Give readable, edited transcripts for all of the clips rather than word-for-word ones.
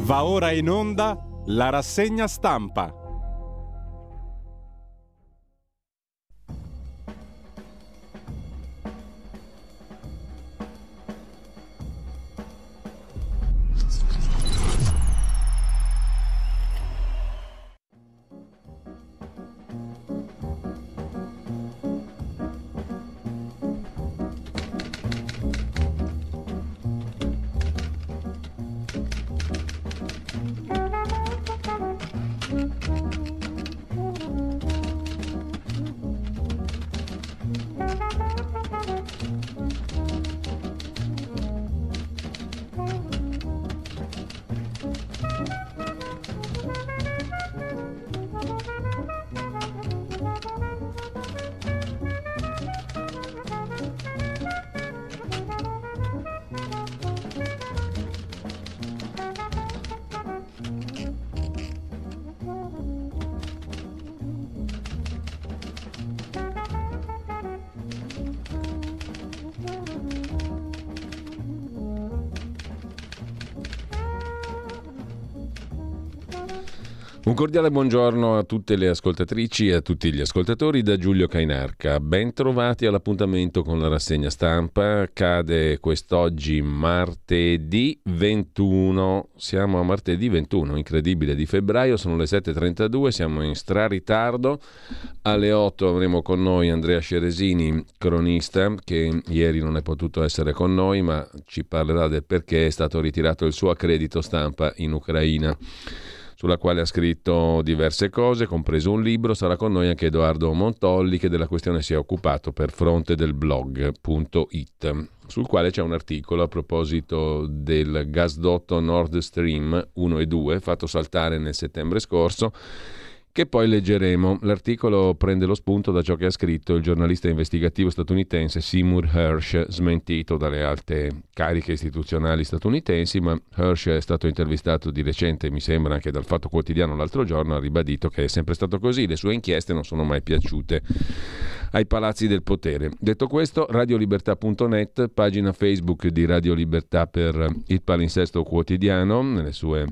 Va ora in onda la rassegna stampa. Un cordiale buongiorno a tutte le ascoltatrici e a tutti gli ascoltatori da Giulio Cainarca. Ben trovati all'appuntamento con la rassegna stampa. Cade quest'oggi martedì 21. Siamo a martedì 21, incredibile, di febbraio. Sono le 7.32, siamo in straritardo. Alle 8 avremo con noi Andrea Sceresini, cronista, che ieri non è potuto essere con noi, ma ci parlerà del perché è stato ritirato il suo accredito stampa in Ucraina, sulla quale ha scritto diverse cose, compreso un libro. Sarà con noi anche Edoardo Montolli, che della questione si è occupato per fronte del blog.it, sul quale c'è un articolo a proposito del gasdotto Nord Stream 1 e 2, fatto saltare nel settembre scorso, che poi leggeremo. L'articolo prende lo spunto da ciò che ha scritto il giornalista investigativo statunitense Seymour Hersh, smentito dalle alte cariche istituzionali statunitensi, ma Hersh è stato intervistato di recente, mi sembra anche dal Fatto Quotidiano l'altro giorno, ha ribadito che è sempre stato così, le sue inchieste non sono mai piaciute ai palazzi del potere. Detto questo, radiolibertà.net, pagina Facebook di Radio Libertà per il palinsesto quotidiano, nelle sue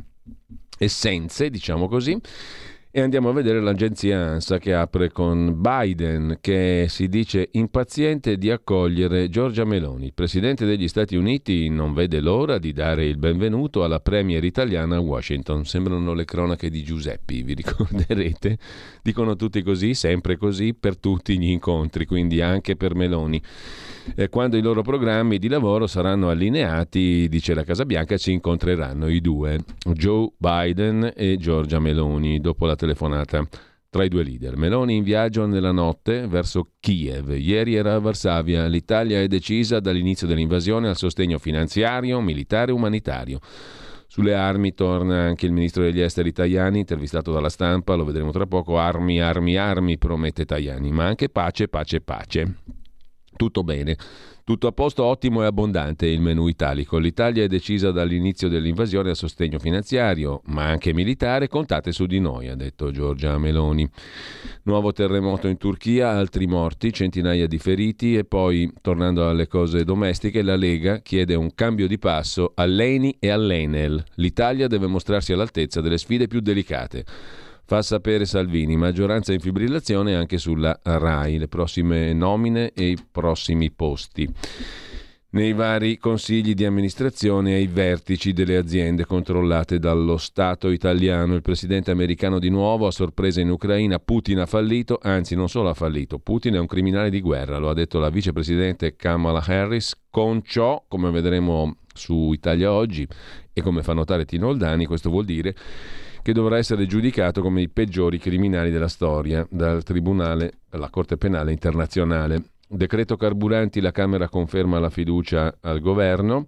essenze, diciamo così. E andiamo a vedere l'agenzia ANSA, che apre con Biden, che si dice impaziente di accogliere Giorgia Meloni. Il presidente degli Stati Uniti non vede l'ora di dare il benvenuto alla premier italiana a Washington. Sembrano le cronache di Giuseppi, vi ricorderete? Dicono tutti così, sempre così, per tutti gli incontri, quindi anche per Meloni. Quando i loro programmi di lavoro saranno allineati, dice la Casa Bianca, ci incontreranno i due, Joe Biden e Giorgia Meloni, dopo la telefonata tra i due leader. Meloni in viaggio nella notte verso Kiev. Ieri era a Varsavia. L'Italia è decisa dall'inizio dell'invasione al sostegno finanziario, militare e umanitario. Sulle armi torna anche il ministro degli esteri Tajani, intervistato dalla Stampa, lo vedremo tra poco. Armi, armi, armi, promette Tajani, ma anche pace, pace, pace. Tutto bene, tutto a posto, ottimo e abbondante il menù italico. L'Italia è decisa dall'inizio dell'invasione al sostegno finanziario, ma anche militare. Contate su di noi, ha detto Giorgia Meloni. Nuovo terremoto in Turchia, altri morti, centinaia di feriti. E poi, tornando alle cose domestiche, la Lega chiede un cambio di passo all'ENI e all'Enel. L'Italia deve mostrarsi all'altezza delle sfide più delicate. Fa sapere Salvini, maggioranza in fibrillazione anche sulla RAI, le prossime nomine e i prossimi posti nei vari consigli di amministrazione e ai vertici delle aziende controllate dallo Stato italiano. Il presidente americano di nuovo a sorpresa in Ucraina. Putin ha fallito, anzi non solo ha fallito, Putin è un criminale di guerra, lo ha detto la vicepresidente Kamala Harris. Con ciò, come vedremo su Italia Oggi e come fa notare Tino Oldani, questo vuol dire che dovrà essere giudicato come i peggiori criminali della storia dal Tribunale, la Corte Penale Internazionale. Decreto carburanti, la Camera conferma la fiducia al governo.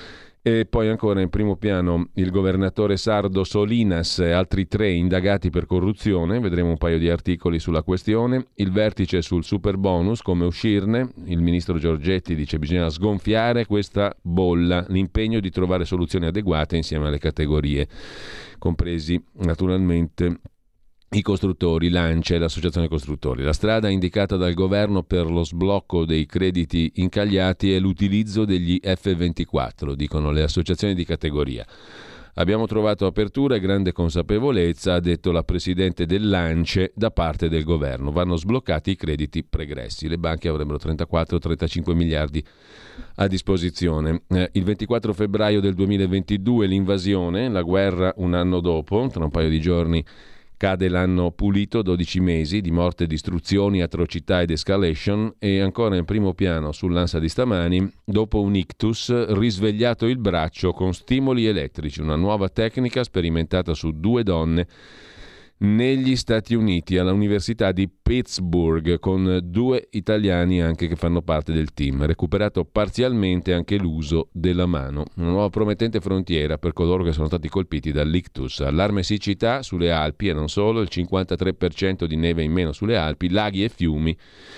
E poi ancora in primo piano il governatore sardo Solinas e altri 3 indagati per corruzione. Vedremo un paio di articoli sulla questione. Il vertice sul super bonus, come uscirne. Il ministro Giorgetti dice bisogna sgonfiare questa bolla, l'impegno di trovare soluzioni adeguate insieme alle categorie, compresi naturalmente i costruttori, l'ANCE, l'associazione costruttori. La strada indicata dal governo per lo sblocco dei crediti incagliati è l'utilizzo degli F24, dicono le associazioni di categoria. Abbiamo trovato apertura e grande consapevolezza, ha detto la presidente dell'ANCE, da parte del governo. Vanno sbloccati i crediti pregressi. Le banche avrebbero 34-35 miliardi a disposizione. Il 24 febbraio del 2022 l'invasione, la guerra un anno dopo, tra un paio di giorni cade l'anno pulito, 12 mesi di morte, distruzioni, atrocità ed escalation, e ancora in primo piano sull'Ansa di stamani, dopo un ictus, risvegliato il braccio con stimoli elettrici, una nuova tecnica sperimentata su 2 donne negli Stati Uniti, all'Università di Pittsburgh, con 2 italiani anche che fanno parte del team. Recuperato parzialmente anche l'uso della mano. Una nuova promettente frontiera per coloro che sono stati colpiti dall'ictus. Allarme siccità sulle Alpi e non solo, il 53% di neve in meno sulle Alpi, laghi e fiumi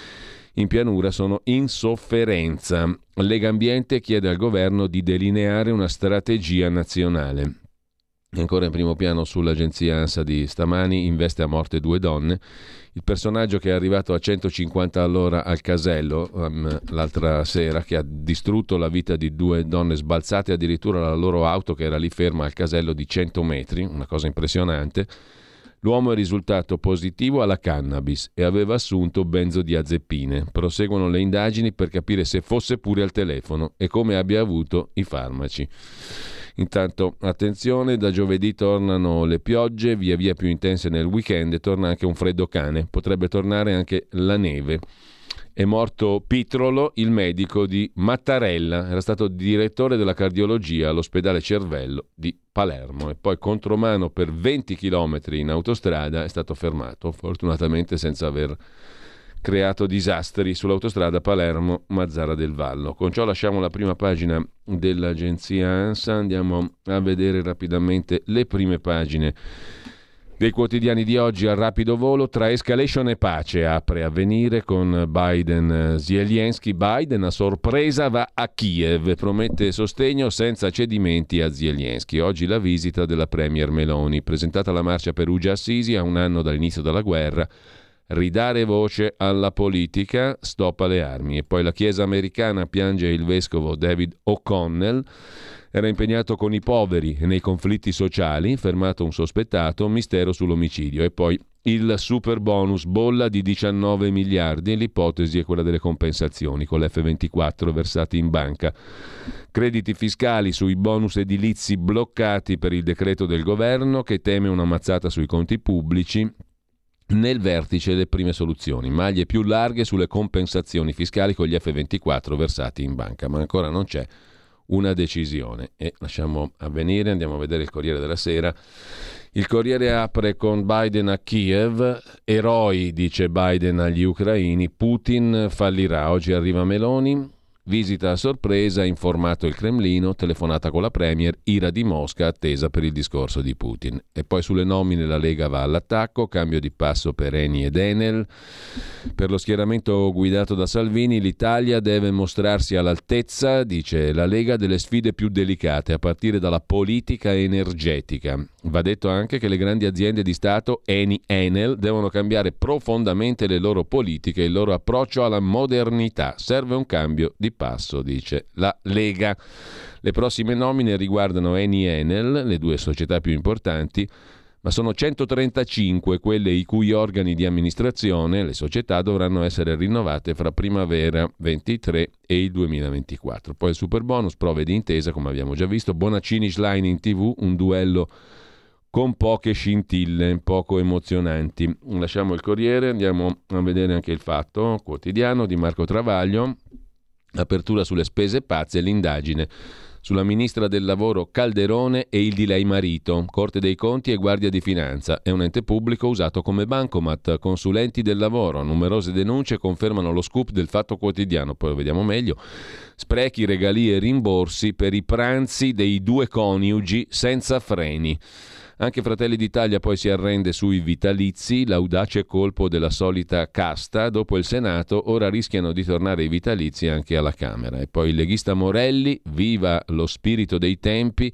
in pianura sono in sofferenza. Legambiente chiede al governo di delineare una strategia nazionale. Ancora in primo piano sull'agenzia ANSA di stamani, investe a morte 2 donne. Il personaggio che è arrivato a 150 all'ora al casello l'altra sera, che ha distrutto la vita di 2 donne sbalzate addirittura la loro auto che era lì ferma al casello di 100 metri, una cosa impressionante. L'uomo è risultato positivo alla cannabis e aveva assunto benzodiazepine. Proseguono le indagini per capire se fosse pure al telefono e come abbia avuto i farmaci. Intanto, attenzione, da giovedì tornano le piogge, via via più intense nel weekend, e torna anche un freddo cane. Potrebbe tornare anche la neve. È morto Pitrolo, il medico di Mattarella, era stato direttore della cardiologia all'ospedale Cervello di Palermo, e poi contromano per 20 km in autostrada è stato fermato, fortunatamente senza aver creato disastri sull'autostrada Palermo-Mazzara del Vallo. Con ciò lasciamo la prima pagina dell'agenzia ANSA, andiamo a vedere rapidamente le prime pagine dei quotidiani di oggi a rapido volo. Tra escalation e pace apre Avvenire con Biden-Zelensky. Biden a sorpresa va a Kiev, promette sostegno senza cedimenti a Zelensky. Oggi la visita della premier Meloni, presentata la marcia Perugia-Assisi a un anno dall'inizio della guerra. Ridare voce alla politica, stop alle armi. E poi la Chiesa americana piange il vescovo David O'Connell. Era impegnato con i poveri e nei conflitti sociali, fermato un sospettato, mistero sull'omicidio. E poi il super bonus, bolla di 19 miliardi, l'ipotesi è quella delle compensazioni con l'F24 versati in banca. Crediti fiscali sui bonus edilizi bloccati per il decreto del governo che teme una mazzata sui conti pubblici. Nel vertice le prime soluzioni, maglie più larghe sulle compensazioni fiscali con gli F24 versati in banca, ma ancora non c'è una decisione. E lasciamo Avvenire, andiamo a vedere il Corriere della Sera. Il Corriere apre con Biden a Kiev, eroi dice Biden agli ucraini, Putin fallirà, oggi arriva Meloni. Visita a sorpresa, informato il Cremlino, telefonata con la Premier, ira di Mosca attesa per il discorso di Putin. E poi sulle nomine la Lega va all'attacco, cambio di passo per Eni ed Enel. Per lo schieramento guidato da Salvini l'Italia deve mostrarsi all'altezza, dice la Lega, delle sfide più delicate, a partire dalla politica energetica. Va detto anche che le grandi aziende di Stato, Eni, Enel, devono cambiare profondamente le loro politiche e il loro approccio alla modernità. Serve un cambio di passo, dice la Lega. Le prossime nomine riguardano Eni e Enel, le 2 società più importanti, ma sono 135 quelle i cui organi di amministrazione, le società, dovranno essere rinnovate fra primavera 23 e il 2024. Poi il superbonus, prove di intesa, come abbiamo già visto, Bonaccini-Schlein in TV, un duello con poche scintille, poco emozionanti. Lasciamo il Corriere, andiamo a vedere anche il Fatto Quotidiano di Marco Travaglio. Apertura sulle spese pazze, l'indagine sulla ministra del lavoro Calderone e il di lei marito. Corte dei Conti e Guardia di Finanza. È un ente pubblico usato come bancomat. Consulenti del lavoro. Numerose denunce confermano lo scoop del Fatto Quotidiano. Poi lo vediamo meglio. Sprechi, regalie e rimborsi per i pranzi dei 2 coniugi senza freni. Anche Fratelli d'Italia poi si arrende sui vitalizi, l'audace colpo della solita casta. Dopo il Senato ora rischiano di tornare i vitalizi anche alla Camera. E poi il leghista Morelli, viva lo spirito dei tempi,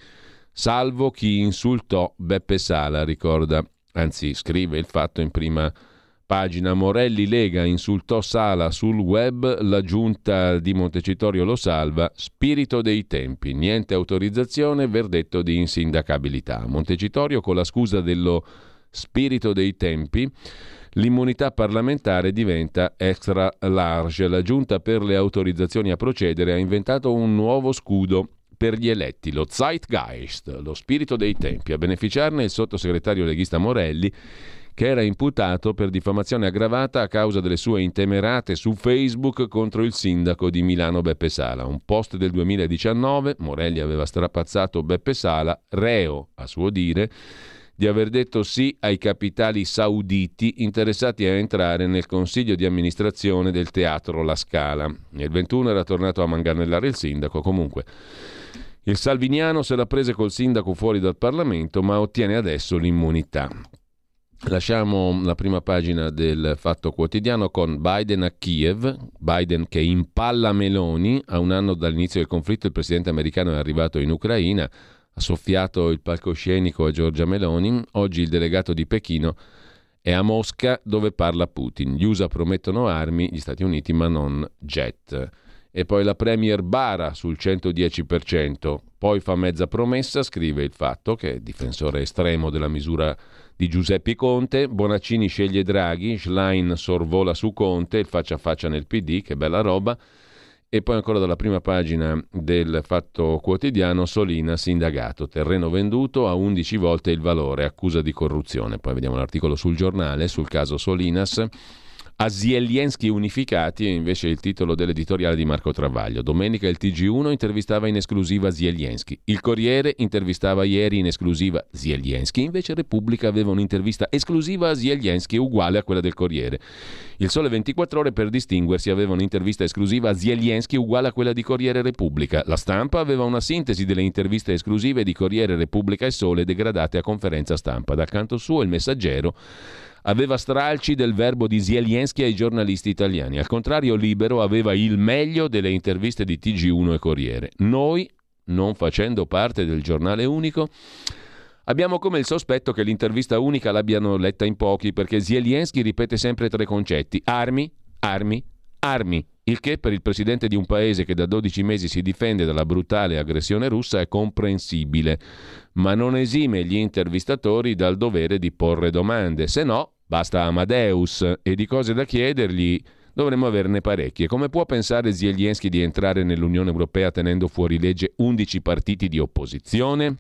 salvo chi insultò Beppe Sala, ricorda, anzi scrive il Fatto in prima pagina Morelli Lega insultò Sala sul web, la giunta di Montecitorio lo salva, spirito dei tempi, niente autorizzazione, verdetto di insindacabilità. Montecitorio con la scusa dello spirito dei tempi, l'immunità parlamentare diventa extra large. La giunta per le autorizzazioni a procedere ha inventato un nuovo scudo per gli eletti, lo Zeitgeist, lo spirito dei tempi. A beneficiarne il sottosegretario leghista Morelli, che era imputato per diffamazione aggravata a causa delle sue intemerate su Facebook contro il sindaco di Milano Beppe Sala. Un post del 2019, Morelli aveva strapazzato Beppe Sala, reo, a suo dire, di aver detto sì ai capitali sauditi interessati a entrare nel consiglio di amministrazione del Teatro La Scala. Nel 21 era tornato a manganellare il sindaco. Comunque, il salviniano se la prese col sindaco fuori dal Parlamento, ma ottiene adesso l'immunità. Lasciamo la prima pagina del Fatto Quotidiano con Biden a Kiev, Biden che impalla Meloni. A un anno dall'inizio del conflitto il presidente americano è arrivato in Ucraina, ha soffiato il palcoscenico a Giorgia Meloni. Oggi il delegato di Pechino è a Mosca, dove parla Putin. Gli USA promettono armi, gli Stati Uniti ma non jet. E poi la premier bara sul 110%, poi fa mezza promessa, scrive il Fatto, che è difensore estremo della misura di Giuseppe Conte. Bonaccini sceglie Draghi, Schlein sorvola su Conte, il faccia a faccia nel PD, che bella roba. E poi ancora dalla prima pagina del Fatto Quotidiano, Solinas indagato, terreno venduto a 11 volte il valore, accusa di corruzione. Poi vediamo l'articolo sul Giornale sul caso Solinas. A Zelensky unificati è invece il titolo dell'editoriale di Marco Travaglio. Domenica il TG1 intervistava in esclusiva Zelensky. Il Corriere intervistava ieri in esclusiva Zelensky. Invece Repubblica aveva un'intervista esclusiva a Zelensky uguale a quella del Corriere. Il Sole 24 Ore, per distinguersi, aveva un'intervista esclusiva a Zelensky uguale a quella di Corriere Repubblica. La Stampa aveva una sintesi delle interviste esclusive di Corriere Repubblica e Sole degradate a conferenza stampa. Dal canto suo il Messaggero aveva stralci del verbo di Zelensky ai giornalisti italiani. Al contrario, Libero aveva il meglio delle interviste di TG1 e Corriere. Noi, non facendo parte del giornale unico, abbiamo come il sospetto che l'intervista unica l'abbiano letta in pochi, perché Zelensky ripete sempre tre concetti: armi, armi, armi. Il che per il presidente di un paese che da 12 mesi si difende dalla brutale aggressione russa è comprensibile, ma non esime gli intervistatori dal dovere di porre domande. Se no, basta Amadeus, e di cose da chiedergli dovremmo averne parecchie. Come può pensare Zelensky di entrare nell'Unione Europea tenendo fuori legge 11 partiti di opposizione?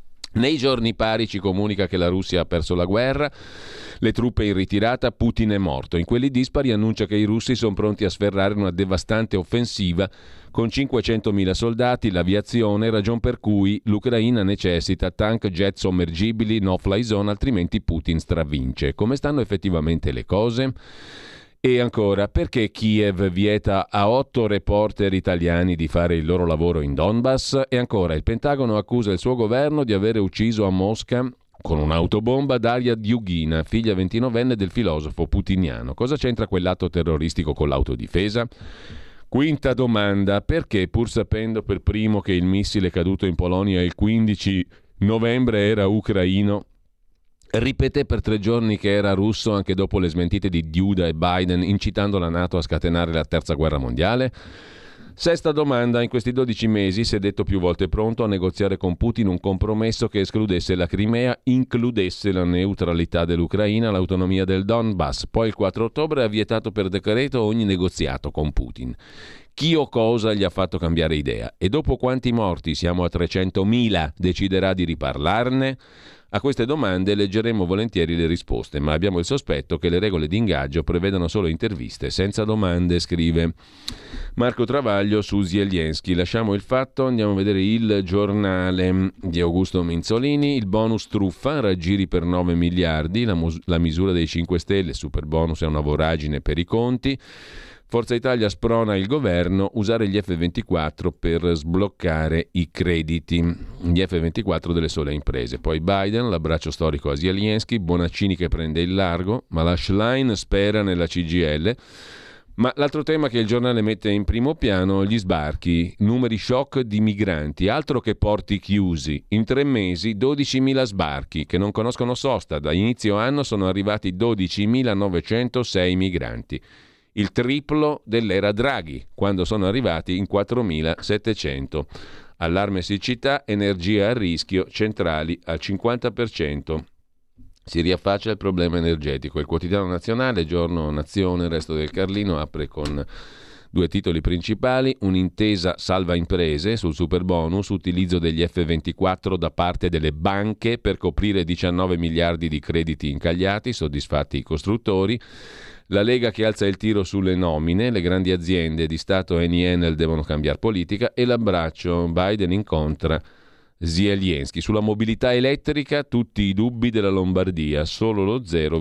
Nei giorni pari ci comunica che la Russia ha perso la guerra, le truppe in ritirata, Putin è morto. In quelli dispari annuncia che i russi sono pronti a sferrare una devastante offensiva con 500.000 soldati, l'aviazione, ragion per cui l'Ucraina necessita tank, jet sommergibili, no-fly zone, altrimenti Putin stravince. Come stanno effettivamente le cose? E ancora, perché Kiev vieta a 8 reporter italiani di fare il loro lavoro in Donbass? E ancora, il Pentagono accusa il suo governo di avere ucciso a Mosca con un'autobomba Daria Diughina, figlia 29enne del filosofo putiniano. Cosa c'entra quell'atto terroristico con l'autodifesa? Quinta domanda, perché pur sapendo per primo che il missile caduto in Polonia il 15 novembre era ucraino, ripeté per 3 giorni che era russo anche dopo le smentite di Duda e Biden, incitando la NATO a scatenare la terza guerra mondiale? Sesta domanda, in questi 12 mesi si è detto più volte pronto a negoziare con Putin un compromesso che escludesse la Crimea, includesse la neutralità dell'Ucraina, l'autonomia del Donbass. Poi il 4 ottobre ha vietato per decreto ogni negoziato con Putin. Chi o cosa gli ha fatto cambiare idea? E dopo quanti morti, siamo a 300.000, deciderà di riparlarne? A queste domande leggeremo volentieri le risposte, ma abbiamo il sospetto che le regole di ingaggio prevedano solo interviste senza domande, scrive Marco Travaglio su Zelensky. Lasciamo il Fatto, andiamo a vedere il Giornale di Augusto Minzolini. Il bonus truffa, raggiri per 9 miliardi, la misura dei 5 Stelle, super bonus è una voragine per i conti. Forza Italia sprona il governo usare gli F24 per sbloccare i crediti, gli F24 delle sole imprese. Poi Biden, l'abbraccio storico a Zelensky, Bonaccini che prende il largo, ma la Schlein spera nella CGIL. Ma l'altro tema che il giornale mette in primo piano, gli sbarchi, numeri shock di migranti, altro che porti chiusi. In 3 mesi 12.000 sbarchi che non conoscono sosta. Da inizio anno sono arrivati 12.906 migranti, il triplo dell'era Draghi, quando sono arrivati in 4.700. Allarme siccità, energia a rischio, centrali al 50%. Si riaffaccia il problema energetico. Il quotidiano nazionale, Giorno, Nazione, il Resto del Carlino, apre con 2 titoli principali: un'intesa salva imprese sul superbonus, utilizzo degli F24 da parte delle banche per coprire 19 miliardi di crediti incagliati, soddisfatti i costruttori. La Lega che alza il tiro sulle nomine, le grandi aziende di Stato Eni Enel devono cambiare politica, e l'abbraccio, Biden incontra Zelensky. Sulla mobilità elettrica tutti i dubbi della Lombardia, solo lo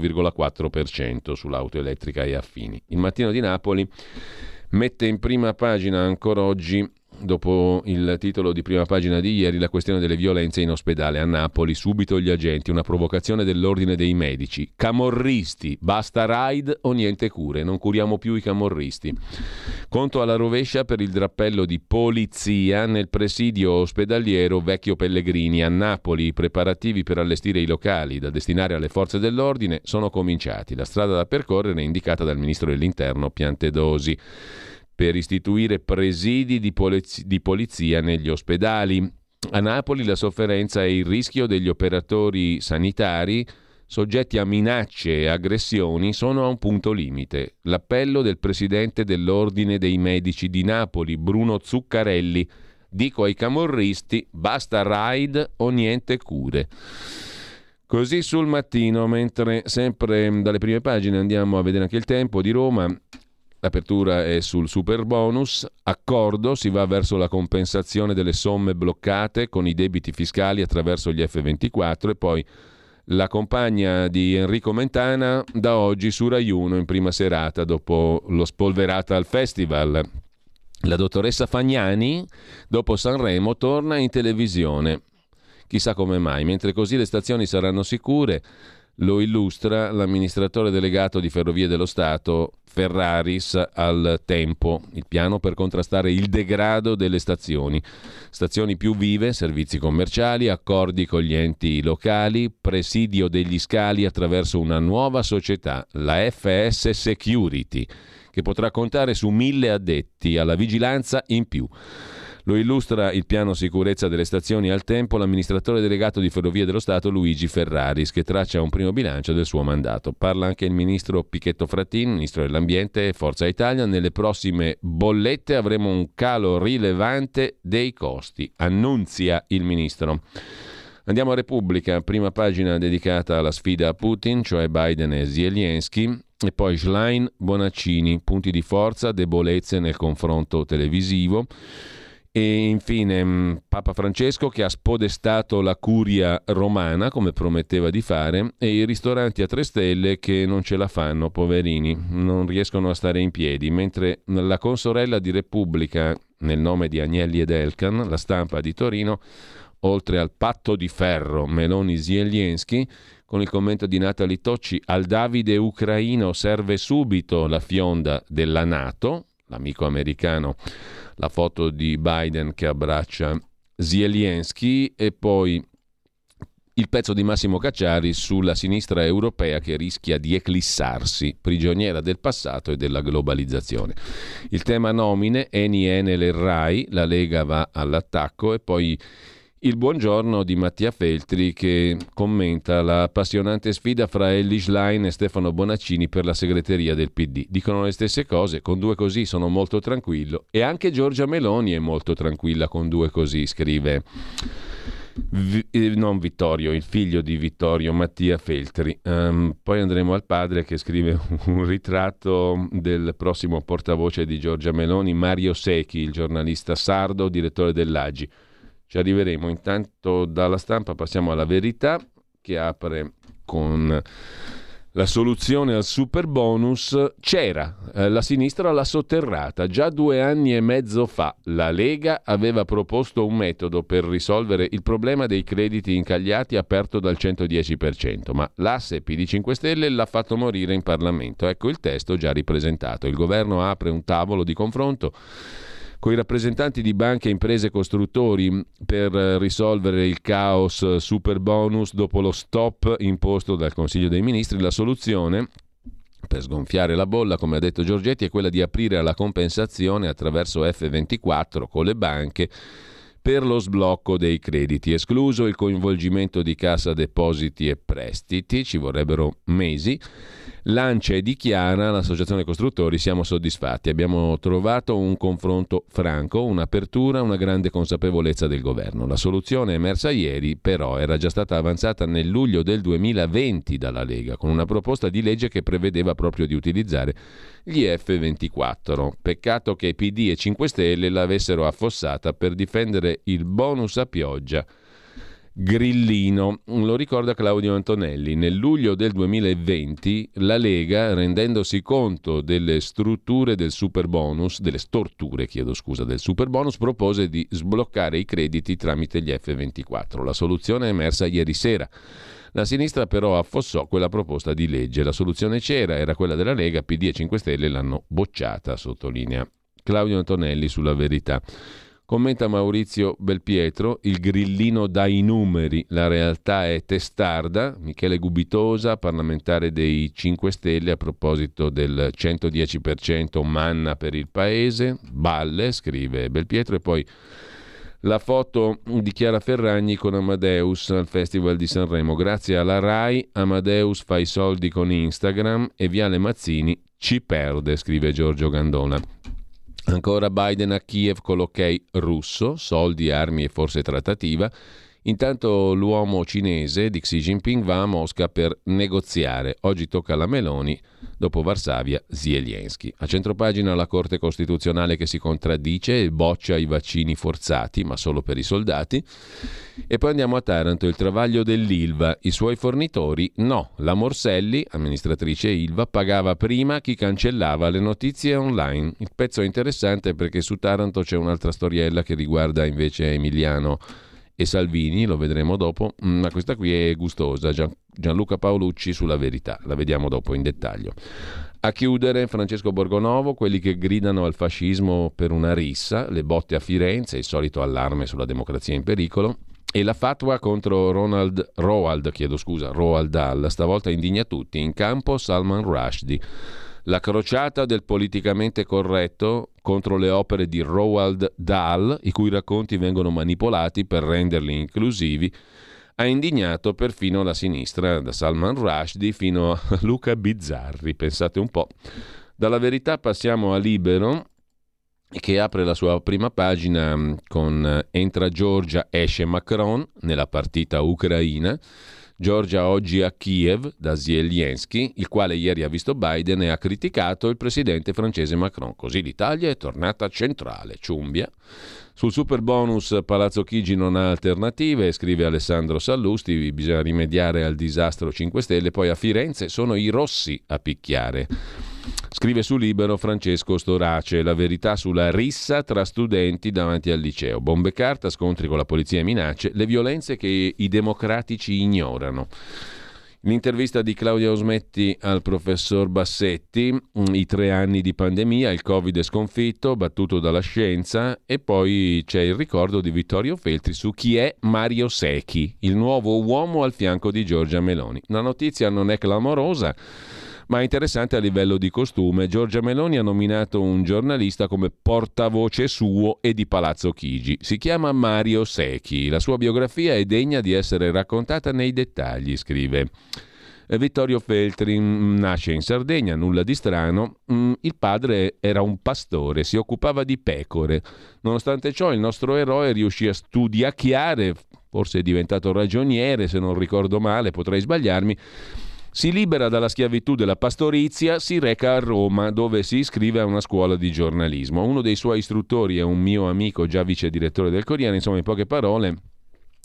0,4% sull'auto elettrica e affini. Il Mattino di Napoli mette in prima pagina ancora oggi, dopo il titolo di prima pagina di ieri, la questione delle violenze in ospedale a Napoli. Subito gli agenti, una provocazione dell'ordine dei medici. Camorristi, basta raid o niente cure, non curiamo più i camorristi. Conto alla rovescia per il drappello di polizia nel presidio ospedaliero Vecchio Pellegrini a Napoli. I preparativi per allestire i locali da destinare alle forze dell'ordine sono cominciati. La strada da percorrere è indicata dal ministro dell'Interno Piantedosi per istituire presidi di polizia negli ospedali. A Napoli la sofferenza e il rischio degli operatori sanitari soggetti a minacce e aggressioni sono a un punto limite. L'appello del presidente dell'Ordine dei Medici di Napoli, Bruno Zuccarelli: dico ai camorristi, basta raid o niente cure. Così sul Mattino, mentre sempre dalle prime pagine andiamo a vedere anche il Tempo di Roma. L'apertura è sul super bonus, accordo, si va verso la compensazione delle somme bloccate con i debiti fiscali attraverso gli F24, e poi la compagna di Enrico Mentana da oggi su Rai 1 in prima serata dopo lo Spolverata al Festival. La dottoressa Fagnani dopo Sanremo torna in televisione, chissà come mai, mentre così le stazioni saranno sicure. Lo illustra l'amministratore delegato di Ferrovie dello Stato Ferraris al Tempo, il piano per contrastare il degrado delle stazioni. Stazioni più vive, servizi commerciali, accordi con gli enti locali, presidio degli scali attraverso una nuova società, la FS Security, che potrà contare su 1.000 addetti alla vigilanza in più. Lo illustra il piano sicurezza delle stazioni al Tempo l'amministratore delegato di Ferrovie dello Stato Luigi Ferraris, che traccia un primo bilancio del suo mandato. Parla anche il ministro Pichetto Fratin, ministro dell'Ambiente e Forza Italia. Nelle prossime bollette avremo un calo rilevante dei costi, annunzia il ministro. Andiamo a Repubblica, prima pagina dedicata alla sfida a Putin, cioè Biden e Zelensky, e poi Schlein, Bonaccini, punti di forza, debolezze nel confronto televisivo. E infine Papa Francesco che ha spodestato la curia romana come prometteva di fare, e i ristoranti a 3 stelle che non ce la fanno, poverini, non riescono a stare in piedi, mentre la consorella di Repubblica, nel nome di Agnelli ed Elkan, La Stampa di Torino, oltre al patto di ferro Meloni-Zelensky, con il commento di Natalie Tocci: al Davide ucraino serve subito la fionda della NATO, l'amico americano. La foto di Biden che abbraccia Zelensky, e poi il pezzo di Massimo Cacciari sulla sinistra europea che rischia di eclissarsi, prigioniera del passato e della globalizzazione. Il tema nomine, Eni, Enel e Rai, la Lega va all'attacco, e poi il buongiorno di Mattia Feltri che commenta la appassionante sfida fra Elly Schlein e Stefano Bonaccini per la segreteria del PD. Dicono le stesse cose, con 2 così sono molto tranquillo, e anche Giorgia Meloni è molto tranquilla con 2 così, scrive non Vittorio, il figlio di Vittorio, Mattia Feltri. Poi andremo al padre che scrive un ritratto del prossimo portavoce di Giorgia Meloni, Mario Secchi, il giornalista sardo, direttore dell'Agi. Ci arriveremo. Intanto dalla Stampa passiamo alla Verità, che apre con La soluzione al super bonus c'era, la sinistra l'ha sotterrata. Già 2 anni e mezzo fa la Lega aveva proposto un metodo per risolvere il problema dei crediti incagliati aperto dal 110%, ma l'asse PD 5 Stelle l'ha fatto morire in Parlamento. Ecco il testo già ripresentato. Il governo apre un tavolo di confronto con i rappresentanti di banche, imprese e costruttori per risolvere il caos super bonus dopo lo stop imposto dal Consiglio dei Ministri. La soluzione per sgonfiare la bolla, come ha detto Giorgetti, è quella di aprire alla compensazione attraverso F24 con le banche per lo sblocco dei crediti, escluso il coinvolgimento di Cassa Depositi e Prestiti, ci vorrebbero mesi. Lancia e dichiara l'associazione costruttori: siamo soddisfatti, abbiamo trovato un confronto franco, un'apertura, una grande consapevolezza del governo. La soluzione emersa ieri però era già stata avanzata nel luglio del 2020 dalla Lega con una proposta di legge che prevedeva proprio di utilizzare gli F24. Peccato che PD e 5 Stelle l'avessero affossata per difendere il bonus a pioggia grillino. Lo ricorda Claudio Antonelli. Nel luglio del 2020 la Lega, rendendosi conto delle storture del super bonus, del super bonus, propose di sbloccare i crediti tramite gli F24. La soluzione è emersa ieri sera. La sinistra però affossò quella proposta di legge. La soluzione c'era, era quella della Lega, PD e 5 Stelle l'hanno bocciata, sottolinea Claudio Antonelli sulla Verità. Commenta Maurizio Belpietro: il grillino dà i numeri, la realtà è testarda. Michele Gubitosa, parlamentare dei 5 Stelle, a proposito del 110% manna per il paese, balle, scrive Belpietro. E poi la foto di Chiara Ferragni con Amadeus al Festival di Sanremo. Grazie alla Rai, Amadeus fa i soldi con Instagram e Viale Mazzini ci perde, scrive Giorgio Gandona. Ancora Biden a Kiev con l'ok russo, soldi, armi e forse trattativa. Intanto l'uomo cinese di Xi Jinping va a Mosca per negoziare. Oggi tocca alla Meloni, dopo Varsavia Zelensky. A centropagina la Corte Costituzionale che si contraddice e boccia i vaccini forzati, ma solo per i soldati. E poi andiamo a Taranto, il travaglio dell'Ilva. I suoi fornitori no. La Morselli, amministratrice Ilva, pagava prima chi cancellava le notizie online. Il pezzo è interessante perché su Taranto c'è un'altra storiella che riguarda invece Emiliano e Salvini, lo vedremo dopo, ma questa qui è gustosa. Gianluca Paolucci sulla Verità, la vediamo dopo in dettaglio. A chiudere Francesco Borgonovo, quelli che gridano al fascismo per una rissa, le botte a Firenze, il solito allarme sulla democrazia in pericolo, e la fatwa contro Roald Dahl, stavolta indigna tutti, in campo Salman Rushdie. La crociata del politicamente corretto contro le opere di Roald Dahl, i cui racconti vengono manipolati per renderli inclusivi, ha indignato perfino la sinistra, da Salman Rushdie fino a Luca Bizzarri. Pensate un po'. Dalla Verità passiamo a Libero, che apre la sua prima pagina con entra Giorgia, esce Macron nella partita ucraina. Giorgia oggi a Kiev da Zelensky, il quale ieri ha visto Biden e ha criticato il presidente francese Macron. Così l'Italia è tornata centrale, ciumbia. Sul super bonus Palazzo Chigi non ha alternative, scrive Alessandro Sallusti, bisogna rimediare al disastro 5 Stelle, poi a Firenze sono i rossi a picchiare. Scrive su Libero Francesco Storace, la verità sulla rissa tra studenti davanti al liceo. Bombe carta, scontri con la polizia e minacce, le violenze che i democratici ignorano. L'intervista di Claudia Osmetti al professor Bassetti, i 3 anni di pandemia, il Covid è sconfitto, battuto dalla scienza, e poi c'è il ricordo di Vittorio Feltri su chi è Mario Secchi, il nuovo uomo al fianco di Giorgia Meloni. La notizia non è clamorosa, ma interessante a livello di costume. Giorgia Meloni ha nominato un giornalista come portavoce suo e di Palazzo Chigi. Si chiama Mario Secchi. La sua biografia è degna di essere raccontata nei dettagli, scrive Vittorio Feltri. Nasce in Sardegna, nulla di strano. Il padre era un pastore, si occupava di pecore. Nonostante ciò, il nostro eroe riuscì a studiacchiare, forse è diventato ragioniere, se non ricordo male, potrei sbagliarmi. Si libera dalla schiavitù della pastorizia, si reca a Roma, dove si iscrive a una scuola di giornalismo. Uno dei suoi istruttori è un mio amico, già vice direttore del Corriere. Insomma, in poche parole,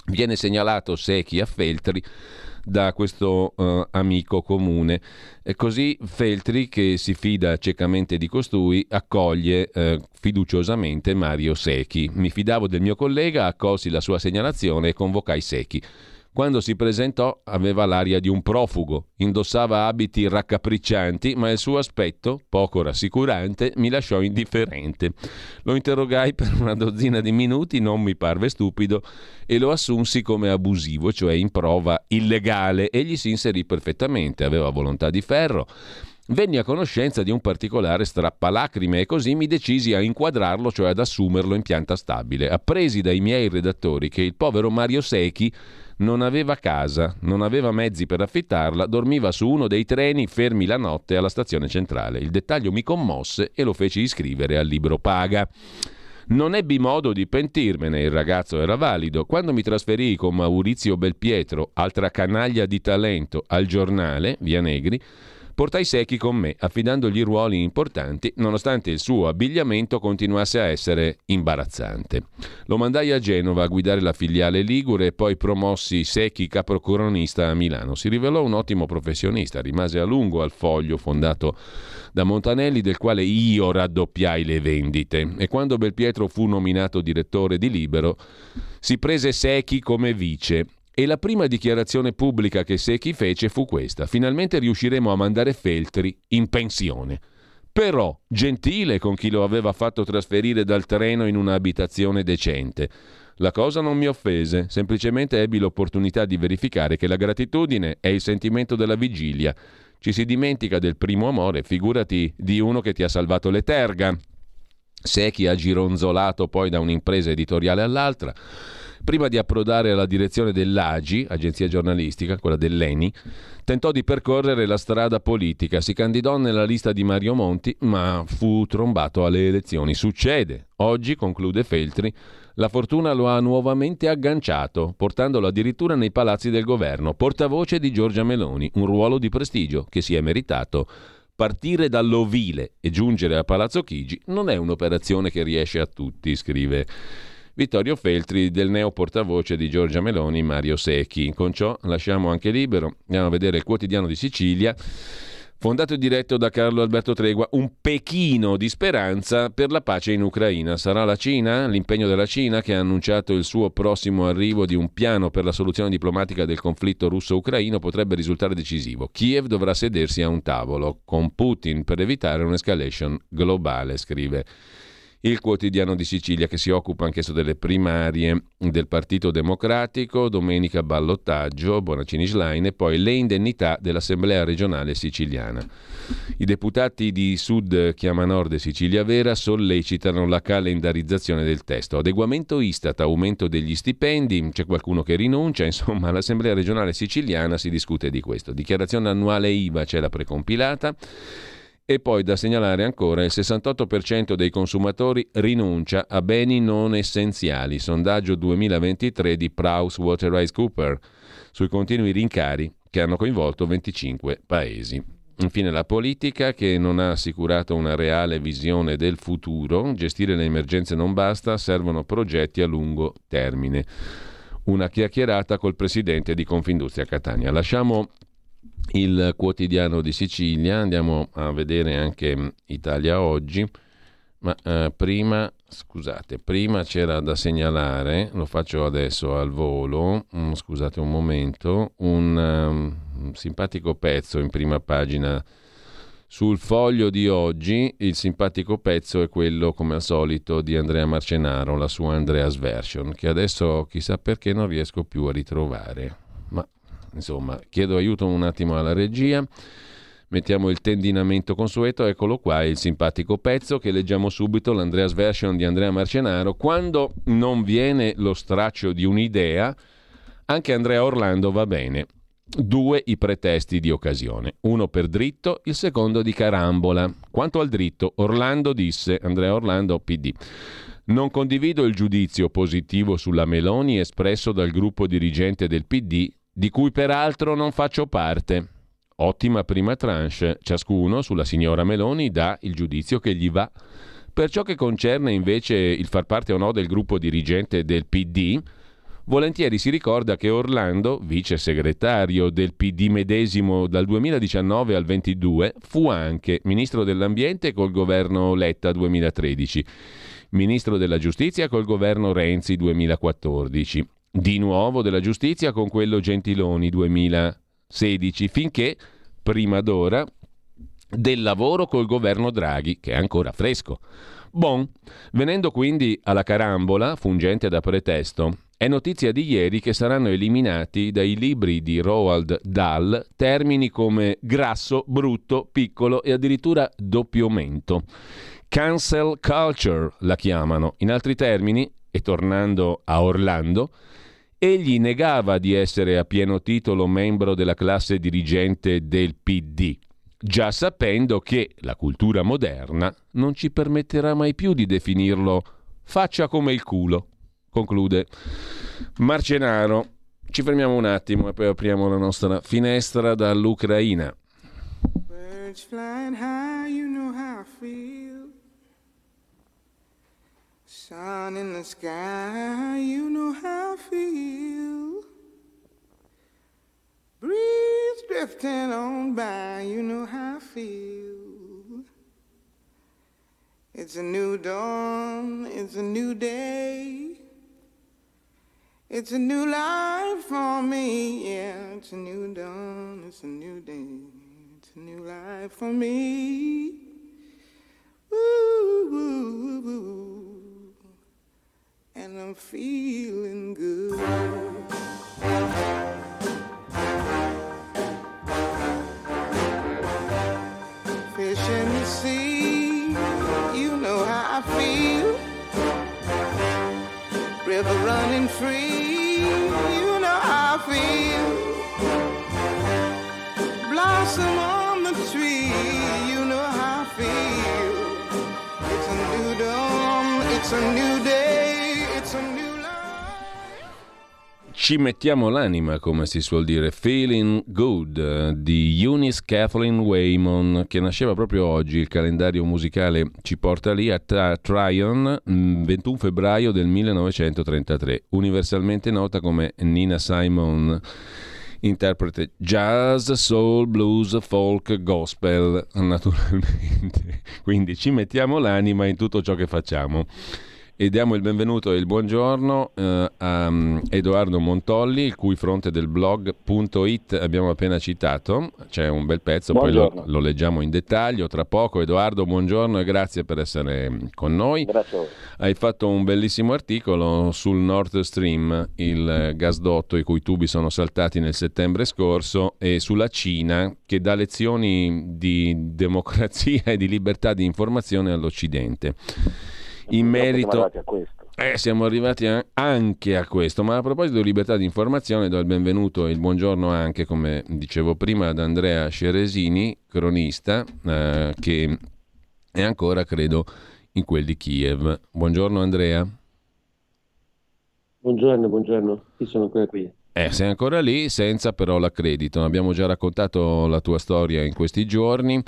Viene segnalato Secchi a Feltri da questo amico comune, e così Feltri, che si fida ciecamente di costui, accoglie fiduciosamente Mario Secchi. Mi fidavo del mio collega, accolsi la sua segnalazione e convocai Secchi. Quando si presentò aveva l'aria di un profugo, indossava abiti raccapriccianti, ma il suo aspetto, poco rassicurante, mi lasciò indifferente. Lo interrogai per una dozzina di minuti, non mi parve stupido e lo assunsi come abusivo, cioè in prova illegale. Egli si inserì perfettamente, aveva volontà di ferro. Venni a conoscenza di un particolare strappalacrime e così mi decisi a inquadrarlo, cioè ad assumerlo in pianta stabile, appresi dai miei redattori che il povero Mario Secchi non aveva casa, non aveva mezzi per affittarla, dormiva su uno dei treni fermi la notte alla stazione centrale. Il dettaglio mi commosse e lo feci iscrivere al libro paga. Non ebbi modo di pentirmene, il ragazzo era valido. Quando mi trasferii con Maurizio Belpietro, altra canaglia di talento, al giornale, Via Negri, portai Secchi con me, affidandogli ruoli importanti, nonostante il suo abbigliamento continuasse a essere imbarazzante. Lo mandai a Genova a guidare la filiale ligure e poi promossi Secchi caprocronista a Milano. Si rivelò un ottimo professionista, rimase a lungo al Foglio, fondato da Montanelli, del quale io raddoppiai le vendite, e quando Belpietro fu nominato direttore di Libero si prese Secchi come vice. E la prima dichiarazione pubblica che Secchi fece fu questa: finalmente riusciremo a mandare Feltri in pensione. Però gentile con chi lo aveva fatto trasferire dal treno in una abitazione decente. La cosa non mi offese, semplicemente ebbi l'opportunità di verificare che la gratitudine è il sentimento della vigilia. Ci si dimentica del primo amore, figurati di uno che ti ha salvato le terga. Secchi ha gironzolato poi da un'impresa editoriale all'altra. Prima di approdare alla direzione dell'AGI, agenzia giornalistica, quella dell'ENI, tentò di percorrere la strada politica, si candidò nella lista di Mario Monti, ma fu trombato alle elezioni. Succede. Oggi, conclude Feltri, la fortuna lo ha nuovamente agganciato, portandolo addirittura nei palazzi del governo, portavoce di Giorgia Meloni, un ruolo di prestigio che si è meritato. Partire dall'ovile e giungere a Palazzo Chigi non è un'operazione che riesce a tutti, scrive Vittorio Feltri, del neo portavoce di Giorgia Meloni, Mario Secchi. Con ciò lasciamo anche libero, andiamo a vedere il Quotidiano di Sicilia, fondato e diretto da Carlo Alberto Tregua, un Pechino di speranza per la pace in Ucraina. Sarà la Cina, l'impegno della Cina, che ha annunciato il suo prossimo arrivo di un piano per la soluzione diplomatica del conflitto russo-ucraino, potrebbe risultare decisivo. Kiev dovrà sedersi a un tavolo con Putin per evitare un'escalation globale, scrive il Quotidiano di Sicilia, che si occupa anch'esso delle primarie del Partito Democratico, domenica ballottaggio, Bonaccini Schlein, e poi le indennità dell'Assemblea regionale siciliana. I deputati di Sud Chiama Nord e Sicilia Vera sollecitano la calendarizzazione del testo. Adeguamento Istat, aumento degli stipendi, c'è qualcuno che rinuncia, insomma all'Assemblea regionale siciliana si discute di questo. Dichiarazione annuale IVA, c'è la precompilata. E poi da segnalare ancora il 68% dei consumatori rinuncia a beni non essenziali, sondaggio 2023 di PricewaterhouseCoopers sui continui rincari che hanno coinvolto 25 paesi. Infine la politica, che non ha assicurato una reale visione del futuro. Gestire le emergenze non basta, servono progetti a lungo termine. Una chiacchierata col presidente di Confindustria Catania. Lasciamo il Quotidiano di Sicilia, andiamo a vedere anche Italia Oggi, ma prima c'era da segnalare, lo faccio adesso al volo, scusate un momento, un simpatico pezzo in prima pagina sul Foglio di oggi. Il simpatico pezzo è quello, come al solito, di Andrea Marcenaro, la sua Andreas Version, che adesso chissà perché non riesco più a ritrovare, ma insomma, chiedo aiuto un attimo alla regia, mettiamo il tendinamento consueto, eccolo qua, il simpatico pezzo che leggiamo subito, l'Andreas Version di Andrea Marcenaro. Quando non viene lo straccio di un'idea, anche Andrea Orlando va bene. 2 i pretesti di occasione, uno per dritto, il secondo di carambola. Quanto al dritto, Orlando disse, Andrea Orlando, PD: non condivido il giudizio positivo sulla Meloni espresso dal gruppo dirigente del PD, di cui peraltro non faccio parte. Ottima prima tranche, ciascuno sulla signora Meloni dà il giudizio che gli va. Per ciò che concerne invece il far parte o no del gruppo dirigente del PD, Volentieri si ricorda che Orlando, vice segretario del PD medesimo dal 2019 al 22, fu anche ministro dell'ambiente col governo Letta 2013, ministro della giustizia col governo Renzi 2014, di nuovo della giustizia con quello Gentiloni 2016, finché, prima d'ora, del lavoro col governo Draghi, che è ancora fresco. Bon, venendo quindi alla carambola, fungente da pretesto, è notizia di ieri che saranno eliminati dai libri di Roald Dahl termini come grasso, brutto, piccolo e addirittura doppio mento. Cancel culture la chiamano. In altri termini, e tornando a Orlando, egli negava di essere a pieno titolo membro della classe dirigente del PD, già sapendo che la cultura moderna non ci permetterà mai più di definirlo faccia come il culo, conclude Marcenaro. Ci fermiamo un attimo e poi apriamo la nostra finestra dall'Ucraina. Birds flying high, you know how I feel. Sun in the sky, you know how I feel. Breeze drifting on by, you know how I feel. It's a new dawn, it's a new day. It's a new life for me, yeah. It's a new dawn, it's a new day. It's a new life for me. Ooh, ooh, ooh. And I'm feeling good. Fish in the sea, you know how I feel. River running free, you know how I feel. Blossom on the tree, you know how I feel. It's a new dawn, it's a new day, it's a new life. Ci mettiamo l'anima, come si suol dire. Feeling Good di Eunice Kathleen Waymon, che nasceva proprio oggi. Il calendario musicale ci porta lì, a Tryon, 21 febbraio del 1933, universalmente nota come Nina Simone, interprete jazz, soul, blues, folk, gospel, naturalmente. Quindi ci mettiamo l'anima in tutto ciò che facciamo. E diamo il benvenuto e il buongiorno a Edoardo Montolli, il cui fronte del blog.it abbiamo appena citato. C'è un bel pezzo, buongiorno. Poi lo leggiamo in dettaglio tra poco. Edoardo, buongiorno e grazie per essere con noi. Grazie a voi. Hai fatto un bellissimo articolo sul Nord Stream, il gasdotto i cui tubi sono saltati nel settembre scorso, e sulla Cina, che dà lezioni di democrazia e di libertà di informazione all'Occidente. In merito, siamo arrivati anche a questo, ma a proposito di libertà di informazione do il benvenuto e il buongiorno anche, come dicevo prima, ad Andrea Ceresini, cronista, che è ancora, credo, in quel di Kiev. Buongiorno Andrea. Buongiorno, io sono ancora qui. Sei ancora lì, senza però l'accredito. Abbiamo già raccontato la tua storia in questi giorni.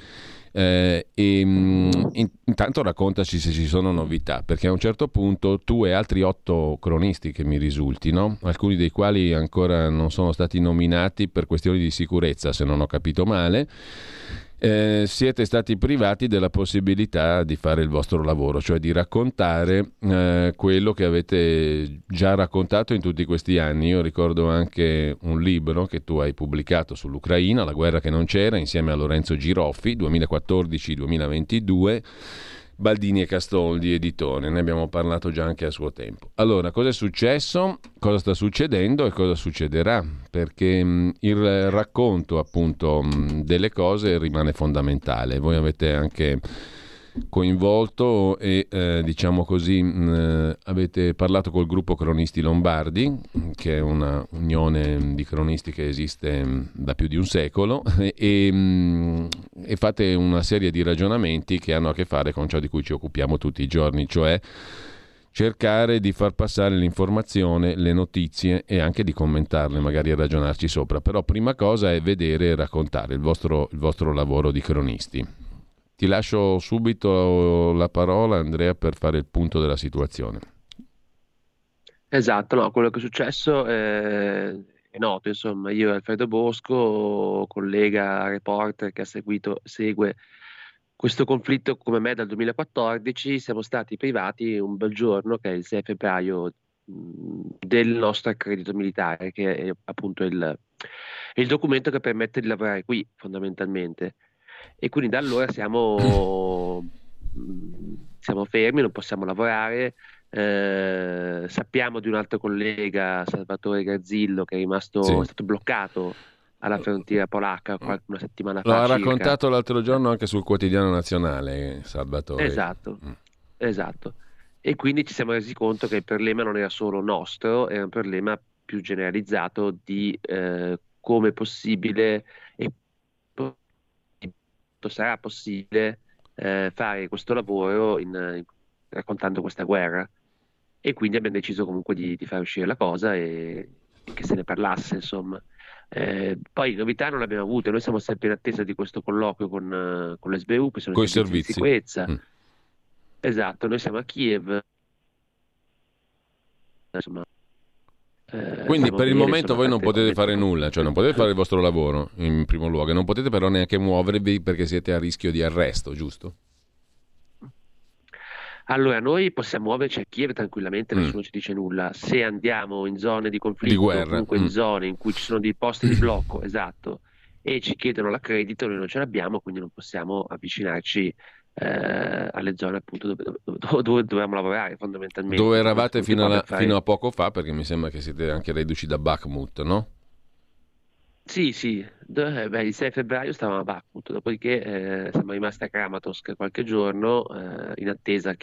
Intanto raccontaci se ci sono novità, perché a un certo punto tu e altri 8 cronisti che mi risultino, alcuni dei quali ancora non sono stati nominati per questioni di sicurezza, se non ho capito male, siete stati privati della possibilità di fare il vostro lavoro, cioè di raccontare quello che avete già raccontato in tutti questi anni. Io ricordo anche un libro che tu hai pubblicato sull'Ucraina, La guerra che non c'era, insieme a Lorenzo Giroffi, 2014-2022, Baldini e Castoldi, editore. Ne abbiamo parlato già anche a suo tempo. Allora, cosa è successo? Cosa sta succedendo e cosa succederà? Perché il racconto, appunto, delle cose rimane fondamentale. Voi avete anche coinvolto e diciamo così avete parlato col gruppo Cronisti Lombardi, che è una unione di cronisti che esiste da più di un secolo, e fate una serie di ragionamenti che hanno a che fare con ciò di cui ci occupiamo tutti i giorni, cioè cercare di far passare l'informazione, le notizie e anche di commentarle, magari ragionarci sopra. Però prima cosa è vedere e raccontare il vostro lavoro di cronisti. Ti lascio subito la parola, Andrea, per fare il punto della situazione. Esatto, no, quello che è successo è noto, insomma, io e Alfredo Bosco, collega reporter che segue questo conflitto come me dal 2014, siamo stati privati un bel giorno, che è il 6 febbraio, del nostro accredito militare, che è appunto il documento che permette di lavorare qui, fondamentalmente. E quindi da allora siamo fermi, non possiamo lavorare. Sappiamo di un altro collega, Salvatore Garzillo, che è Sì. stato bloccato alla frontiera polacca una settimana Lo fa ha circa. raccontato l'altro giorno anche sul quotidiano nazionale, Salvatore. Esatto, Mm. esatto. E quindi ci siamo resi conto che il problema non era solo nostro, era un problema più generalizzato di come è possibile e sarà possibile fare questo lavoro raccontando questa guerra. E quindi abbiamo deciso comunque di fare uscire la cosa e che se ne parlasse, insomma. Poi novità non abbiamo avute, noi siamo sempre in attesa di questo colloquio con l'SBU, che sono i Coi servizi di servizi. sicurezza. Mm. Esatto, noi siamo a Kiev, insomma, Quindi stiamo per il bene, momento insomma, a voi non parte potete ovviamente fare nulla, cioè non potete fare il vostro lavoro in primo luogo, e non potete però neanche muovervi perché siete a rischio di arresto, giusto? Allora, noi possiamo muoverci a Kiev tranquillamente, Mm. nessuno ci dice nulla. Se andiamo in zone di Di conflitto, o guerra. comunque in zone in cui ci sono dei posti di blocco, esatto, e ci chiedono l'accredito, noi non ce l'abbiamo, quindi non possiamo avvicinarci alle zone appunto dove dovevamo lavorare Dove fondamentalmente, per questo eravate motivo qua per fino fare. a poco fa, perché mi sembra che siete anche reduci da Bakhmut, no? Sì, sì, beh, il 6 febbraio stavamo a Bakhmut, dopodiché siamo rimasti a Kramatorsk qualche giorno in attesa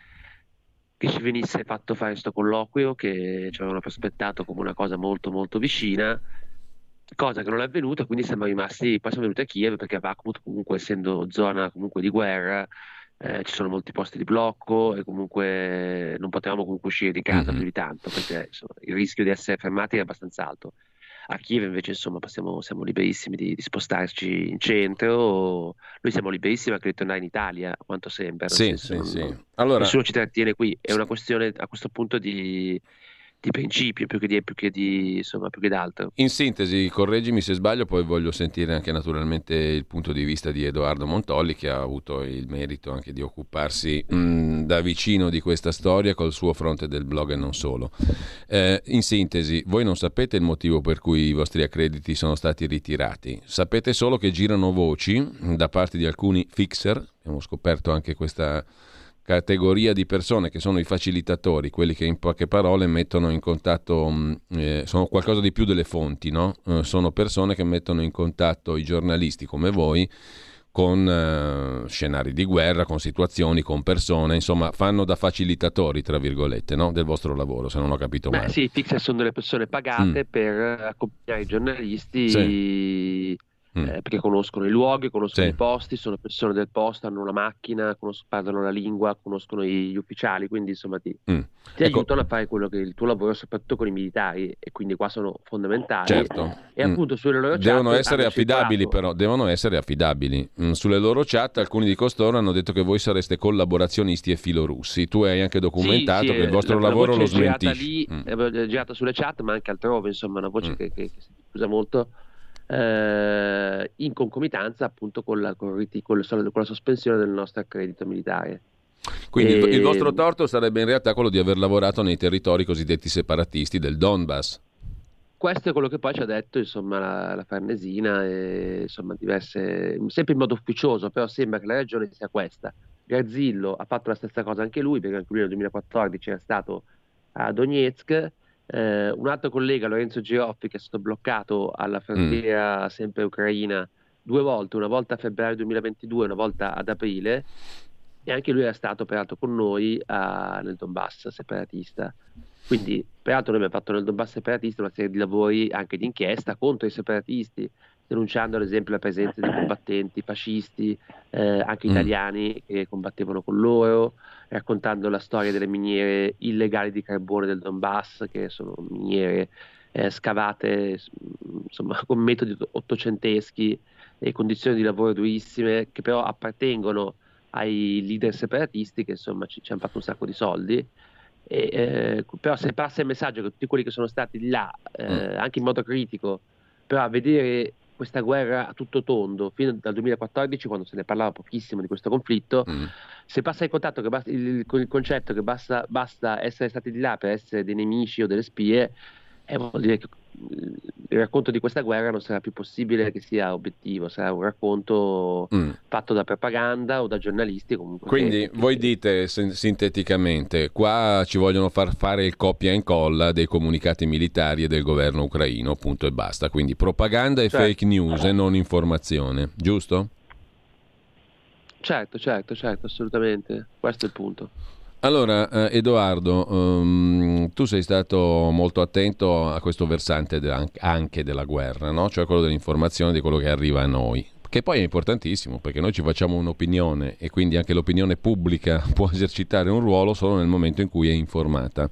che ci venisse fatto fare questo colloquio che ci avevano prospettato come una cosa molto molto vicina, cosa che non è avvenuta, quindi poi siamo venuti a Kiev perché a Bakhmut comunque essendo zona comunque di guerra ci sono molti posti di blocco e comunque non potevamo comunque uscire di casa Mhm. più di tanto perché insomma, il rischio di essere fermati è abbastanza alto. A Kiev invece insomma siamo liberissimi di spostarci in centro, noi siamo liberissimi anche di tornare in Italia, a quanto sembra, nel Sì, senso sì, sì. Allora, nessuno ci trattiene qui, è una questione a questo punto di principio insomma, più che d'altro. in sintesi, correggimi se sbaglio, poi voglio sentire anche naturalmente il punto di vista di Edoardo Montolli, che ha avuto il merito anche di occuparsi da vicino di questa storia col suo fronte del blog e non solo. In sintesi, voi non sapete il motivo per cui i vostri accrediti sono stati ritirati, sapete solo che girano voci da parte di alcuni fixer, abbiamo scoperto anche questa categoria di persone che sono i facilitatori, quelli che in poche parole mettono in contatto, sono qualcosa di più delle fonti, no? Sono persone che mettono in contatto i giornalisti come voi con scenari di guerra, con situazioni, con persone, insomma fanno da facilitatori, tra virgolette, no? Del vostro lavoro, se non ho capito Beh, male. sì, i fixer sono delle persone Mm. pagate per accompagnare i Sì. giornalisti Mm. perché conoscono i luoghi, conoscono Sì. i posti, sono persone del posto, hanno una macchina, parlano la lingua, conoscono gli ufficiali, quindi insomma Mm. ti Ecco, aiutano a fare quello che è il tuo lavoro, soprattutto con i militari, e quindi qua sono fondamentali. certo. E Mm. appunto sulle loro Devono chat essere hanno affidabili, circolato. però, devono essere affidabili. Sulle loro chat alcuni di costoro hanno detto che voi sareste collaborazionisti e filorussi. Tu hai anche Sì, sì, documentato che il vostro la lavoro voce lo è girata smentisce. lì, è girata sulle chat, ma anche altrove, insomma, una voce Mm. che si diffusa molto in concomitanza appunto con la sospensione del nostro accredito militare. Quindi il E, vostro torto sarebbe in realtà quello di aver lavorato nei territori cosiddetti separatisti del Donbass. questo è quello che poi ci ha detto, insomma, la Farnesina, e, insomma, sempre in modo ufficioso, però sembra che la ragione sia questa. Garzillo ha fatto la stessa cosa anche lui, perché anche lui nel 2014 era stato a Donetsk. Un altro collega, Lorenzo Giroffi, che è stato bloccato alla Mm. frontiera sempre ucraina due volte, una volta a febbraio 2022 e una volta ad aprile, e anche lui era stato peraltro con noi nel Donbass separatista. Quindi, peraltro, noi abbiamo fatto nel Donbass separatista una serie di lavori anche di inchiesta contro i separatisti, denunciando ad esempio la presenza di combattenti fascisti, anche Mm. italiani che combattevano con loro, raccontando la storia delle miniere illegali di carbone del Donbass, che sono miniere scavate insomma, con metodi ottocenteschi e condizioni di lavoro durissime, che però appartengono ai leader separatisti che insomma ci hanno fatto un sacco di soldi. Però se passa il messaggio che tutti quelli che sono stati là, anche in modo critico, però a vedere questa guerra a tutto tondo fino dal 2014, quando se ne parlava pochissimo di questo conflitto, se passa il contatto che con il concetto che basta essere stati di là per essere dei nemici o delle spie, vuol dire che il racconto di questa guerra non sarà più possibile che sia obiettivo, sarà un racconto fatto da propaganda o da giornalisti comunque. Quindi voi dite sinteticamente, qua ci vogliono far fare il copia e incolla dei comunicati militari e del governo ucraino, punto e basta. Quindi propaganda e fake news e non informazione, giusto? Certo, assolutamente. Questo è il punto. Allora, Edoardo, tu sei stato molto attento a questo versante anche della guerra, no? Cioè quello dell'informazione, di quello che arriva a noi, che poi è importantissimo perché noi ci facciamo un'opinione e quindi anche l'opinione pubblica può esercitare un ruolo solo nel momento in cui è informata.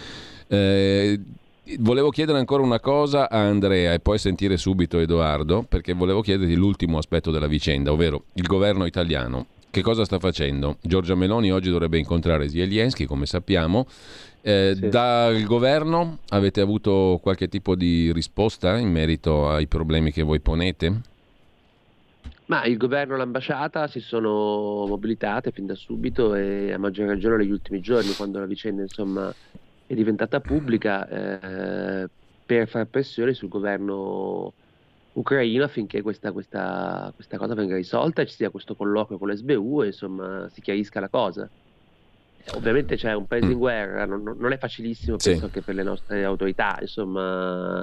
Volevo chiedere ancora una cosa a Andrea e poi sentire subito Edoardo, perché volevo chiederti l'ultimo aspetto della vicenda, ovvero il governo italiano. Che cosa sta facendo? Giorgia Meloni oggi dovrebbe incontrare Zelensky, come sappiamo. Sì. Dal governo avete avuto qualche tipo di risposta in merito ai problemi che voi ponete? Ma il governo e l'ambasciata si sono mobilitate fin da subito e a maggior ragione negli ultimi giorni, quando la vicenda insomma è diventata pubblica, per far pressione sul governo ucraino affinché questa cosa venga risolta e ci sia questo colloquio con l'SBU e insomma si chiarisca la cosa. Ovviamente c'è un paese in guerra, non è facilissimo, penso anche per le nostre autorità, insomma,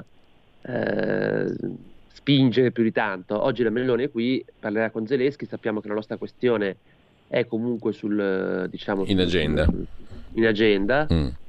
spingere più di tanto. Oggi la Meloni è qui, parlerà con Zelensky, sappiamo che la nostra questione è comunque in agenda.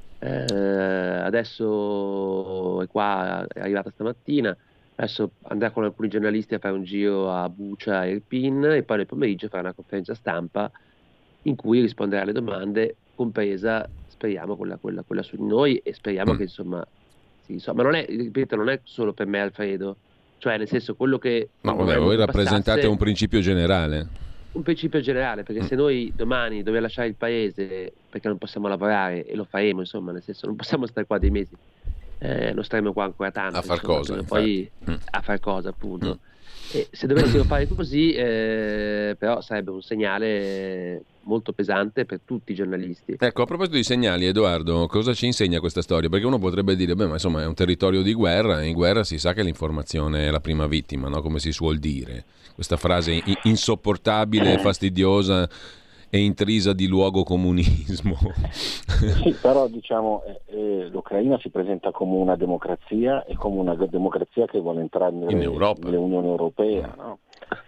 Adesso è qua, è arrivata stamattina. Adesso andrà con alcuni giornalisti a fare un giro a Bucha e Irpin e poi nel pomeriggio farà una conferenza stampa in cui risponderà alle domande, compresa, speriamo, quella su di noi e speriamo che insomma, ma non è, ripeto, non è solo per me Alfredo, cioè nel senso quello che... No, vabbè, voi rappresentate un principio generale. Un principio generale, perché se noi domani dobbiamo lasciare il paese perché non possiamo lavorare, e lo faremo, insomma, nel senso non possiamo stare qua dei mesi, non staremo qua ancora tanto a far cosa, poi a far cosa, appunto. E se dovessimo fare così, però sarebbe un segnale molto pesante per tutti i giornalisti. Ecco, a proposito di segnali, Edoardo, cosa ci insegna questa storia? Perché uno potrebbe dire, beh, ma insomma è un territorio di guerra, e in guerra si sa che l'informazione è la prima vittima, no? Come si suol dire. Questa frase insopportabile, fastidiosa e intrisa di luogo comunismo. Sì, però diciamo l'Ucraina si presenta come una democrazia e come una democrazia che vuole entrare nell'Unione Europea, no?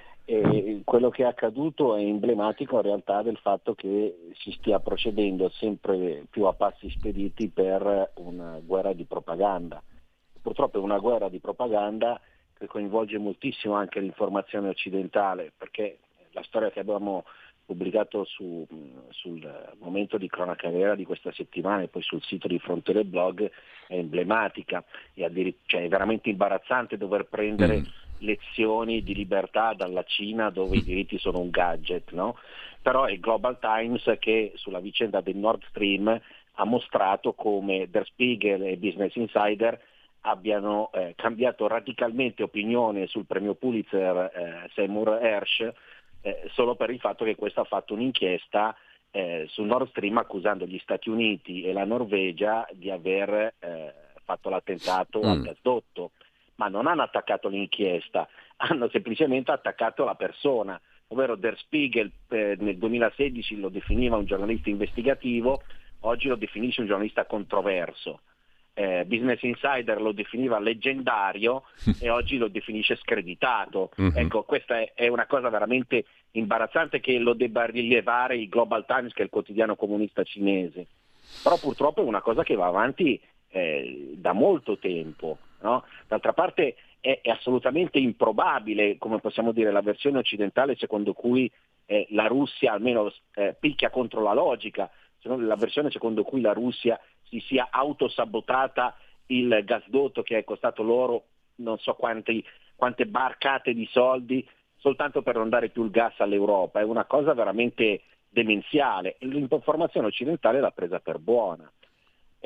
E quello che è accaduto è emblematico in realtà del fatto che si stia procedendo sempre più a passi spediti per una guerra di propaganda. Purtroppo è una guerra di propaganda che coinvolge moltissimo anche l'informazione occidentale, perché la storia che abbiamo pubblicato sul momento di cronaca vera di questa settimana e poi sul sito di Frontiere Blog è emblematica, cioè è veramente imbarazzante dover prendere lezioni di libertà dalla Cina dove i diritti sono un gadget, no? Però è il Global Times che sulla vicenda del Nord Stream ha mostrato come Der Spiegel e Business Insider abbiano cambiato radicalmente opinione sul premio Pulitzer Seymour Hersh solo per il fatto che questo ha fatto un'inchiesta sul Nord Stream accusando gli Stati Uniti e la Norvegia di aver fatto l'attentato al gasdotto, ma non hanno attaccato l'inchiesta, hanno semplicemente attaccato la persona, ovvero Der Spiegel nel 2016 lo definiva un giornalista investigativo, oggi lo definisce un giornalista controverso. Business Insider lo definiva leggendario e oggi lo definisce screditato. Ecco, questa è una cosa veramente imbarazzante che lo debba rilevare il Global Times, che è il quotidiano comunista cinese. Però purtroppo è una cosa che va avanti da molto tempo, no? D'altra parte è assolutamente improbabile, come possiamo dire, la versione occidentale secondo cui la Russia almeno picchia contro la logica, la versione secondo cui la Russia si sia autosabotata il gasdotto che è costato loro non so quante barcate di soldi soltanto per non dare più il gas all'Europa, è una cosa veramente demenziale. L'informazione occidentale l'ha presa per buona.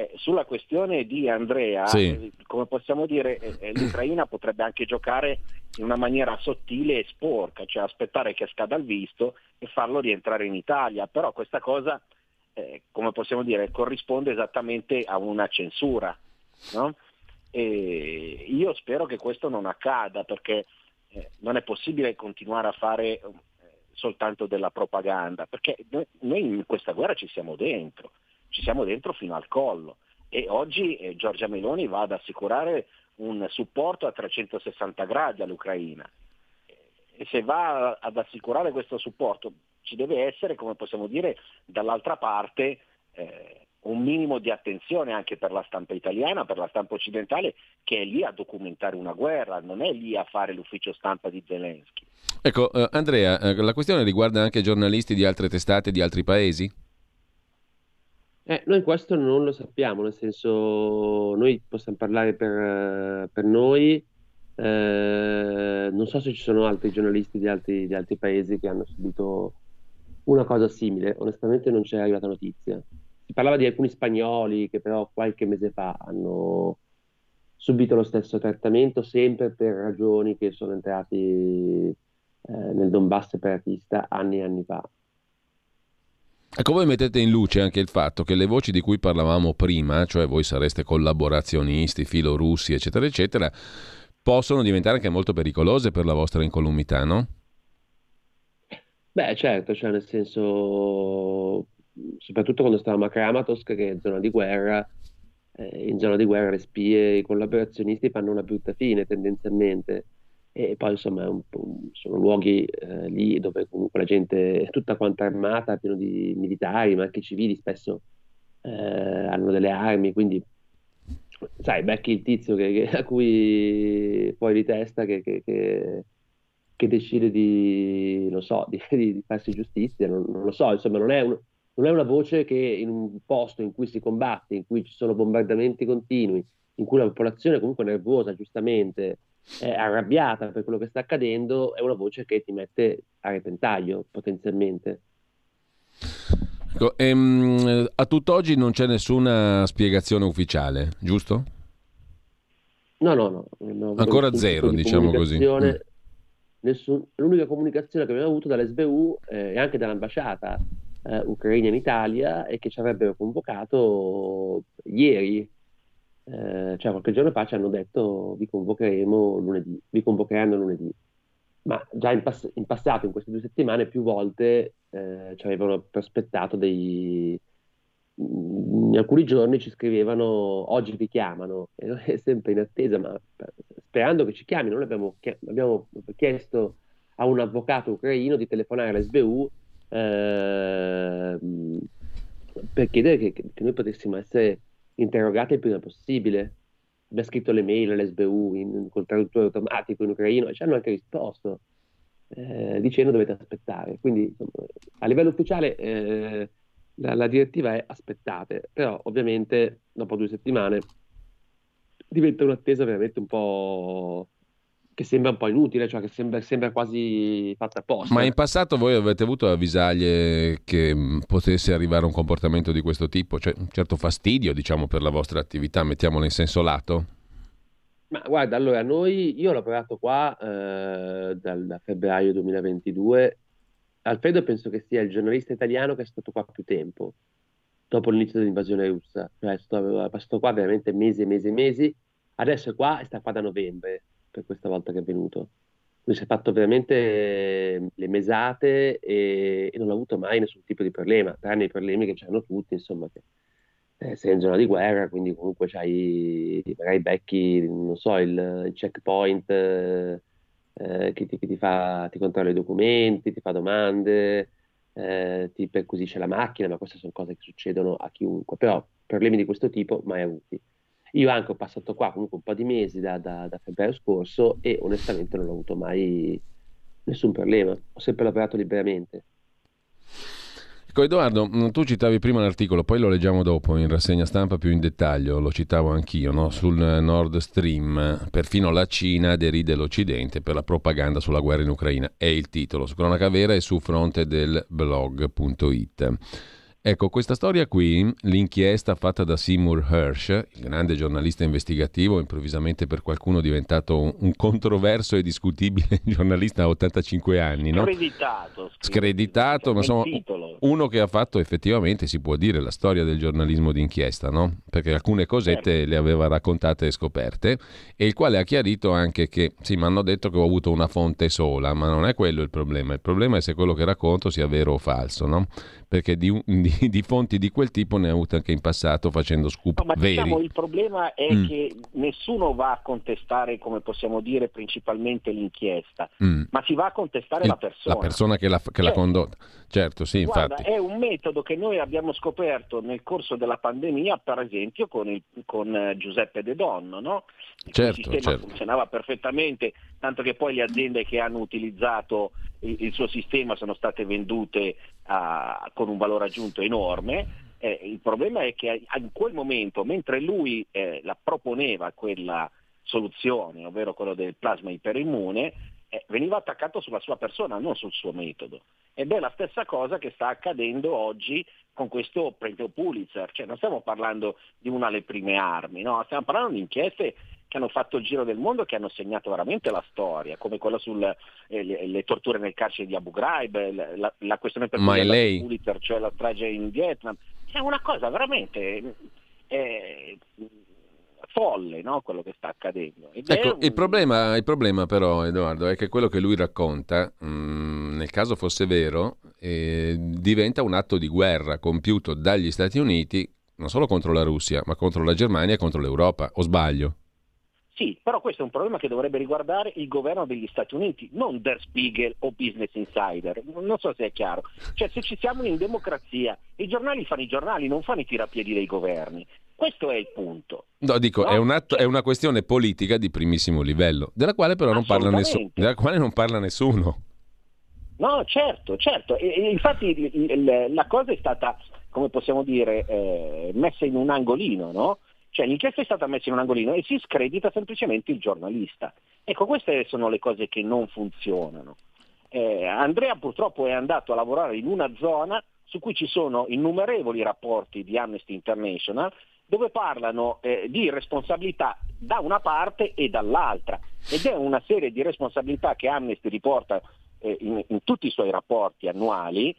sulla questione di Andrea, sì. Come possiamo dire, l'Ucraina potrebbe anche giocare in una maniera sottile e sporca, cioè aspettare che scada il visto e farlo rientrare in Italia, però questa cosa, come possiamo dire, corrisponde esattamente a una censura, no? E io spero che questo non accada, perché non è possibile continuare a fare soltanto della propaganda, perché noi in questa guerra ci siamo dentro fino al collo, e oggi Giorgia Meloni va ad assicurare un supporto a 360 gradi all'Ucraina, e se va ad assicurare questo supporto ci deve essere, come possiamo dire, dall'altra parte un minimo di attenzione anche per la stampa italiana, per la stampa occidentale, che è lì a documentare una guerra, non è lì a fare l'ufficio stampa di Zelensky. Ecco, Andrea, la questione riguarda anche giornalisti di altre testate di altri paesi? Noi questo non lo sappiamo, nel senso, noi possiamo parlare per noi, non so se ci sono altri giornalisti di altri paesi che hanno subito una cosa simile, onestamente non c'è arrivata notizia. Si parlava di alcuni spagnoli che però qualche mese fa hanno subito lo stesso trattamento, sempre per ragioni che sono entrati nel Donbass separatista anni e anni fa. Ecco, voi mettete in luce anche il fatto che le voci di cui parlavamo prima, cioè voi sareste collaborazionisti, filorussi, eccetera, eccetera, possono diventare anche molto pericolose per la vostra incolumità, no? Beh, certo, cioè nel senso, soprattutto quando stavamo a Kramatorsk, che è zona di guerra, in zona di guerra le spie, i collaborazionisti fanno una brutta fine tendenzialmente. E poi insomma sono luoghi lì dove comunque la gente è tutta quanta armata, pieno di militari, ma anche civili spesso hanno delle armi, quindi sai, becchi il tizio a cui poi di testa che decide di, non so, di farsi giustizia, non lo so, insomma non è una voce che in un posto in cui si combatte, in cui ci sono bombardamenti continui, in cui la popolazione comunque è nervosa, giustamente, arrabbiata per quello che sta accadendo, è una voce che ti mette a repentaglio potenzialmente. Ecco, a tutt'oggi non c'è nessuna spiegazione ufficiale, giusto? No. Ancora zero, diciamo così. L'unica comunicazione che abbiamo avuto dall'SBU e anche dall'ambasciata ucraina in Italia è che ci avrebbero convocato ieri. Cioè qualche giorno fa ci hanno detto vi convocheranno lunedì, ma già in passato, in queste 2 settimane, più volte ci avevano prospettato in alcuni giorni ci scrivevano oggi vi chiamano, e noi è sempre in attesa, ma sperando che ci chiamino. Noi abbiamo chiesto a un avvocato ucraino di telefonare all'SBU per chiedere che noi potessimo essere interrogati il prima possibile. Abbiamo scritto le mail all'SBU col traduttore automatico in ucraino e ci hanno anche risposto dicendo dovete aspettare. Quindi insomma, a livello ufficiale la direttiva è aspettate, però ovviamente dopo 2 settimane diventa un'attesa veramente un po' che sembra un po' inutile, cioè che sembra quasi fatta apposta. Ma in passato voi avete avuto avvisaglie che potesse arrivare un comportamento di questo tipo? Cioè un certo fastidio, diciamo, per la vostra attività, mettiamolo in senso lato? Ma guarda, allora io ho lavorato qua dal febbraio 2022. Alfredo penso che sia il giornalista italiano che è stato qua più tempo, dopo l'inizio dell'invasione russa. Cioè è passato qua veramente mesi e mesi e mesi. Adesso è qua e sta qua da novembre, per questa volta che è venuto. Lui si è fatto veramente le mesate e non ha avuto mai nessun tipo di problema, tranne i problemi che c'hanno tutti, insomma, che sei in zona di guerra, quindi comunque magari becchi, non so, il checkpoint che ti controlla i documenti, ti fa domande, ti perquisisce la macchina, ma queste sono cose che succedono a chiunque, però problemi di questo tipo mai avuti. Io anche ho passato qua comunque un po' di mesi da febbraio scorso e onestamente non ho avuto mai nessun problema, ho sempre lavorato liberamente. Ecco Edoardo, tu citavi prima l'articolo, poi lo leggiamo dopo in rassegna stampa più in dettaglio, lo citavo anch'io, no? Sul Nord Stream, perfino la Cina deride l'Occidente per la propaganda sulla guerra in Ucraina, è il titolo, su Cronaca Vera e su fronte del blog.it. Ecco, questa storia qui, l'inchiesta fatta da Seymour Hersh, il grande giornalista investigativo, improvvisamente per qualcuno diventato un controverso e discutibile giornalista a 85 anni, no? Screditato, ma insomma uno che ha fatto effettivamente, si può dire, la storia del giornalismo d'inchiesta, no? Perché alcune cosette le aveva raccontate e scoperte, e il quale ha chiarito anche che, sì, mi hanno detto che ho avuto una fonte sola, ma non è quello il problema è se quello che racconto sia vero o falso, no? Perché di fonti di quel tipo ne ha avute anche in passato facendo scoop ma veri. Diciamo, il problema è che nessuno va a contestare, come possiamo dire, principalmente l'inchiesta, ma si va a contestare la persona. La persona che l'ha condotta. Certo, sì, guarda, infatti. È un metodo che noi abbiamo scoperto nel corso della pandemia, per esempio con Giuseppe De Donno, no? Certo, il sistema funzionava perfettamente, tanto che poi le aziende che hanno utilizzato il suo sistema sono state vendute con un valore aggiunto enorme. Il problema è che in quel momento, mentre lui la proponeva quella soluzione, ovvero quello del plasma iperimmune, veniva attaccato sulla sua persona, non sul suo metodo. Ed è la stessa cosa che sta accadendo oggi con questo premio Pulitzer. Cioè, non stiamo parlando di una alle prime armi, no? Stiamo parlando di inchieste che hanno fatto il giro del mondo, che hanno segnato veramente la storia, come quella sulle le torture nel carcere di Abu Ghraib, la questione per cui è Pulitzer, cioè la strage in Vietnam. È una cosa veramente folle, no? Quello che sta accadendo. Ecco, il problema però, Edoardo, è che quello che lui racconta, nel caso fosse vero, diventa un atto di guerra compiuto dagli Stati Uniti non solo contro la Russia, ma contro la Germania e contro l'Europa, o sbaglio? Sì, però questo è un problema che dovrebbe riguardare il governo degli Stati Uniti, non Der Spiegel o Business Insider. Non so se è chiaro. Cioè, se ci siamo in democrazia, i giornali fanno i giornali, non fanno i tirapiedi dei governi. Questo è il punto. No, dico, no? È una questione politica di primissimo livello, della quale però non parla nessuno. No, certo. E infatti la cosa è stata, come possiamo dire, messa in un angolino, no? Cioè l'inchiesta è stata messa in un angolino e si scredita semplicemente il giornalista. Ecco, queste sono le cose che non funzionano. Andrea purtroppo è andato a lavorare in una zona su cui ci sono innumerevoli rapporti di Amnesty International dove parlano di responsabilità da una parte e dall'altra, ed è una serie di responsabilità che Amnesty riporta in tutti i suoi rapporti annuali,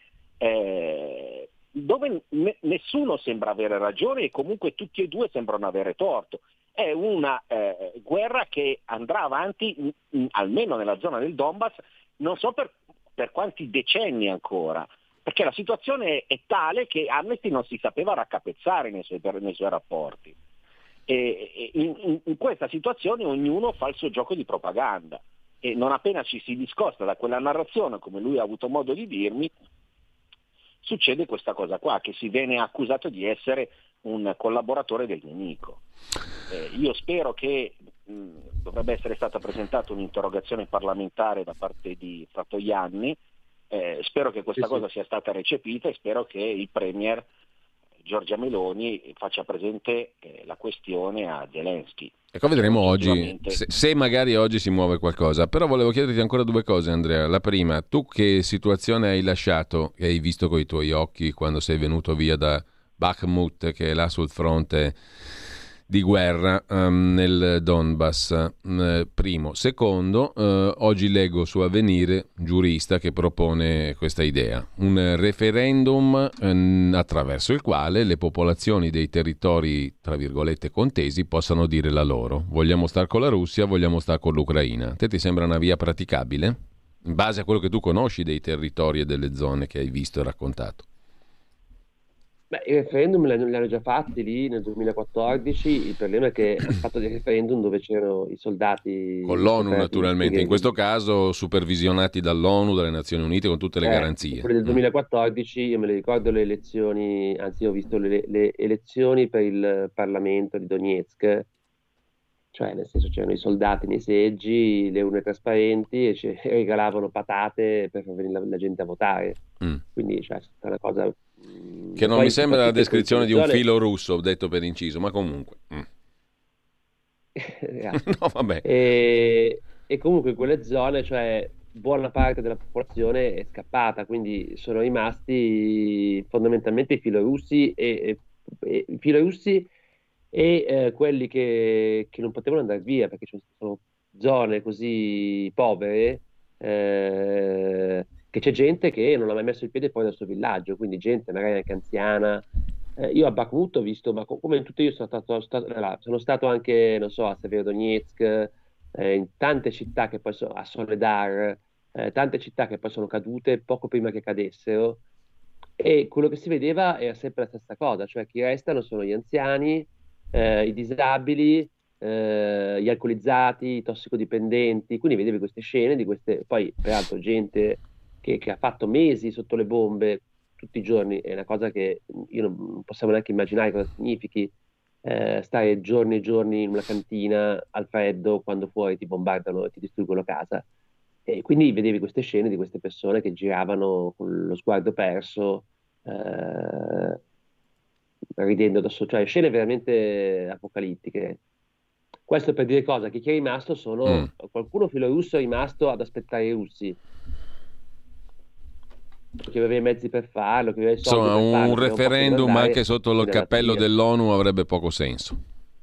dove nessuno sembra avere ragione e comunque tutti e due sembrano avere torto. È una guerra che andrà avanti almeno nella zona del Donbass, non so per quanti decenni ancora, perché la situazione è tale che Amnesty non si sapeva raccapezzare nei suoi rapporti. E in questa situazione ognuno fa il suo gioco di propaganda, e non appena ci si discosta da quella narrazione, come lui ha avuto modo di dirmi, succede questa cosa qua, che si viene accusato di essere un collaboratore del nemico. Io spero che dovrebbe essere stata presentata un'interrogazione parlamentare da parte di Fratoianni, spero che questa cosa sia stata recepita e spero che il Premier Giorgia Meloni faccia presente la questione a Zelensky. Ecco, vedremo oggi se magari oggi si muove qualcosa. Però volevo chiederti ancora due cose, Andrea. La prima, tu che situazione hai lasciato e hai visto coi tuoi occhi quando sei venuto via da Bakhmut, che è là sul fronte di guerra nel Donbass? Primo. Secondo, oggi leggo su Avvenire un giurista che propone questa idea, un referendum attraverso il quale le popolazioni dei territori, tra virgolette, contesi possano dire la loro. Vogliamo star con la Russia, vogliamo star con l'Ucraina. A te ti sembra una via praticabile? In base a quello che tu conosci dei territori e delle zone che hai visto e raccontato. Beh, i referendum li hanno già fatti lì nel 2014, il problema è che hanno fatto dei referendum dove c'erano i soldati... Con l'ONU naturalmente, in questo caso supervisionati dall'ONU, dalle Nazioni Unite, con tutte le garanzie. Quelli del 2014, io me le ricordo le elezioni, anzi ho visto le elezioni per il Parlamento di Donetsk, cioè nel senso c'erano i soldati nei seggi, le urne trasparenti e regalavano patate per far venire la gente a votare. Quindi cioè, è stata una cosa... Che non mi sembra la descrizione di un filo russo, detto per inciso, ma comunque. No, vabbè. E comunque in quelle zone, cioè, buona parte della popolazione è scappata, quindi sono rimasti fondamentalmente i filorussi e quelli che non potevano andare via perché ci sono zone così povere che c'è gente che non ha mai messo il piede fuori dal suo villaggio, quindi gente magari anche anziana. Io a Bakhmut ho visto, ma come in tutte io sono stato anche, non so, a Severodonetsk, in tante città che poi sono a Soledar, tante città che poi sono cadute poco prima che cadessero, e quello che si vedeva era sempre la stessa cosa, cioè chi restano sono gli anziani, i disabili, gli alcolizzati, i tossicodipendenti, quindi vedevi queste scene di queste, poi peraltro gente che ha fatto mesi sotto le bombe tutti i giorni, è una cosa che io non possiamo neanche immaginare cosa significhi stare giorni e giorni in una cantina al freddo quando fuori ti bombardano e ti distruggono casa. E quindi vedevi queste scene di queste persone che giravano con lo sguardo perso, ridendo da solo, cioè scene veramente apocalittiche. Questo per dire cosa? Che chi è rimasto sono qualcuno filorusso è rimasto ad aspettare i russi, che aveva i mezzi per farlo, che aveva i soldi per farlo. Un referendum anche sotto il cappello dell'ONU avrebbe poco senso.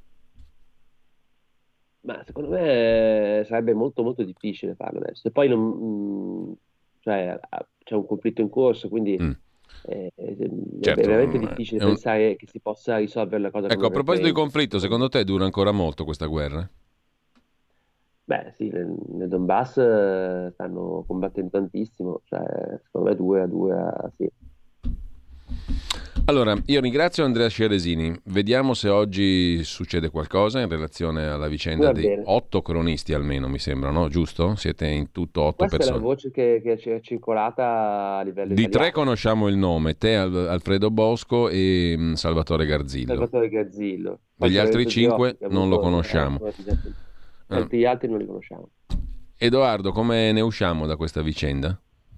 Ma secondo me sarebbe molto molto difficile farlo adesso. E poi cioè, c'è un conflitto in corso, quindi è veramente difficile pensare che si possa risolvere la cosa. Ecco, a proposito di conflitto, secondo te dura ancora molto questa guerra? Beh, sì, nel Donbass stanno combattendo tantissimo, cioè secondo me dura, sì. Allora, io ringrazio Andrea Sceresini. Vediamo se oggi succede qualcosa in relazione alla vicenda dei 8 cronisti almeno, mi sembra, no? Giusto? Siete in tutto 8 persone. Questa è la voce che è circolata a livello di italiano. 3 conosciamo il nome, te, Alfredo Bosco e Salvatore Garzillo. Degli altri 5 non lo conosciamo. Gli altri non li conosciamo. Edoardo, come ne usciamo da questa vicenda?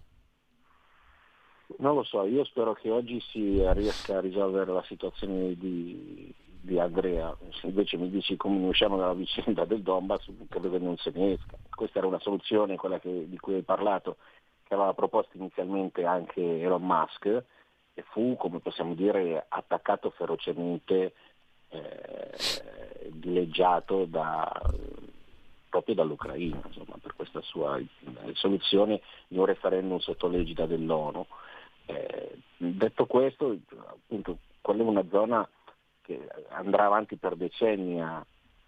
Non lo so, io spero che oggi si riesca a risolvere la situazione di Andrea. Se invece mi dici come ne usciamo dalla vicenda del Donbass, credo che non se ne esca. Questa era una soluzione, quella di cui hai parlato, che aveva proposto inizialmente anche Elon Musk, e fu, come possiamo dire, attaccato ferocemente, dileggiato proprio dall'Ucraina, insomma, per questa sua soluzione di un referendum sotto l'egida dell'ONU. Detto questo, appunto, quella è una zona che andrà avanti per decenni a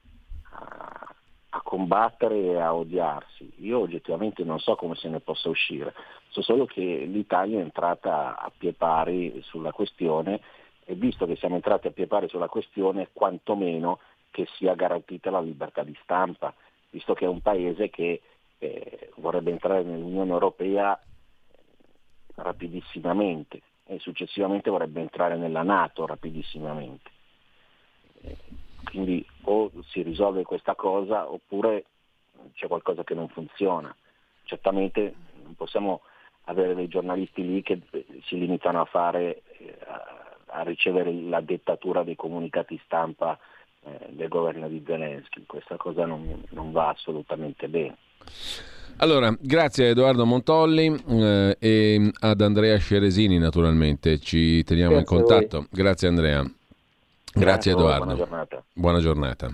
combattere e a odiarsi. Io oggettivamente non so come se ne possa uscire, so solo che l'Italia è entrata a piè pari sulla questione, e visto che siamo entrati a piè pari sulla questione, quantomeno che sia garantita la libertà di stampa, visto che è un paese che vorrebbe entrare nell'Unione Europea rapidissimamente e successivamente vorrebbe entrare nella NATO rapidissimamente. Quindi o si risolve questa cosa oppure c'è qualcosa che non funziona. Certamente non possiamo avere dei giornalisti lì che si limitano a fare a ricevere la dettatura dei comunicati stampa del governo di Zelensky. Questa cosa non va assolutamente bene. Allora, grazie a Edoardo Montolli e ad Andrea Sceresini, naturalmente. Ci teniamo in contatto. Grazie Andrea. Grazie Edoardo. Buona giornata.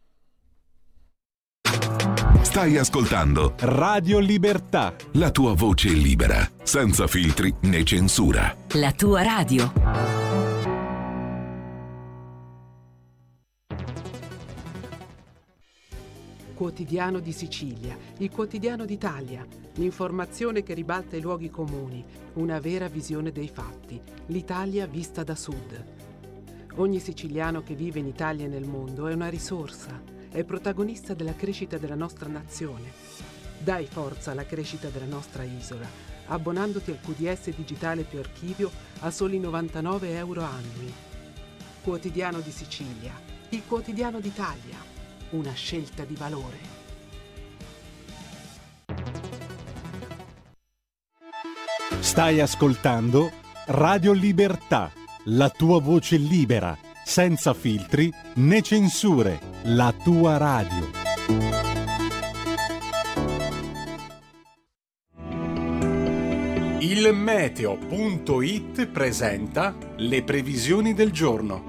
Stai ascoltando Radio Libertà, la tua voce libera, senza filtri né censura. La tua radio. Quotidiano di Sicilia, il quotidiano d'Italia, l'informazione che ribalta i luoghi comuni, una vera visione dei fatti, l'Italia vista da sud. Ogni siciliano che vive in Italia e nel mondo è una risorsa, è protagonista della crescita della nostra nazione. Dai forza alla crescita della nostra isola, abbonandoti al QDS digitale più archivio a soli 99 euro annui. Quotidiano di Sicilia, il quotidiano d'Italia. Una scelta di valore. Stai ascoltando Radio Libertà, la tua voce libera, senza filtri né censure, la tua radio. Il meteo.it presenta le previsioni del giorno.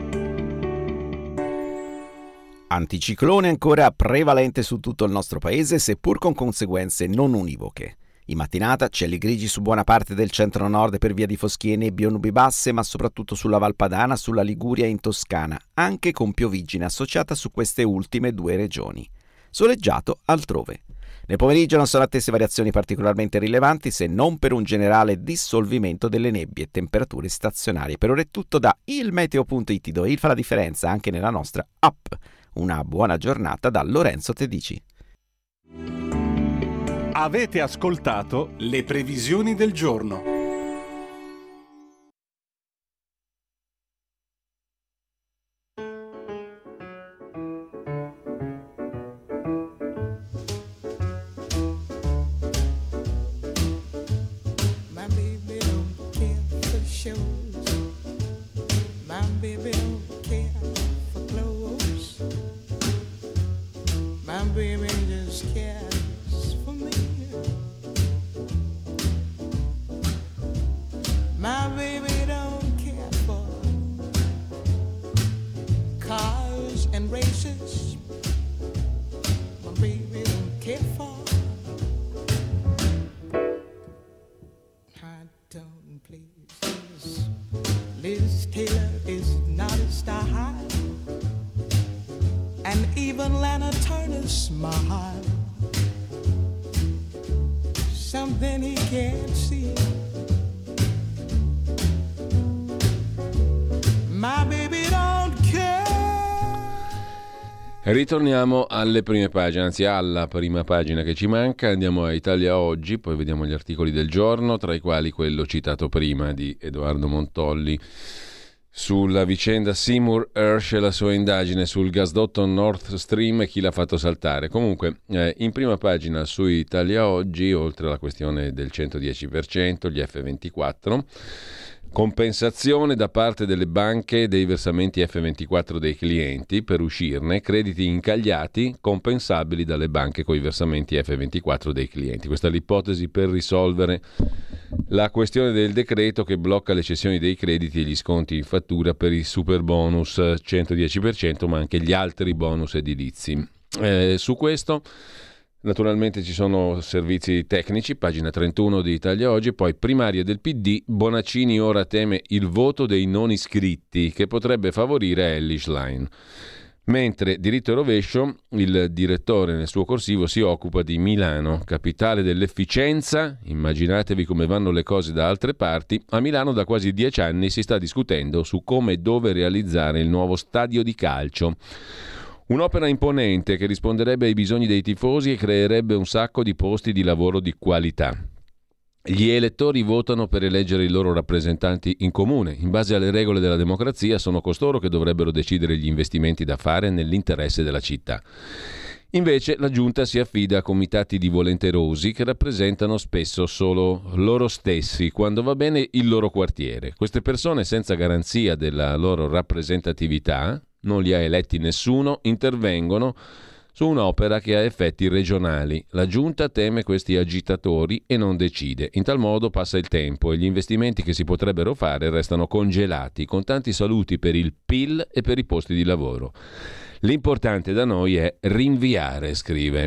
Anticiclone ancora prevalente su tutto il nostro paese, seppur con conseguenze non univoche. In mattinata cieli grigi su buona parte del centro-nord per via di foschie, nebbie o nubi basse, ma soprattutto sulla Val Padana, sulla Liguria e in Toscana, anche con pioviggine associata su queste ultime due regioni. Soleggiato altrove. Nel pomeriggio non sono attese variazioni particolarmente rilevanti, se non per un generale dissolvimento delle nebbie e temperature stazionarie. Per ora è tutto da ilmeteo.it, dove il fa la differenza anche nella nostra app. Una buona giornata da Lorenzo Tedici. Avete ascoltato le previsioni del giorno. Liz Taylor is not a star high, and even Lana Turner's smile, something he can't see. My baby don't care. Ritorniamo alle prime pagine, anzi alla prima pagina che ci manca. Andiamo a Italia Oggi, poi vediamo gli articoli del giorno, tra i quali quello citato prima di Edoardo Montolli sulla vicenda Seymour Hersh e la sua indagine sul gasdotto Nord Stream e chi l'ha fatto saltare. Comunque, in prima pagina su Italia Oggi, oltre alla questione del 110%, gli F24, compensazione da parte delle banche dei versamenti F24 dei clienti per uscirne, crediti incagliati compensabili dalle banche con i versamenti F24 dei clienti. Questa è l'ipotesi per risolvere la questione del decreto che blocca le cessioni dei crediti e gli sconti in fattura per il super bonus 110%, ma anche gli altri bonus edilizi. Su questo naturalmente ci sono servizi tecnici, pagina 31 di Italia Oggi, poi primarie del PD, Bonaccini ora teme il voto dei non iscritti che potrebbe favorire Elly Schlein. Mentre diritto e rovescio, il direttore nel suo corsivo si occupa di Milano, capitale dell'efficienza. Immaginatevi come vanno le cose da altre parti. A Milano da quasi 10 anni si sta discutendo su come e dove realizzare il nuovo stadio di calcio. Un'opera imponente che risponderebbe ai bisogni dei tifosi e creerebbe un sacco di posti di lavoro di qualità. Gli elettori votano per eleggere i loro rappresentanti in comune. In base alle regole della democrazia sono costoro che dovrebbero decidere gli investimenti da fare nell'interesse della città. Invece la giunta si affida a comitati di volenterosi che rappresentano spesso solo loro stessi, quando va bene il loro quartiere. Queste persone, senza garanzia della loro rappresentatività, non li ha eletti nessuno, intervengono su un'opera che ha effetti regionali. La giunta teme questi agitatori e non decide. In tal modo passa il tempo e gli investimenti che si potrebbero fare restano congelati, con tanti saluti per il PIL e per i posti di lavoro. L'importante da noi è rinviare, scrive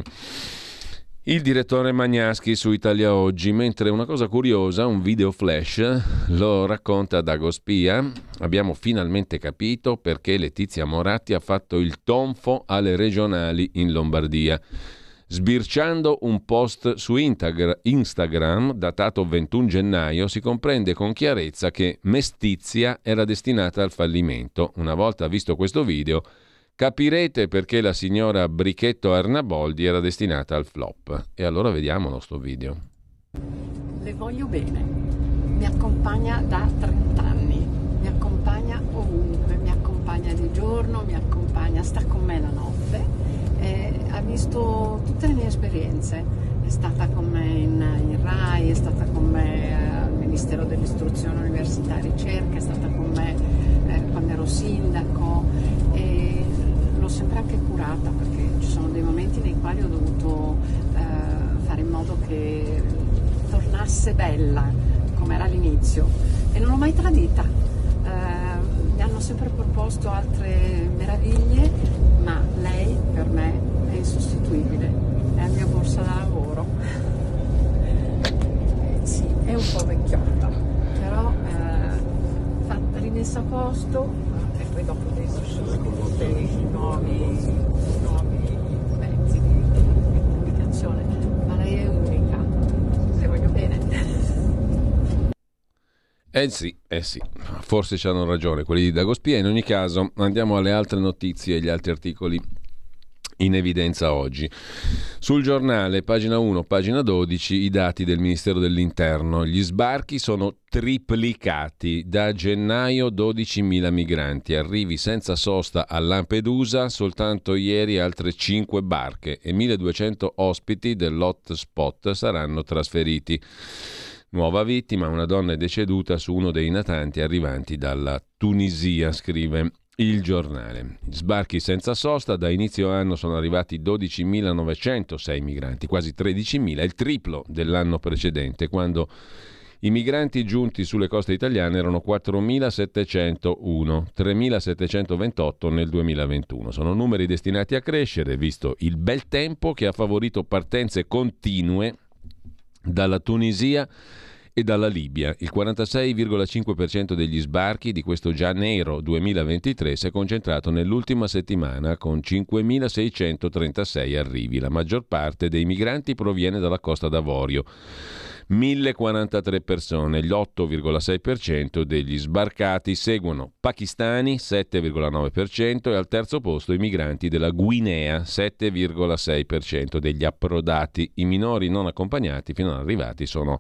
il direttore Magnaschi su Italia Oggi, mentre una cosa curiosa, un video flash, lo racconta Dago Spia. Abbiamo finalmente capito perché Letizia Moratti ha fatto il tonfo alle regionali in Lombardia. Sbirciando un post su Instagram datato 21 gennaio si comprende con chiarezza che Mestizia era destinata al fallimento. Una volta visto questo video capirete perché la signora Brichetto Arnaboldi era destinata al flop. E allora vediamolo sto video. Le voglio bene, mi accompagna da 30 anni, mi accompagna ovunque, mi accompagna di giorno, mi accompagna, sta con me la notte, ha visto tutte le mie esperienze, è stata con me in RAI, è stata con me al Ministero dell'Istruzione, Università e Ricerca, è stata con me quando ero sindaco e l'ho sempre anche curata perché ci sono dei momenti nei quali ho dovuto fare in modo che tornasse bella come era all'inizio, e non l'ho mai tradita. Mi hanno sempre proposto altre meraviglie, ma lei per me è insostituibile, è la mia borsa da lavoro. Sì, è un po' vecchiotta, però rimessa a posto, e poi dopo dei nuovi mezzi di comunicazione, ma lei è unica, le voglio bene. Sì, forse ci hanno ragione quelli di Dagospia. In ogni caso andiamo alle altre notizie e agli altri articoli in evidenza oggi. Sul Giornale, pagina 1, pagina 12, i dati del Ministero dell'Interno. Gli sbarchi sono triplicati. Da gennaio 12.000 migranti. Arrivi senza sosta a Lampedusa, soltanto ieri altre 5 barche e 1.200 ospiti dell'hotspot saranno trasferiti. Nuova vittima, una donna è deceduta su uno dei natanti arrivanti dalla Tunisia, scrive Il Giornale. Sbarchi senza sosta, da inizio anno sono arrivati 12.906 migranti, quasi 13.000, il triplo dell'anno precedente, quando i migranti giunti sulle coste italiane erano 4.701, 3.728 nel 2021. Sono numeri destinati a crescere, visto il bel tempo che ha favorito partenze continue dalla Tunisia e dalla Libia. Il 46,5% degli sbarchi di questo già nero 2023 si è concentrato nell'ultima settimana, con 5.636 arrivi. La maggior parte dei migranti proviene dalla Costa d'Avorio. 1.043 persone, l'8,6% degli sbarcati. Seguono pakistani, 7,9%, e al terzo posto i migranti della Guinea, 7,6% degli approdati. I minori non accompagnati fino ad arrivati sono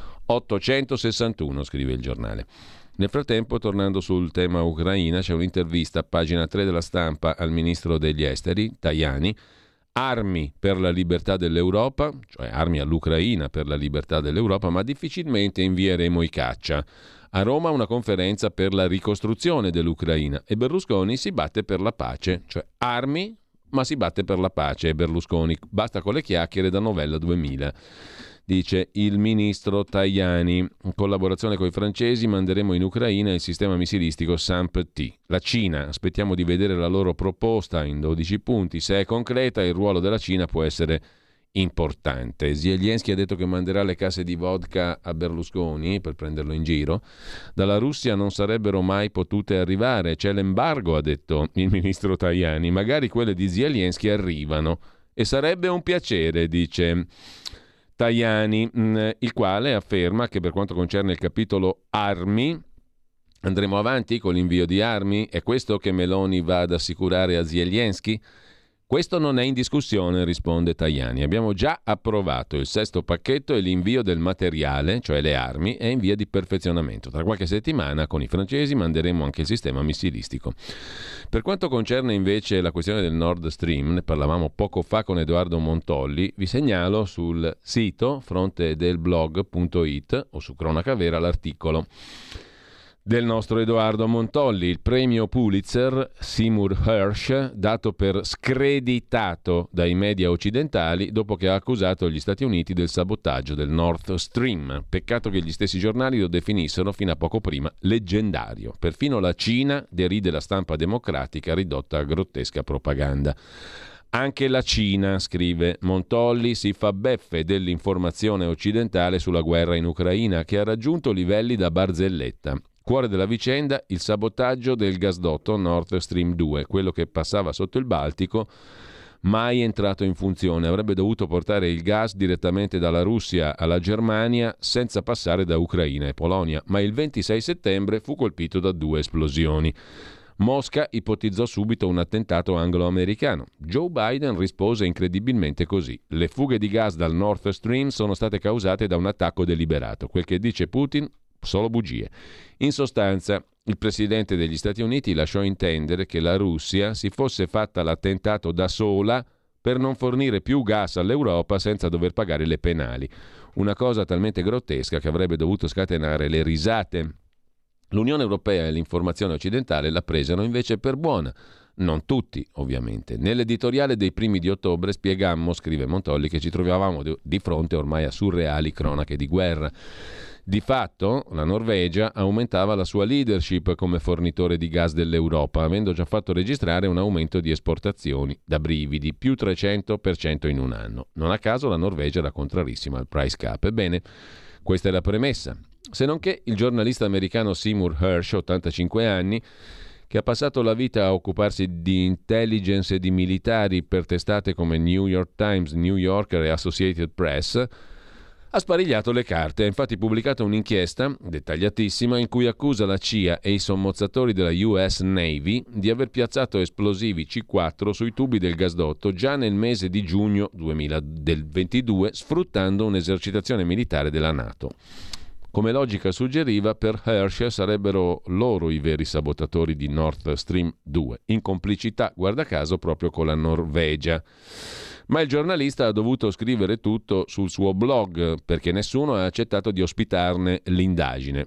861, scrive il Giornale. Nel frattempo, tornando sul tema Ucraina, c'è un'intervista a pagina 3 della Stampa al ministro degli esteri, Tajani. Armi per la libertà dell'Europa, cioè armi all'Ucraina per la libertà dell'Europa, ma difficilmente invieremo i caccia. A Roma una conferenza per la ricostruzione dell'Ucraina e Berlusconi si batte per la pace, cioè armi, ma si batte per la pace. Berlusconi, basta con le chiacchiere da novella 2000. Dice il ministro Tajani. In collaborazione con i francesi manderemo in Ucraina il sistema missilistico SAMP-T. La Cina, aspettiamo di vedere la loro proposta in 12 punti. Se è concreta, il ruolo della Cina può essere importante. Zelensky ha detto che manderà le casse di vodka a Berlusconi per prenderlo in giro. Dalla Russia non sarebbero mai potute arrivare. C'è l'embargo, ha detto il ministro Tajani. Magari quelle di Zelensky arrivano. E sarebbe un piacere, dice Tajani, il quale afferma che per quanto concerne il capitolo armi andremo avanti con l'invio di armi. È questo che Meloni va ad assicurare a Zelensky? Questo non è in discussione, risponde Tajani. Abbiamo già approvato il 6º pacchetto e l'invio del materiale, cioè le armi, è in via di perfezionamento. Tra qualche settimana con i francesi manderemo anche il sistema missilistico. Per quanto concerne invece la questione del Nord Stream, ne parlavamo poco fa con Edoardo Montolli, vi segnalo sul sito frontedelblog.it o su Cronaca Vera l'articolo del nostro Edoardo Montolli. Il premio Pulitzer Seymour Hersh, dato per screditato dai media occidentali dopo che ha accusato gli Stati Uniti del sabotaggio del Nord Stream. Peccato che gli stessi giornali lo definissero fino a poco prima leggendario. Perfino la Cina deride la stampa democratica ridotta a grottesca propaganda. Anche la Cina, scrive Montolli, si fa beffe dell'informazione occidentale sulla guerra in Ucraina, che ha raggiunto livelli da barzelletta. Cuore della vicenda, il sabotaggio del gasdotto Nord Stream 2, quello che passava sotto il Baltico, mai entrato in funzione. Avrebbe dovuto portare il gas direttamente dalla Russia alla Germania senza passare da Ucraina e Polonia, ma il 26 settembre fu colpito da 2 esplosioni. Mosca ipotizzò subito un attentato anglo-americano. Joe Biden rispose incredibilmente così: le fughe di gas dal Nord Stream sono state causate da un attacco deliberato. Quel che dice Putin, solo bugie. In sostanza, il presidente degli Stati Uniti lasciò intendere che la Russia si fosse fatta l'attentato da sola per non fornire più gas all'Europa senza dover pagare le penali. Una cosa talmente grottesca che avrebbe dovuto scatenare le risate. L'Unione Europea e l'informazione occidentale la presero invece per buona. Non tutti, ovviamente. Nell'editoriale dei primi di ottobre spiegammo, scrive Montolli, che ci trovavamo di fronte ormai a surreali cronache di guerra. Di fatto, la Norvegia aumentava la sua leadership come fornitore di gas dell'Europa, avendo già fatto registrare un aumento di esportazioni da brividi, più 300% in un anno. Non a caso la Norvegia era contrarissima al price cap. Ebbene, questa è la premessa. Se non che il giornalista americano Seymour Hersh, 85 anni, che ha passato la vita a occuparsi di intelligence e di militari per testate come New York Times, New Yorker e Associated Press, ha sparigliato le carte. Ha infatti pubblicato un'inchiesta dettagliatissima in cui accusa la CIA e i sommozzatori della US Navy di aver piazzato esplosivi C4 sui tubi del gasdotto già nel mese di giugno 2022, sfruttando un'esercitazione militare della NATO. Come logica suggeriva, per Hersh sarebbero loro i veri sabotatori di Nord Stream 2, in complicità, guarda caso, proprio con la Norvegia. Ma il giornalista ha dovuto scrivere tutto sul suo blog perché nessuno ha accettato di ospitarne l'indagine.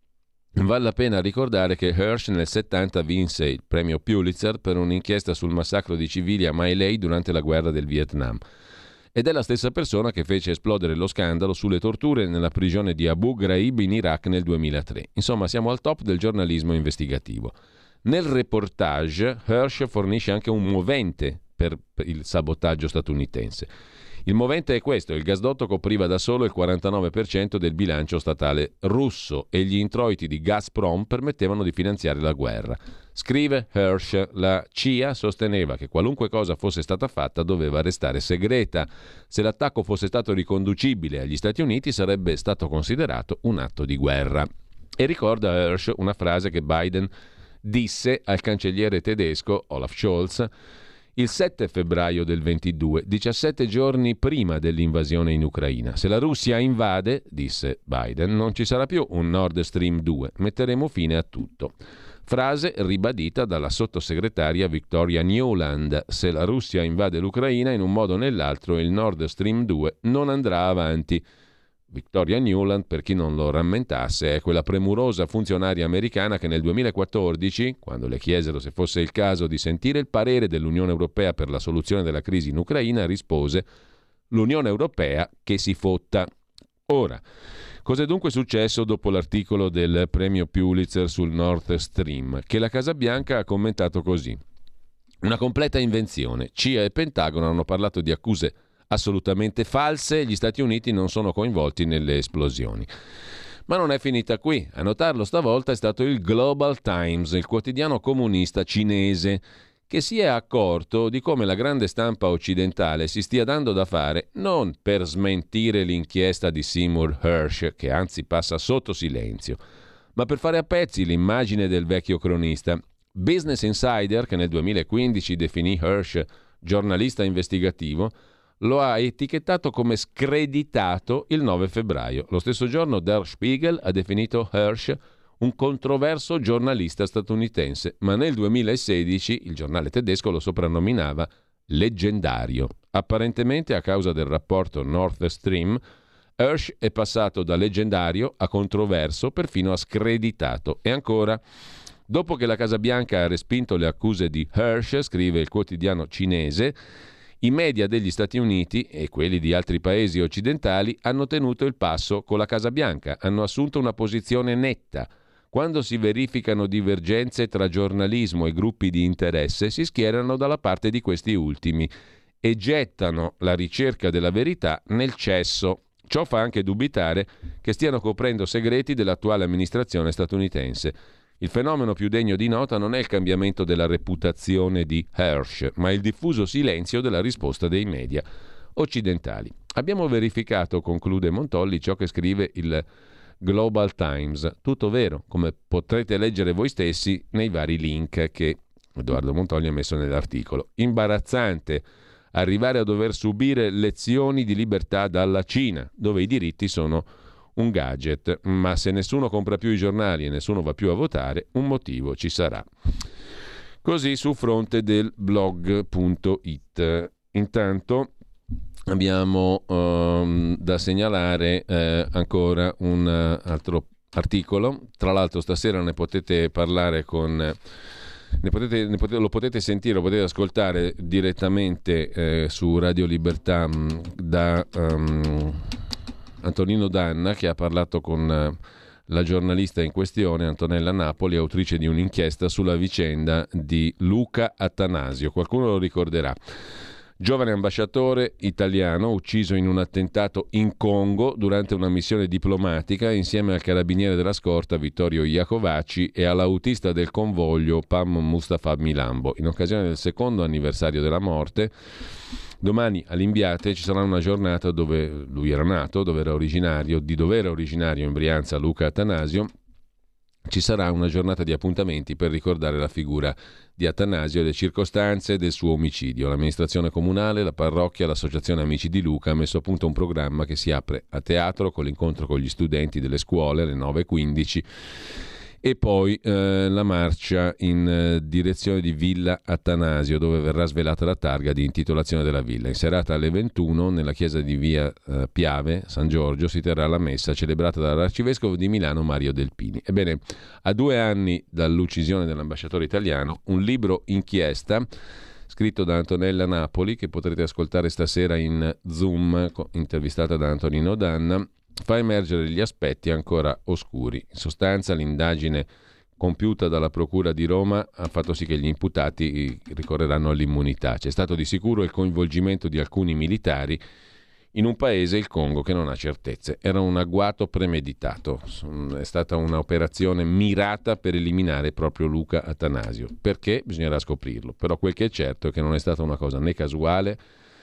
Vale la pena ricordare che Hersh nel 70 vinse il premio Pulitzer per un'inchiesta sul massacro di civili a My Lai durante la guerra del Vietnam. Ed è la stessa persona che fece esplodere lo scandalo sulle torture nella prigione di Abu Ghraib in Iraq nel 2003. Insomma, siamo al top del giornalismo investigativo. Nel reportage Hersh fornisce anche un movente per il sabotaggio statunitense. Il movente è questo: il gasdotto copriva da solo il 49% del bilancio statale russo e gli introiti di Gazprom permettevano di finanziare la guerra. Scrive Hersh, la CIA sosteneva che qualunque cosa fosse stata fatta doveva restare segreta. Se l'attacco fosse stato riconducibile agli Stati Uniti sarebbe stato considerato un atto di guerra. E ricorda Hersh una frase che Biden disse al cancelliere tedesco Olaf Scholz il 7 febbraio del 22, 17 giorni prima dell'invasione in Ucraina. Se la Russia invade, disse Biden, non ci sarà più un Nord Stream 2, metteremo fine a tutto. Frase ribadita dalla sottosegretaria Victoria Nuland. Se la Russia invade l'Ucraina, in un modo o nell'altro il Nord Stream 2 non andrà avanti. Victoria Nuland, per chi non lo rammentasse, è quella premurosa funzionaria americana che nel 2014, quando le chiesero se fosse il caso di sentire il parere dell'Unione Europea per la soluzione della crisi in Ucraina, rispose: l'Unione Europea che si fotta. Ora, cos'è dunque successo dopo l'articolo del premio Pulitzer sul Nord Stream? Che la Casa Bianca ha commentato così: una completa invenzione. CIA e Pentagono hanno parlato di accuse assolutamente false, gli Stati Uniti non sono coinvolti nelle esplosioni. Ma non è finita qui. A notarlo stavolta è stato il Global Times, il quotidiano comunista cinese, che si è accorto di come la grande stampa occidentale si stia dando da fare non per smentire l'inchiesta di Seymour Hersh, che anzi passa sotto silenzio, ma per fare a pezzi l'immagine del vecchio cronista. Business Insider, che nel 2015 definì Hersh giornalista investigativo, lo ha etichettato come screditato il 9 febbraio. Lo stesso giorno Der Spiegel ha definito Hersh un controverso giornalista statunitense, ma nel 2016 il giornale tedesco lo soprannominava leggendario. Apparentemente, a causa del rapporto Nord Stream, Hersh è passato da leggendario a controverso, perfino a screditato. E ancora, dopo che la Casa Bianca ha respinto le accuse di Hersh, scrive il quotidiano cinese, i media degli Stati Uniti e quelli di altri paesi occidentali hanno tenuto il passo con la Casa Bianca, hanno assunto una posizione netta. Quando si verificano divergenze tra giornalismo e gruppi di interesse, si schierano dalla parte di questi ultimi e gettano la ricerca della verità nel cesso. Ciò fa anche dubitare che stiano coprendo segreti dell'attuale amministrazione statunitense. Il fenomeno più degno di nota non è il cambiamento della reputazione di Hersh, ma il diffuso silenzio della risposta dei media occidentali. Abbiamo verificato, conclude Montolli, ciò che scrive il Global Times. Tutto vero, come potrete leggere voi stessi nei vari link che Edoardo Montolli ha messo nell'articolo. Imbarazzante arrivare a dover subire lezioni di libertà dalla Cina, dove i diritti sono un gadget, ma se nessuno compra più i giornali e nessuno va più a votare, un motivo ci sarà. Così sul fronte del blog.it. Intanto abbiamo da segnalare ancora un altro articolo. Tra l'altro stasera ne potete parlare con... lo potete sentire, lo potete ascoltare direttamente su Radio Libertà da Antonino Danna, che ha parlato con la giornalista in questione, Antonella Napoli, autrice di un'inchiesta sulla vicenda di Luca Attanasio. Qualcuno lo ricorderà. Giovane ambasciatore italiano ucciso in un attentato in Congo durante una missione diplomatica insieme al carabiniere della scorta Vittorio Iacovacci e all'autista del convoglio Pam Mustafa Milambo. In occasione del secondo anniversario della morte, domani all'Imbiate ci sarà una giornata dove lui era nato, di dove era originario in Brianza Luca Attanasio. Ci sarà una giornata di appuntamenti per ricordare la figura di Attanasio e le circostanze del suo omicidio. L'amministrazione comunale, la parrocchia, l'associazione Amici di Luca ha messo a punto un programma che si apre a teatro con l'incontro con gli studenti delle scuole alle 9:15 e poi la marcia in direzione di Villa Attanasio, dove verrà svelata la targa di intitolazione della villa. In serata alle 21 nella chiesa di via Piave, San Giorgio, si terrà la messa celebrata dall'arcivescovo di Milano Mario Delpini. Ebbene, a 2 anni dall'uccisione dell'ambasciatore italiano, un libro inchiesta scritto da Antonella Napoli, che potrete ascoltare stasera in Zoom, intervistata da Antonino Danna, fa emergere gli aspetti ancora oscuri. In sostanza, l'indagine compiuta dalla Procura di Roma ha fatto sì che gli imputati ricorreranno all'immunità. C'è stato di sicuro il coinvolgimento di alcuni militari in un paese, il Congo, che non ha certezze. Era un agguato premeditato, è stata un'operazione mirata per eliminare proprio Luca Attanasio. Perché? Bisognerà scoprirlo. Però quel che è certo è che non è stata una cosa né casuale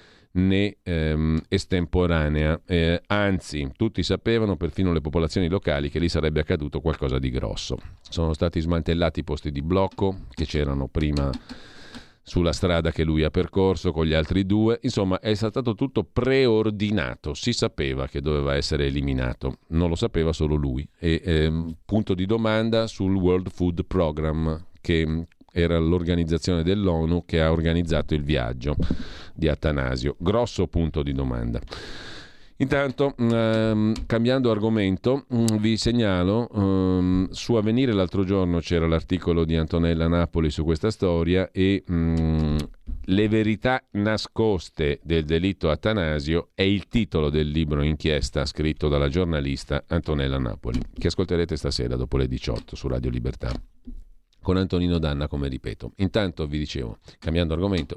né estemporanea, anzi tutti sapevano, perfino le popolazioni locali, che lì sarebbe accaduto qualcosa di grosso. Sono stati smantellati i posti di blocco che c'erano prima sulla strada che lui ha percorso con gli altri 2, insomma è stato tutto preordinato, si sapeva che doveva essere eliminato, non lo sapeva solo lui. Punto di domanda sul World Food Program, che era l'organizzazione dell'ONU che ha organizzato il viaggio di Attanasio. Grosso punto di domanda. Intanto, cambiando argomento, vi segnalo, su Avvenire l'altro giorno c'era l'articolo di Antonella Napoli su questa storia e Le verità nascoste del delitto Attanasio è il titolo del libro inchiesta scritto dalla giornalista Antonella Napoli, che ascolterete stasera dopo le 18 su Radio Libertà, con Antonino Danna, come ripeto. Intanto vi dicevo, cambiando argomento,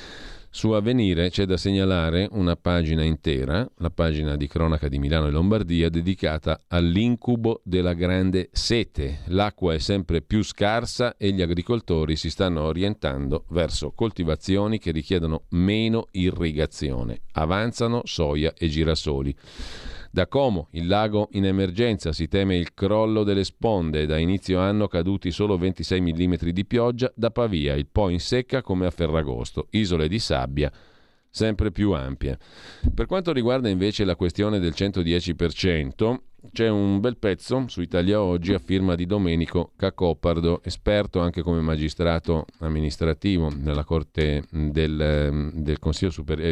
su Avvenire c'è da segnalare una pagina intera, la pagina di cronaca di Milano e Lombardia, dedicata all'incubo della grande sete. L'acqua è sempre più scarsa e gli agricoltori si stanno orientando verso coltivazioni che richiedono meno irrigazione. Avanzano soia e girasoli. Da Como, il lago in emergenza, si teme il crollo delle sponde, da inizio anno caduti solo 26 mm di pioggia. Da Pavia, il Po in secca come a Ferragosto, isole di sabbia sempre più ampie. Per quanto riguarda invece la questione del 110%, c'è un bel pezzo su Italia Oggi a firma di Domenico Cacopardo, esperto anche come magistrato amministrativo nella Corte del Consiglio Superiore,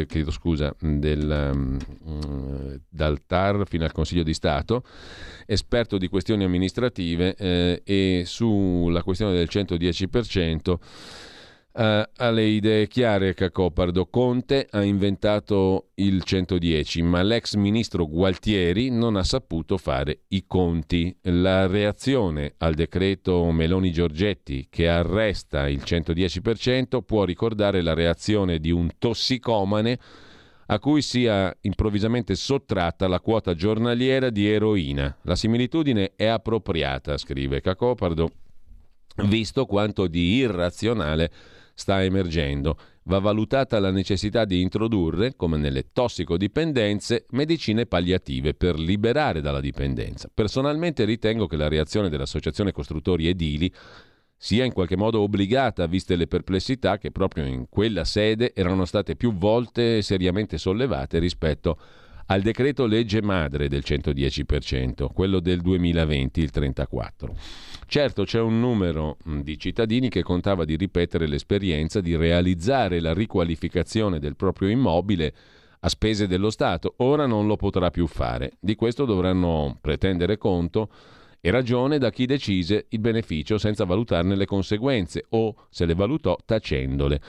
dal TAR fino al Consiglio di Stato, esperto di questioni amministrative, e sulla questione del 110% ha le idee chiare. Cacopardo: Conte ha inventato il 110, ma l'ex ministro Gualtieri non ha saputo fare i conti. La reazione al decreto Meloni-Giorgetti che arresta il 110% può ricordare la reazione di un tossicomane a cui sia improvvisamente sottratta la quota giornaliera di eroina. La similitudine è appropriata, scrive Cacopardo, visto quanto di irrazionale sta emergendo. Va valutata la necessità di introdurre, come nelle tossicodipendenze, medicine palliative per liberare dalla dipendenza. Personalmente ritengo che la reazione dell'Associazione Costruttori Edili sia in qualche modo obbligata, viste le perplessità che proprio in quella sede erano state più volte seriamente sollevate rispetto al decreto legge madre del 110%, quello del 2020, il 34%. Certo, c'è un numero di cittadini che contava di ripetere l'esperienza di realizzare la riqualificazione del proprio immobile a spese dello Stato. Ora non lo potrà più fare. Di questo dovranno pretendere conto e ragione da chi decise il beneficio senza valutarne le conseguenze o, se le valutò, tacendole.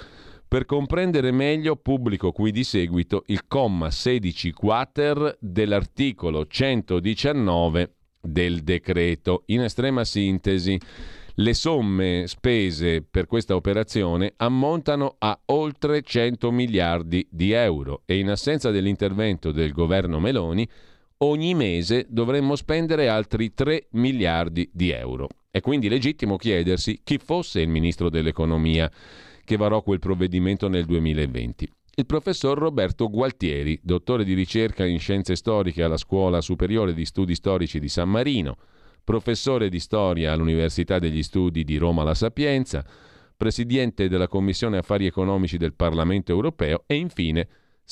Per comprendere meglio pubblico qui di seguito il comma 16 quater dell'articolo 119 del decreto. In estrema sintesi, le somme spese per questa operazione ammontano a oltre 100 miliardi di euro e in assenza dell'intervento del governo Meloni ogni mese dovremmo spendere altri 3 miliardi di euro. È quindi legittimo chiedersi chi fosse il ministro dell'economia che varò quel provvedimento nel 2020. Il professor Roberto Gualtieri, dottore di ricerca in scienze storiche alla Scuola Superiore di Studi Storici di San Marino, professore di storia all'Università degli Studi di Roma La Sapienza, presidente della Commissione Affari Economici del Parlamento Europeo e infine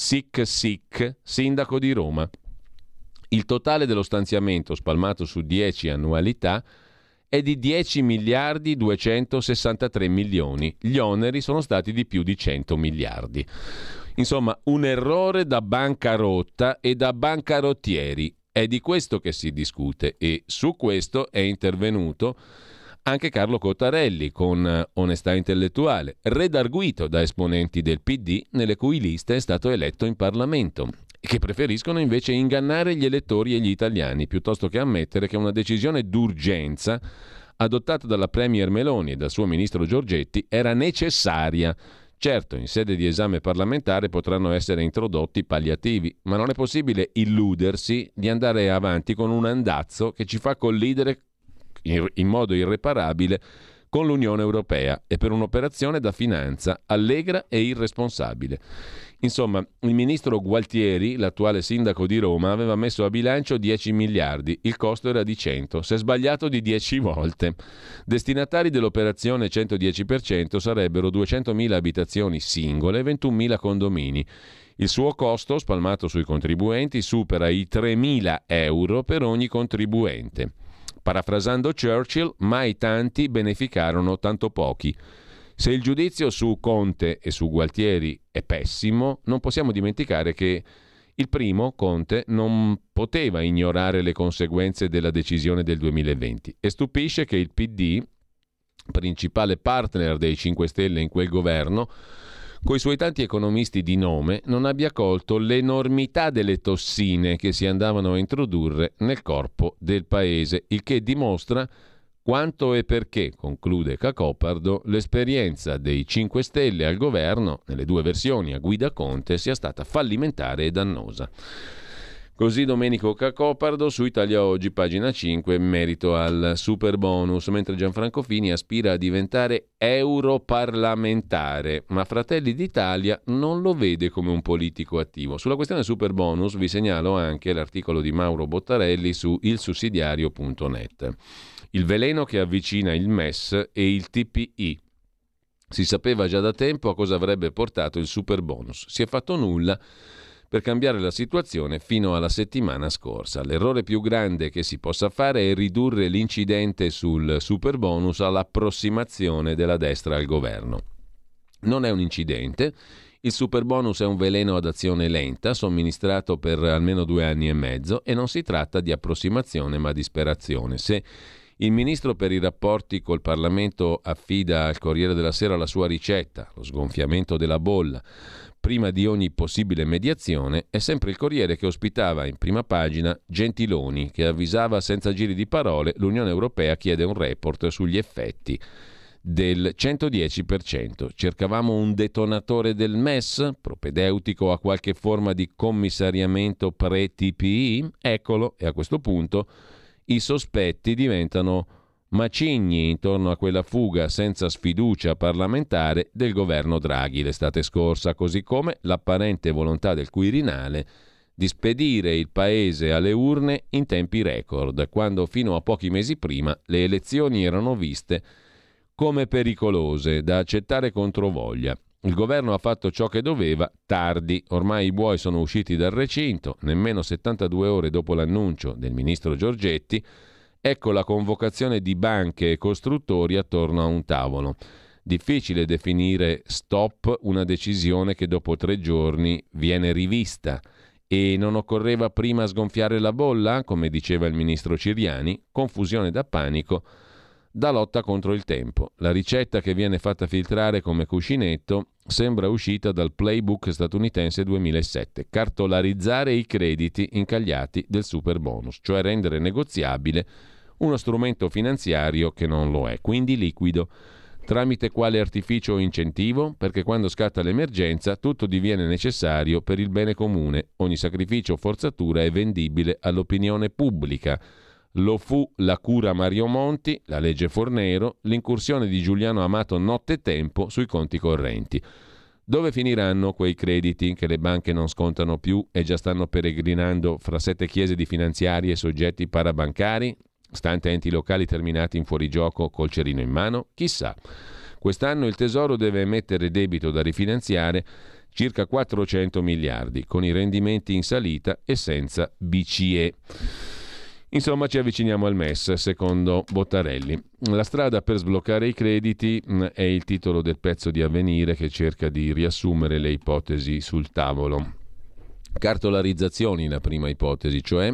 sindaco di Roma. Il totale dello stanziamento spalmato su 10 annualità è di 10 miliardi 263 milioni. Gli oneri sono stati di più di 100 miliardi. Insomma, un errore da bancarotta e da bancarottieri. È di questo che si discute e su questo è intervenuto anche Carlo Cottarelli con onestà intellettuale, redarguito da esponenti del PD nelle cui liste è stato eletto in Parlamento, che preferiscono invece ingannare gli elettori e gli italiani piuttosto che ammettere che una decisione d'urgenza adottata dalla Premier Meloni e dal suo ministro Giorgetti era necessaria. Certo, in sede di esame parlamentare potranno essere introdotti palliativi, ma non è possibile illudersi di andare avanti con un andazzo che ci fa collidere in modo irreparabile con l'Unione Europea e per un'operazione da finanza allegra e irresponsabile. Insomma, il ministro Gualtieri, l'attuale sindaco di Roma, aveva messo a bilancio 10 miliardi, il costo era di 100, si è sbagliato di 10 volte. Destinatari dell'operazione 110% sarebbero 200.000 abitazioni singole e 21.000 condomini. Il suo costo, spalmato sui contribuenti, supera i 3.000 euro per ogni contribuente. Parafrasando Churchill, mai tanti beneficarono tanto pochi. Se il giudizio su Conte e su Gualtieri è pessimo, non possiamo dimenticare che il primo, Conte, non poteva ignorare le conseguenze della decisione del 2020 e stupisce che il PD, principale partner dei 5 Stelle in quel governo, coi suoi tanti economisti di nome, non abbia colto l'enormità delle tossine che si andavano a introdurre nel corpo del paese, il che dimostra quanto e perché, conclude Cacopardo, l'esperienza dei 5 Stelle al governo, nelle 2 versioni a guida Conte, sia stata fallimentare e dannosa. Così Domenico Cacopardo su Italia Oggi, pagina 5, merito al super bonus, mentre Gianfranco Fini aspira a diventare europarlamentare, ma Fratelli d'Italia non lo vede come un politico attivo. Sulla questione super bonus vi segnalo anche l'articolo di Mauro Bottarelli su ilsussidiario.net. Il veleno che avvicina il MES e il TPI. Si sapeva già da tempo a cosa avrebbe portato il super bonus. Si è fatto nulla per cambiare la situazione fino alla settimana scorsa. L'errore più grande che si possa fare è ridurre l'incidente sul super bonus all'approssimazione della destra al governo. Non è un incidente, il super bonus è un veleno ad azione lenta, somministrato per almeno 2 anni e mezzo, e non si tratta di approssimazione ma disperazione. Se il ministro per i rapporti col Parlamento affida al Corriere della Sera la sua ricetta, lo sgonfiamento della bolla, prima di ogni possibile mediazione, è sempre il Corriere che ospitava in prima pagina Gentiloni, che avvisava senza giri di parole: l'Unione Europea chiede un report sugli effetti del 110%. Cercavamo un detonatore del MES, propedeutico a qualche forma di commissariamento pre-TPI? Eccolo, e a questo punto i sospetti diventano macigni intorno a quella fuga senza sfiducia parlamentare del governo Draghi l'estate scorsa, così come l'apparente volontà del Quirinale di spedire il paese alle urne in tempi record, quando fino a pochi mesi prima le elezioni erano viste come pericolose da accettare controvoglia. Il governo ha fatto ciò che doveva tardi, ormai i buoi sono usciti dal recinto, nemmeno 72 ore dopo l'annuncio del ministro Giorgetti. Ecco la convocazione di banche e costruttori attorno a un tavolo. Difficile definire stop una decisione che dopo 3 giorni viene rivista. E non occorreva prima sgonfiare la bolla, come diceva il ministro Ciriani? Confusione da panico, da lotta contro il tempo. La ricetta che viene fatta filtrare come cuscinetto sembra uscita dal playbook statunitense 2007, cartolarizzare i crediti incagliati del superbonus, cioè rendere negoziabile uno strumento finanziario che non lo è, quindi liquido. Tramite quale artificio o incentivo? Perché quando scatta l'emergenza tutto diviene necessario per il bene comune. Ogni sacrificio o forzatura è vendibile all'opinione pubblica. Lo fu la cura Mario Monti, la legge Fornero, l'incursione di Giuliano Amato nottetempo sui conti correnti. Dove finiranno quei crediti che le banche non scontano più e già stanno peregrinando fra 7 chiese di finanziari e soggetti parabancari? Stante enti locali terminati in fuorigioco col cerino in mano? Chissà. Quest'anno il Tesoro deve emettere debito da rifinanziare circa 400 miliardi, con i rendimenti in salita e senza BCE. Insomma, ci avviciniamo al MES, secondo Bottarelli. La strada per sbloccare i crediti è il titolo del pezzo di Avvenire che cerca di riassumere le ipotesi sul tavolo. Cartolarizzazioni, la prima ipotesi, cioè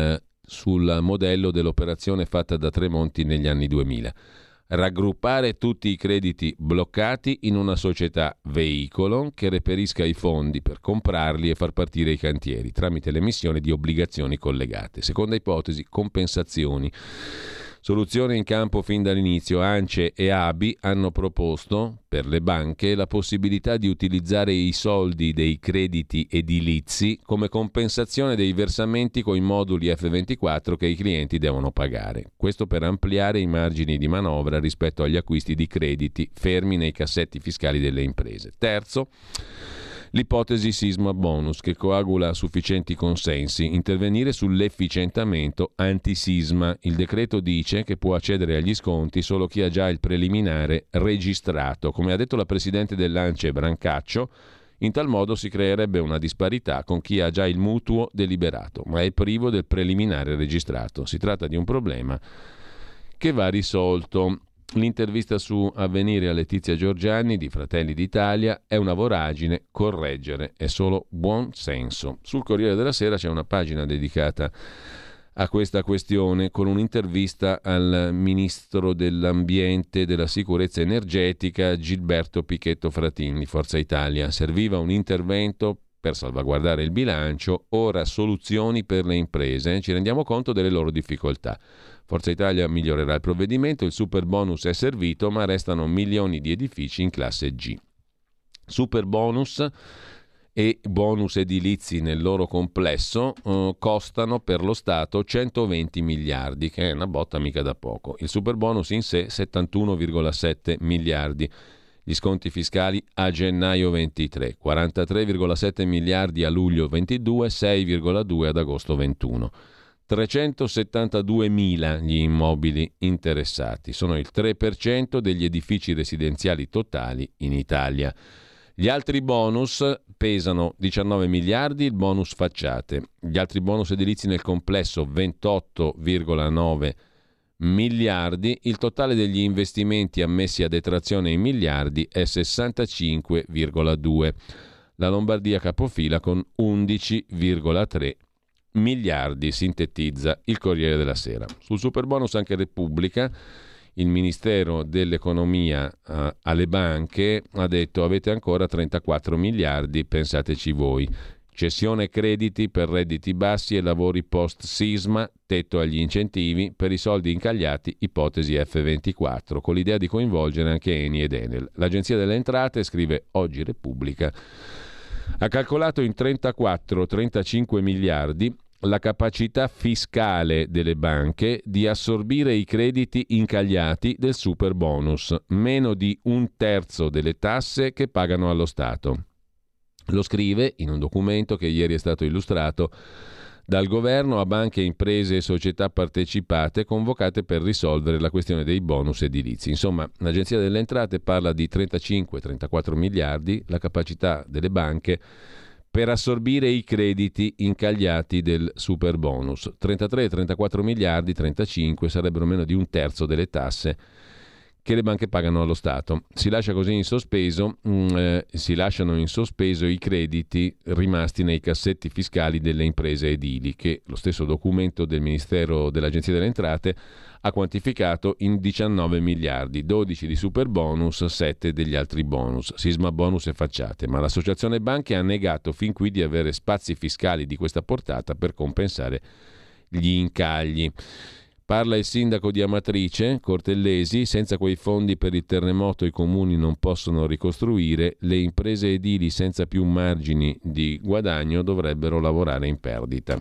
sul modello dell'operazione fatta da Tremonti negli anni 2000. Raggruppare tutti i crediti bloccati in una società veicolo che reperisca i fondi per comprarli e far partire i cantieri tramite l'emissione di obbligazioni collegate. Seconda ipotesi, compensazioni. Soluzione in campo fin dall'inizio. ANCE e ABI hanno proposto per le banche la possibilità di utilizzare i soldi dei crediti edilizi come compensazione dei versamenti coi moduli F24 che i clienti devono pagare. Questo per ampliare i margini di manovra rispetto agli acquisti di crediti fermi nei cassetti fiscali delle imprese. Terzo, l'ipotesi sisma bonus che coagula sufficienti consensi, intervenire sull'efficientamento antisisma. Il decreto dice che può accedere agli sconti solo chi ha già il preliminare registrato. Come ha detto la presidente dell'ANCE Brancaccio, in tal modo si creerebbe una disparità con chi ha già il mutuo deliberato, ma è privo del preliminare registrato. Si tratta di un problema che va risolto. L'intervista su Avvenire a Letizia Giorgiani di Fratelli d'Italia: è una voragine, correggere è solo buon senso. Sul Corriere della Sera c'è una pagina dedicata a questa questione con un'intervista al ministro dell'Ambiente e della Sicurezza Energetica Gilberto Pichetto Fratin di Forza Italia. Serviva un intervento per salvaguardare il bilancio, ora soluzioni per le imprese. Ci rendiamo conto delle loro difficoltà. Forza Italia migliorerà il provvedimento, il super bonus è servito, ma restano milioni di edifici in classe G. Super bonus e bonus edilizi nel loro complesso costano per lo Stato 120 miliardi, che è una botta mica da poco. Il super bonus in sé 71,7 miliardi. Gli sconti fiscali a gennaio 23, 43,7 miliardi a luglio 22, 6,2 ad agosto 21. 372.000 gli immobili interessati, sono il 3% degli edifici residenziali totali in Italia. Gli altri bonus pesano 19 miliardi, il bonus facciate. Gli altri bonus edilizi nel complesso 28,9 miliardi, il totale degli investimenti ammessi a detrazione in miliardi è 65,2. La Lombardia capofila con 11,3 miliardi, sintetizza il Corriere della Sera. Sul superbonus anche Repubblica, il Ministero dell'Economia alle banche ha detto: avete ancora 34 miliardi, pensateci voi. Cessione crediti per redditi bassi e lavori post-sisma, tetto agli incentivi, per i soldi incagliati, ipotesi F24, con l'idea di coinvolgere anche Eni ed Enel. L'Agenzia delle Entrate, scrive oggi Repubblica, ha calcolato in 34-35 miliardi la capacità fiscale delle banche di assorbire i crediti incagliati del super bonus, meno di 1/3 delle tasse che pagano allo Stato. Lo scrive in un documento che ieri è stato illustrato dal governo a banche, imprese e società partecipate convocate per risolvere la questione dei bonus edilizi. Insomma, l'Agenzia delle Entrate parla di 35-34 miliardi, la capacità delle banche per assorbire i crediti incagliati del super bonus. 33-34 miliardi, 35 sarebbero meno di 1/3 delle tasse che le banche pagano allo Stato. Si lascia così in sospeso, si lasciano in sospeso i crediti rimasti nei cassetti fiscali delle imprese edili, che lo stesso documento del Ministero dell'Agenzia delle Entrate ha quantificato in 19 miliardi, 12 di super bonus, 7 degli altri bonus, sisma bonus e facciate, ma l'associazione banche ha negato fin qui di avere spazi fiscali di questa portata per compensare gli incagli. Parla il sindaco di Amatrice, Cortellesi: senza quei fondi per il terremoto i comuni non possono ricostruire, le imprese edili senza più margini di guadagno dovrebbero lavorare in perdita.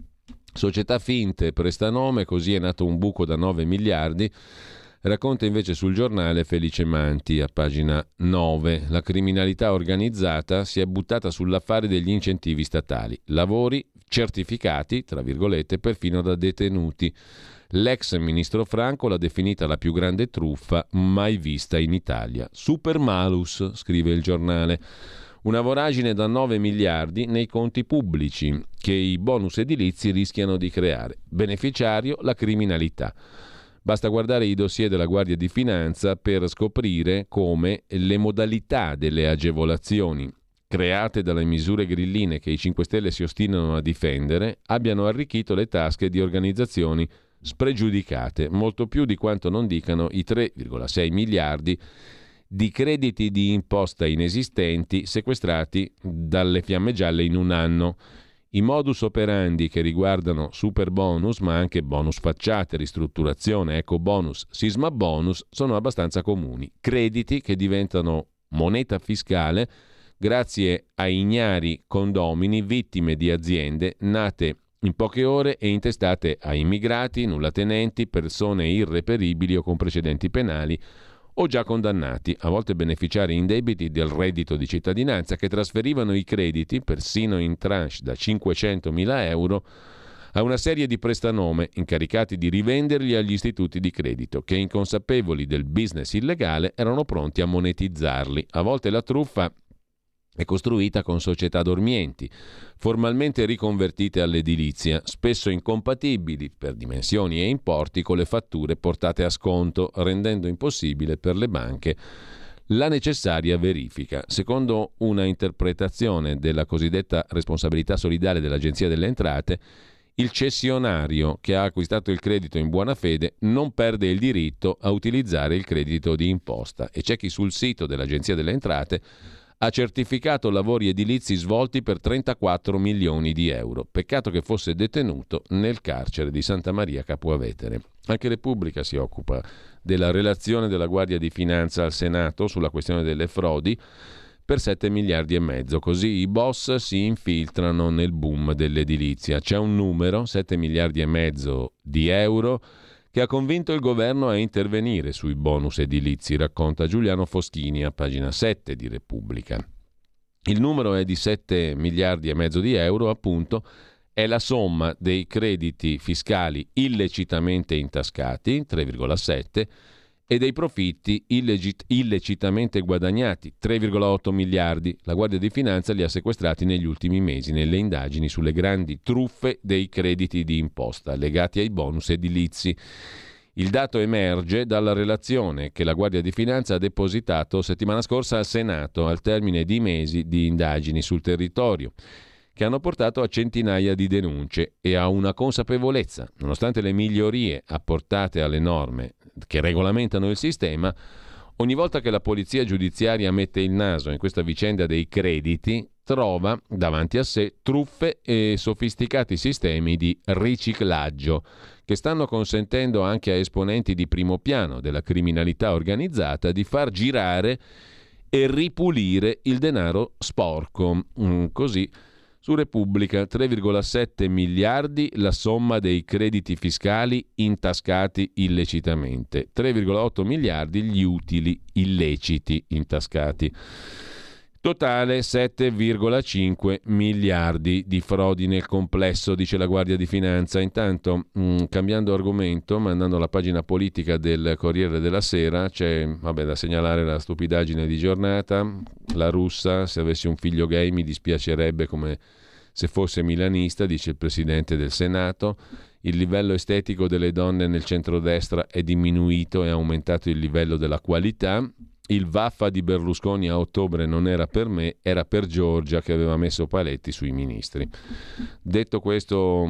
Società finte, prestanome, così è nato un buco da 9 miliardi, racconta invece sul giornale Felice Manti a pagina 9. La criminalità organizzata si è buttata sull'affare degli incentivi statali, lavori certificati, tra virgolette, perfino da detenuti. L'ex ministro Franco l'ha definita la più grande truffa mai vista in Italia. Super malus, scrive il giornale. Una voragine da 9 miliardi nei conti pubblici che i bonus edilizi rischiano di creare. Beneficiario la criminalità. Basta guardare i dossier della Guardia di Finanza per scoprire come le modalità delle agevolazioni create dalle misure grilline che i 5 Stelle si ostinano a difendere abbiano arricchito le tasche di organizzazioni spregiudicate, molto più di quanto non dicano i 3,6 miliardi di crediti di imposta inesistenti sequestrati dalle Fiamme Gialle in un anno. I modus operandi che riguardano super bonus, ma anche bonus facciate, ristrutturazione, eco bonus, sisma bonus, sono abbastanza comuni. Crediti che diventano moneta fiscale grazie a ignari condomini vittime di aziende nate in poche ore e intestate a immigrati, nullatenenti, persone irreperibili o con precedenti penali o già condannati, a volte beneficiari indebiti del reddito di cittadinanza, che trasferivano i crediti, persino in tranche da 500.000 euro, a una serie di prestanome incaricati di rivenderli agli istituti di credito, che inconsapevoli del business illegale erano pronti a monetizzarli. A volte la truffa è costruita con società dormienti, formalmente riconvertite all'edilizia, spesso incompatibili per dimensioni e importi con le fatture portate a sconto, rendendo impossibile per le banche la necessaria verifica. Secondo una interpretazione della cosiddetta responsabilità solidale dell'Agenzia delle Entrate, il cessionario che ha acquistato il credito in buona fede non perde il diritto a utilizzare il credito di imposta, e c'è chi sul sito dell'Agenzia delle Entrate ha certificato lavori edilizi svolti per 34 milioni di euro. Peccato che fosse detenuto nel carcere di Santa Maria Capua Vetere. Anche Repubblica si occupa della relazione della Guardia di Finanza al Senato sulla questione delle frodi per 7 miliardi e mezzo. Così i boss si infiltrano nel boom dell'edilizia. C'è un numero, 7 miliardi e mezzo di euro, che ha convinto il governo a intervenire sui bonus edilizi, racconta Giuliano Foschini a pagina 7 di Repubblica. Il numero è di 7 miliardi e mezzo di euro, appunto, è la somma dei crediti fiscali illecitamente intascati, 3,7, e dei profitti illecitamente guadagnati, 3,8 miliardi. La Guardia di Finanza li ha sequestrati negli ultimi mesi nelle indagini sulle grandi truffe dei crediti di imposta legati ai bonus edilizi. Il dato emerge dalla relazione che la Guardia di Finanza ha depositato settimana scorsa al Senato al termine di mesi di indagini sul territorio, che hanno portato a centinaia di denunce e a una consapevolezza, nonostante le migliorie apportate alle norme che regolamentano il sistema, ogni volta che la polizia giudiziaria mette il naso in questa vicenda dei crediti, trova davanti a sé truffe e sofisticati sistemi di riciclaggio che stanno consentendo anche a esponenti di primo piano della criminalità organizzata di far girare e ripulire il denaro sporco. Così su Repubblica, 3,7 miliardi la somma dei crediti fiscali intascati illecitamente, 3,8 miliardi gli utili illeciti intascati. Totale 7,5 miliardi di frodi nel complesso, dice la Guardia di Finanza. Intanto, cambiando argomento, mandando alla pagina politica del Corriere della Sera, c'è da segnalare la stupidaggine di giornata. La Russa, se avessi un figlio gay mi dispiacerebbe come se fosse milanista, dice il Presidente del Senato. il livello estetico delle donne nel centrodestra è diminuito e ha aumentato il livello della qualità. Il vaffa di Berlusconi a ottobre non era per me, era per Giorgia che aveva messo paletti sui ministri. Detto questo,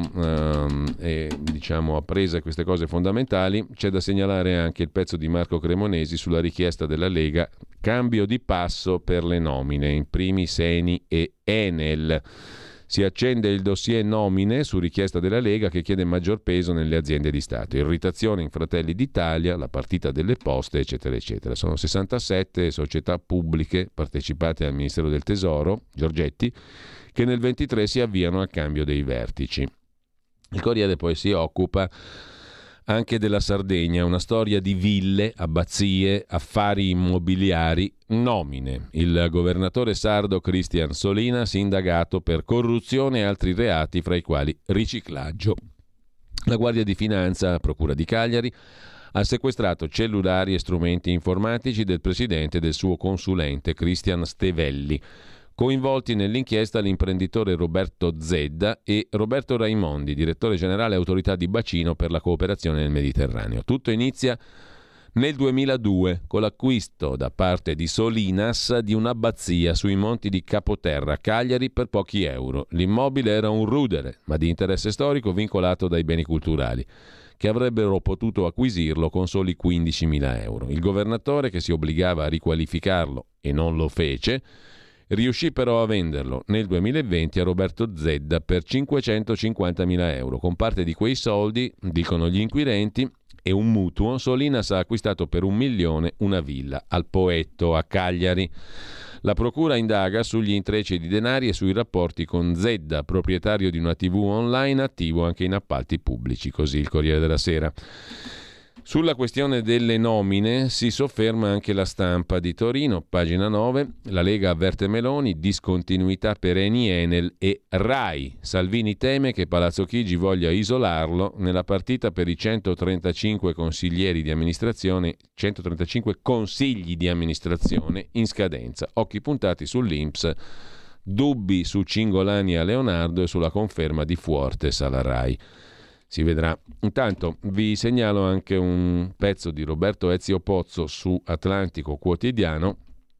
apprese queste cose fondamentali, c'è da segnalare anche il pezzo di Marco Cremonesi sulla richiesta della Lega, cambio di passo per le nomine, in primis Eni e Enel. Si accende il dossier nomine su richiesta della Lega che chiede maggior peso nelle aziende di Stato. Irritazione in Fratelli d'Italia, la partita delle poste, eccetera, eccetera. Sono 67 società pubbliche partecipate al Ministero del Tesoro, Giorgetti, che nel 23 si avviano al cambio dei vertici. Il Corriere poi si occupa anche della Sardegna, una storia di ville, abbazie, affari immobiliari, nomine. Il governatore sardo Cristian Solinas indagato per corruzione e altri reati, fra i quali riciclaggio. La Guardia di Finanza, Procura di Cagliari, ha sequestrato cellulari e strumenti informatici del presidente e del suo consulente Cristian Stevelli. Coinvolti nell'inchiesta l'imprenditore Roberto Zedda e Roberto Raimondi, direttore generale Autorità di Bacino per la cooperazione nel Mediterraneo. Tutto inizia nel 2002 con l'acquisto da parte di Solinas di un'abbazia sui monti di Capoterra, Cagliari, per pochi euro. L'immobile era un rudere, ma di interesse storico vincolato dai beni culturali, che avrebbero potuto acquisirlo con soli 15.000 euro. Il governatore, che si obbligava a riqualificarlo e non lo fece, riuscì però a venderlo nel 2020 a Roberto Zedda per 550.000 euro. Con parte di quei soldi, dicono gli inquirenti, e un mutuo, Solinas ha acquistato per 1 milione una villa al Poetto a Cagliari. La procura indaga sugli intrecci di denari e sui rapporti con Zedda, proprietario di una TV online attivo anche in appalti pubblici, così il Corriere della Sera. Sulla questione delle nomine si sofferma anche La Stampa di Torino, pagina 9. La Lega avverte Meloni, discontinuità per Eni, Enel e Rai. Salvini teme che Palazzo Chigi voglia isolarlo nella partita per i 135 consiglieri di amministrazione, 135 consigli di amministrazione in scadenza. Occhi puntati sull'Inps, dubbi su Cingolani a Leonardo e sulla conferma di Fuortes alla Rai. Si vedrà. Intanto vi segnalo anche un pezzo di Roberto Ezio Pozzo su Atlantico Quotidiano.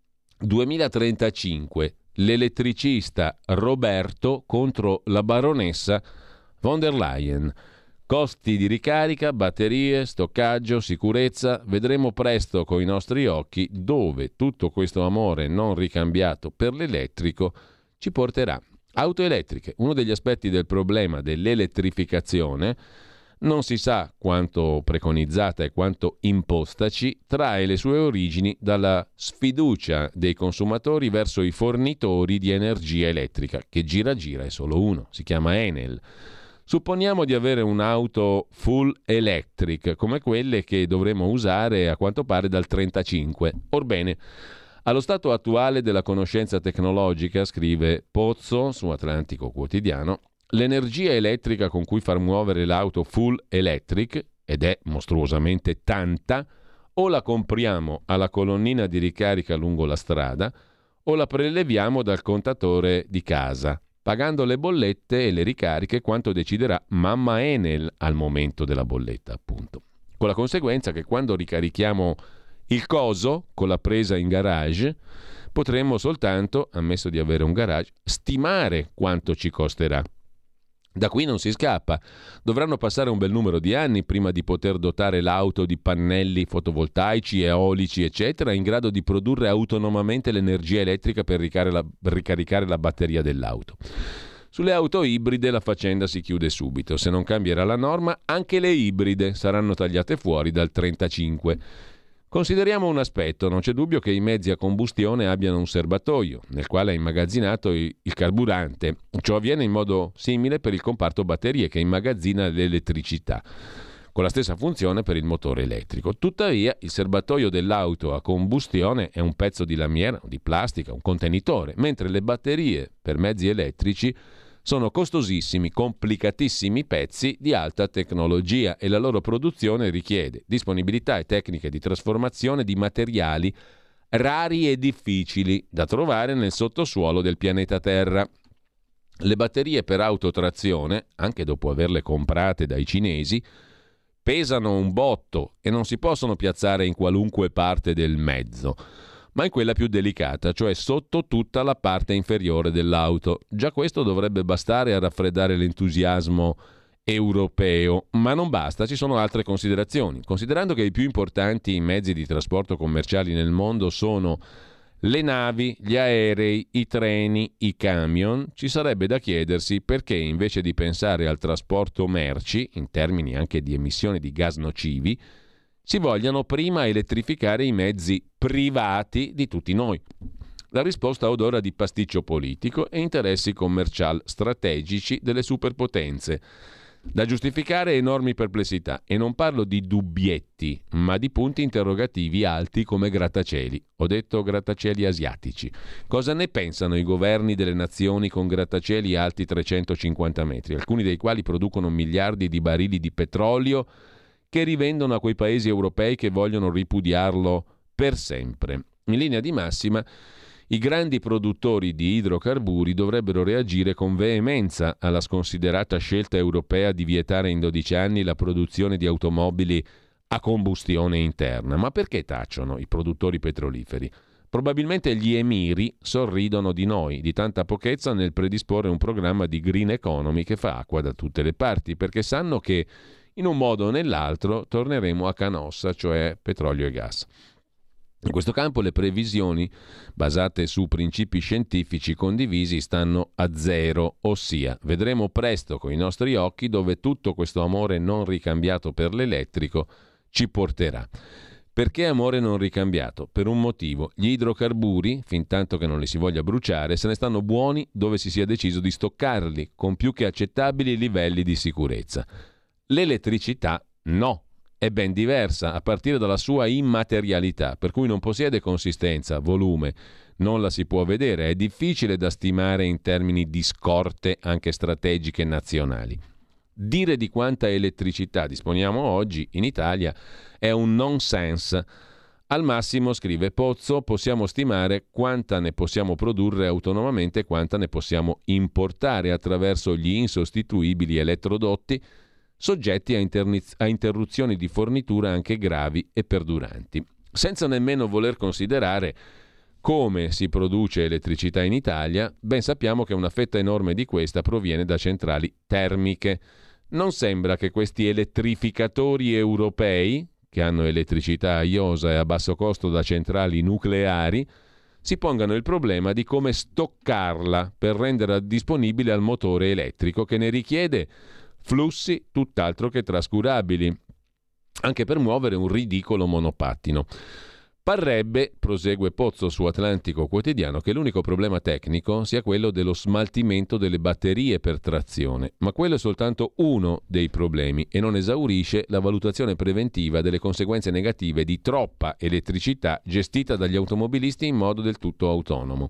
2035, l'elettricista Roberto contro la baronessa von der Leyen. Costi di ricarica, batterie, stoccaggio, sicurezza. Vedremo presto coi nostri occhi dove tutto questo amore non ricambiato per l'elettrico ci porterà. Auto elettriche, uno degli aspetti del problema dell'elettrificazione, non si sa quanto preconizzata e quanto impostaci, trae le sue origini dalla sfiducia dei consumatori verso i fornitori di energia elettrica, che gira è solo uno, si chiama Enel. Supponiamo di avere un'auto full electric, come quelle che dovremo usare a quanto pare dal 35. Orbene, allo stato attuale della conoscenza tecnologica, scrive Pozzo su Atlantico Quotidiano, l'energia elettrica con cui far muovere l'auto full electric, ed è mostruosamente tanta, o la compriamo alla colonnina di ricarica lungo la strada o la preleviamo dal contatore di casa, pagando le bollette e le ricariche quanto deciderà mamma Enel al momento della bolletta, appunto. Con la conseguenza che quando ricarichiamo il coso con la presa in garage potremmo soltanto, ammesso di avere un garage, stimare quanto ci costerà. Da qui non si scappa. Dovranno passare un bel numero di anni prima di poter dotare l'auto di pannelli fotovoltaici, eolici, eccetera, in grado di produrre autonomamente l'energia elettrica per ricaricare la batteria dell'auto. Sulle auto ibride la faccenda si chiude subito. Se non cambierà la norma, anche le ibride saranno tagliate fuori dal 35. Consideriamo un aspetto, non c'è dubbio che i mezzi a combustione abbiano un serbatoio nel quale è immagazzinato il carburante. Ciò avviene in modo simile per il comparto batterie che immagazzina l'elettricità, con la stessa funzione per il motore elettrico. Tuttavia, il serbatoio dell'auto a combustione è un pezzo di lamiera, di plastica, un contenitore, mentre le batterie per mezzi elettrici sono costosissimi, complicatissimi pezzi di alta tecnologia e la loro produzione richiede disponibilità e tecniche di trasformazione di materiali rari e difficili da trovare nel sottosuolo del pianeta Terra. Le batterie per autotrazione, anche dopo averle comprate dai cinesi, pesano un botto e non si possono piazzare in qualunque parte del mezzo, ma in quella più delicata, cioè sotto tutta la parte inferiore dell'auto. Già questo dovrebbe bastare a raffreddare l'entusiasmo europeo, ma non basta, ci sono altre considerazioni. Considerando che i più importanti mezzi di trasporto commerciali nel mondo sono le navi, gli aerei, i treni, i camion, ci sarebbe da chiedersi perché invece di pensare al trasporto merci, in termini anche di emissione di gas nocivi, si vogliano prima elettrificare i mezzi privati di tutti noi. La risposta odora di pasticcio politico e interessi commerciali strategici delle superpotenze. Da giustificare enormi perplessità, e non parlo di dubbietti, ma di punti interrogativi alti come grattacieli. Ho detto grattacieli asiatici. Cosa ne pensano i governi delle nazioni con grattacieli alti 350 metri, alcuni dei quali producono miliardi di barili di petrolio che rivendono a quei paesi europei che vogliono ripudiarlo per sempre? In linea di massima, i grandi produttori di idrocarburi dovrebbero reagire con veemenza alla sconsiderata scelta europea di vietare in 12 anni la produzione di automobili a combustione interna. Ma perché tacciono i produttori petroliferi? Probabilmente gli emiri sorridono di noi, di tanta pochezza nel predisporre un programma di green economy che fa acqua da tutte le parti, perché sanno che in un modo o nell'altro torneremo a Canossa, cioè petrolio e gas. In questo campo le previsioni, basate su principi scientifici condivisi, stanno a zero, ossia vedremo presto con i nostri occhi dove tutto questo amore non ricambiato per l'elettrico ci porterà. Perché amore non ricambiato? Per un motivo: gli idrocarburi, fin tanto che non li si voglia bruciare, se ne stanno buoni dove si sia deciso di stoccarli, con più che accettabili livelli di sicurezza. L'elettricità no. È ben diversa, a partire dalla sua immaterialità, per cui non possiede consistenza, volume, non la si può vedere, è difficile da stimare in termini di scorte anche strategiche nazionali. Dire di quanta elettricità disponiamo oggi in Italia è un nonsense. Al massimo, scrive Pozzo, possiamo stimare quanta ne possiamo produrre autonomamente e quanta ne possiamo importare attraverso gli insostituibili elettrodotti soggetti a interruzioni di fornitura anche gravi e perduranti, senza nemmeno voler considerare come si produce elettricità in Italia. Ben sappiamo che una fetta enorme di questa proviene da centrali termiche. Non sembra che questi elettrificatori europei, che hanno elettricità a iosa e a basso costo da centrali nucleari, si pongano il problema di come stoccarla per renderla disponibile al motore elettrico, che ne richiede flussi tutt'altro che trascurabili, anche per muovere un ridicolo monopattino. Parrebbe, prosegue Pozzo su Atlantico Quotidiano, che l'unico problema tecnico sia quello dello smaltimento delle batterie per trazione, ma quello è soltanto uno dei problemi e non esaurisce la valutazione preventiva delle conseguenze negative di troppa elettricità gestita dagli automobilisti in modo del tutto autonomo.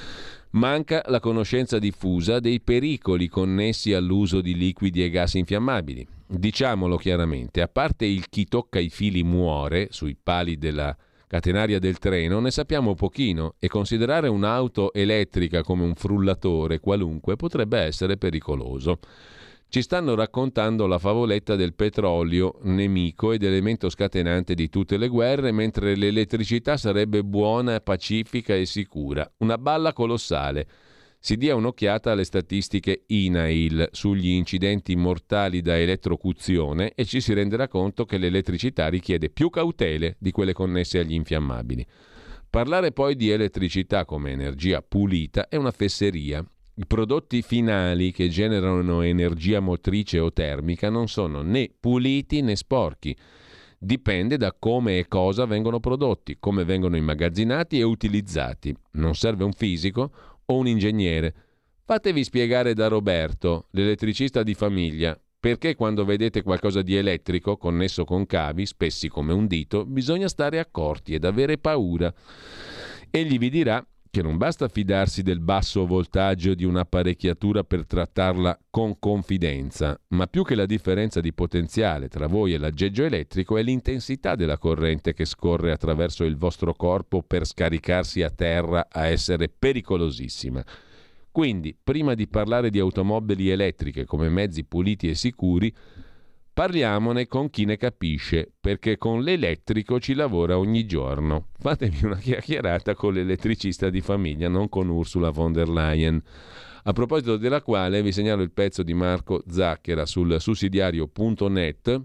Manca la conoscenza diffusa dei pericoli connessi all'uso di liquidi e gas infiammabili. Diciamolo chiaramente, a parte il chi tocca i fili muore sui pali della catenaria del treno, ne sappiamo pochino e considerare un'auto elettrica come un frullatore qualunque potrebbe essere pericoloso. Ci stanno raccontando la favoletta del petrolio, nemico ed elemento scatenante di tutte le guerre, mentre l'elettricità sarebbe buona, pacifica e sicura. Una balla colossale. Si dia un'occhiata alle statistiche INAIL sugli incidenti mortali da elettrocuzione e ci si renderà conto che l'elettricità richiede più cautele di quelle connesse agli infiammabili. Parlare poi di elettricità come energia pulita è una fesseria. I prodotti finali che generano energia motrice o termica non sono né puliti né sporchi. Dipende da come e cosa vengono prodotti, come vengono immagazzinati e utilizzati. Non serve un fisico o un ingegnere. Fatevi spiegare da Roberto, l'elettricista di famiglia, perché quando vedete qualcosa di elettrico connesso con cavi, spessi come un dito, bisogna stare accorti ed avere paura. Egli vi dirà che non basta fidarsi del basso voltaggio di un'apparecchiatura per trattarla con confidenza, ma più che la differenza di potenziale tra voi e l'aggeggio elettrico è l'intensità della corrente che scorre attraverso il vostro corpo per scaricarsi a terra a essere pericolosissima. Quindi, prima di parlare di automobili elettriche come mezzi puliti e sicuri, parliamone con chi ne capisce, perché con l'elettrico ci lavora ogni giorno. Fatemi una chiacchierata con l'elettricista di famiglia, non con Ursula von der Leyen. A proposito della quale vi segnalo il pezzo di Marco Zacchera sul sussidiario.net.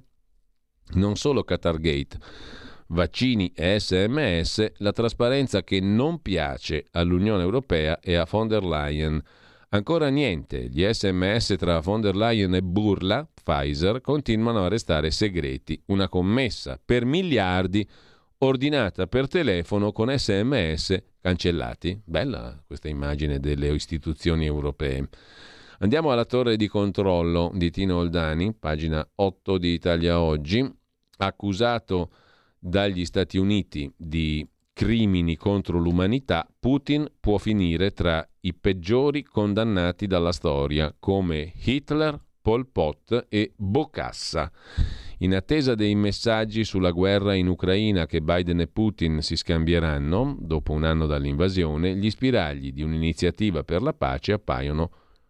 Non solo Qatargate, vaccini e SMS, la trasparenza che non piace all'Unione Europea e a von der Leyen. Ancora niente, gli SMS tra von der Leyen e Burla, Pfizer, continuano a restare segreti. Una commessa per miliardi ordinata per telefono con SMS cancellati. Bella questa immagine delle istituzioni europee. Andiamo alla torre di controllo di Tino Oldani, pagina 8 di Italia Oggi, accusato dagli Stati Uniti di crimini contro l'umanità. Putin può finire tra i peggiori condannati dalla storia, come Hitler, Pol Pot e Bokassa. In attesa dei messaggi sulla guerra in Ucraina che Biden e Putin si scambieranno dopo un anno dall'invasione, gli spiragli di un'iniziativa per la pace appaiono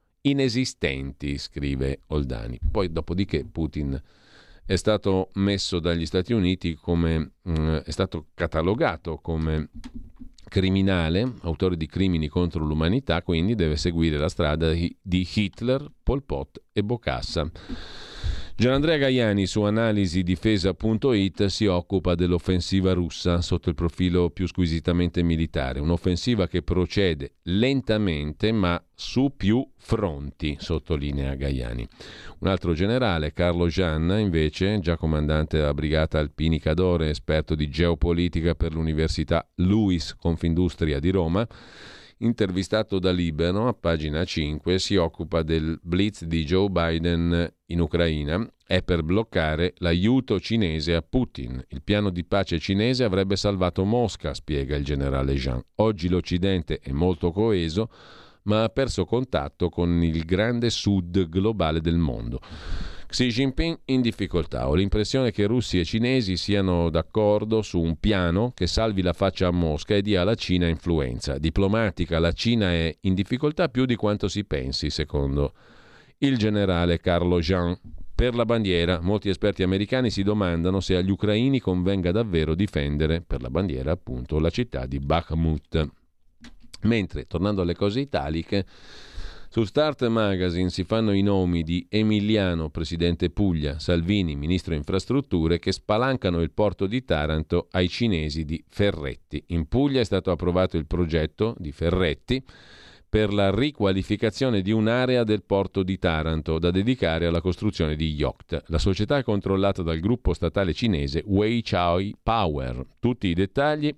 inesistenti, scrive Oldani. Poi dopodiché Putin è stato messo dagli Stati Uniti come è stato catalogato come criminale, autore di crimini contro l'umanità, quindi deve seguire la strada di Hitler, Pol Pot e Bokassa. Gianandrea Gaiani su analisidifesa.it si occupa dell'offensiva russa sotto il profilo più squisitamente militare, un'offensiva che procede lentamente ma su più fronti, sottolinea Gaiani. Un altro generale, Carlo Gianna, invece, già comandante della brigata Alpini Cadore, esperto di geopolitica per l'Università Luis Confindustria di Roma, intervistato da Libero a pagina 5, si occupa del blitz di Joe Biden in Ucraina. È per bloccare l'aiuto cinese a Putin. Il piano di pace cinese avrebbe salvato Mosca, spiega il generale Jean. Oggi l'Occidente è molto coeso, ma ha perso contatto con il grande sud globale del mondo. Xi Jinping in difficoltà. Ho l'impressione che russi e cinesi siano d'accordo su un piano che salvi la faccia a Mosca e dia alla Cina influenza. Diplomatica, la Cina è in difficoltà più di quanto si pensi, secondo il generale Carlo Jean. Per la bandiera, molti esperti americani si domandano se agli ucraini convenga davvero difendere, per la bandiera appunto, la città di Bakhmut. Mentre, tornando alle cose italiche, su Start Magazine si fanno i nomi di Emiliano, presidente Puglia, Salvini, ministro infrastrutture, che spalancano il porto di Taranto ai cinesi di Ferretti. In Puglia è stato approvato il progetto di Ferretti per la riqualificazione di un'area del porto di Taranto da dedicare alla costruzione di yacht. La società è controllata dal gruppo statale cinese Weichai Power. Tutti i dettagli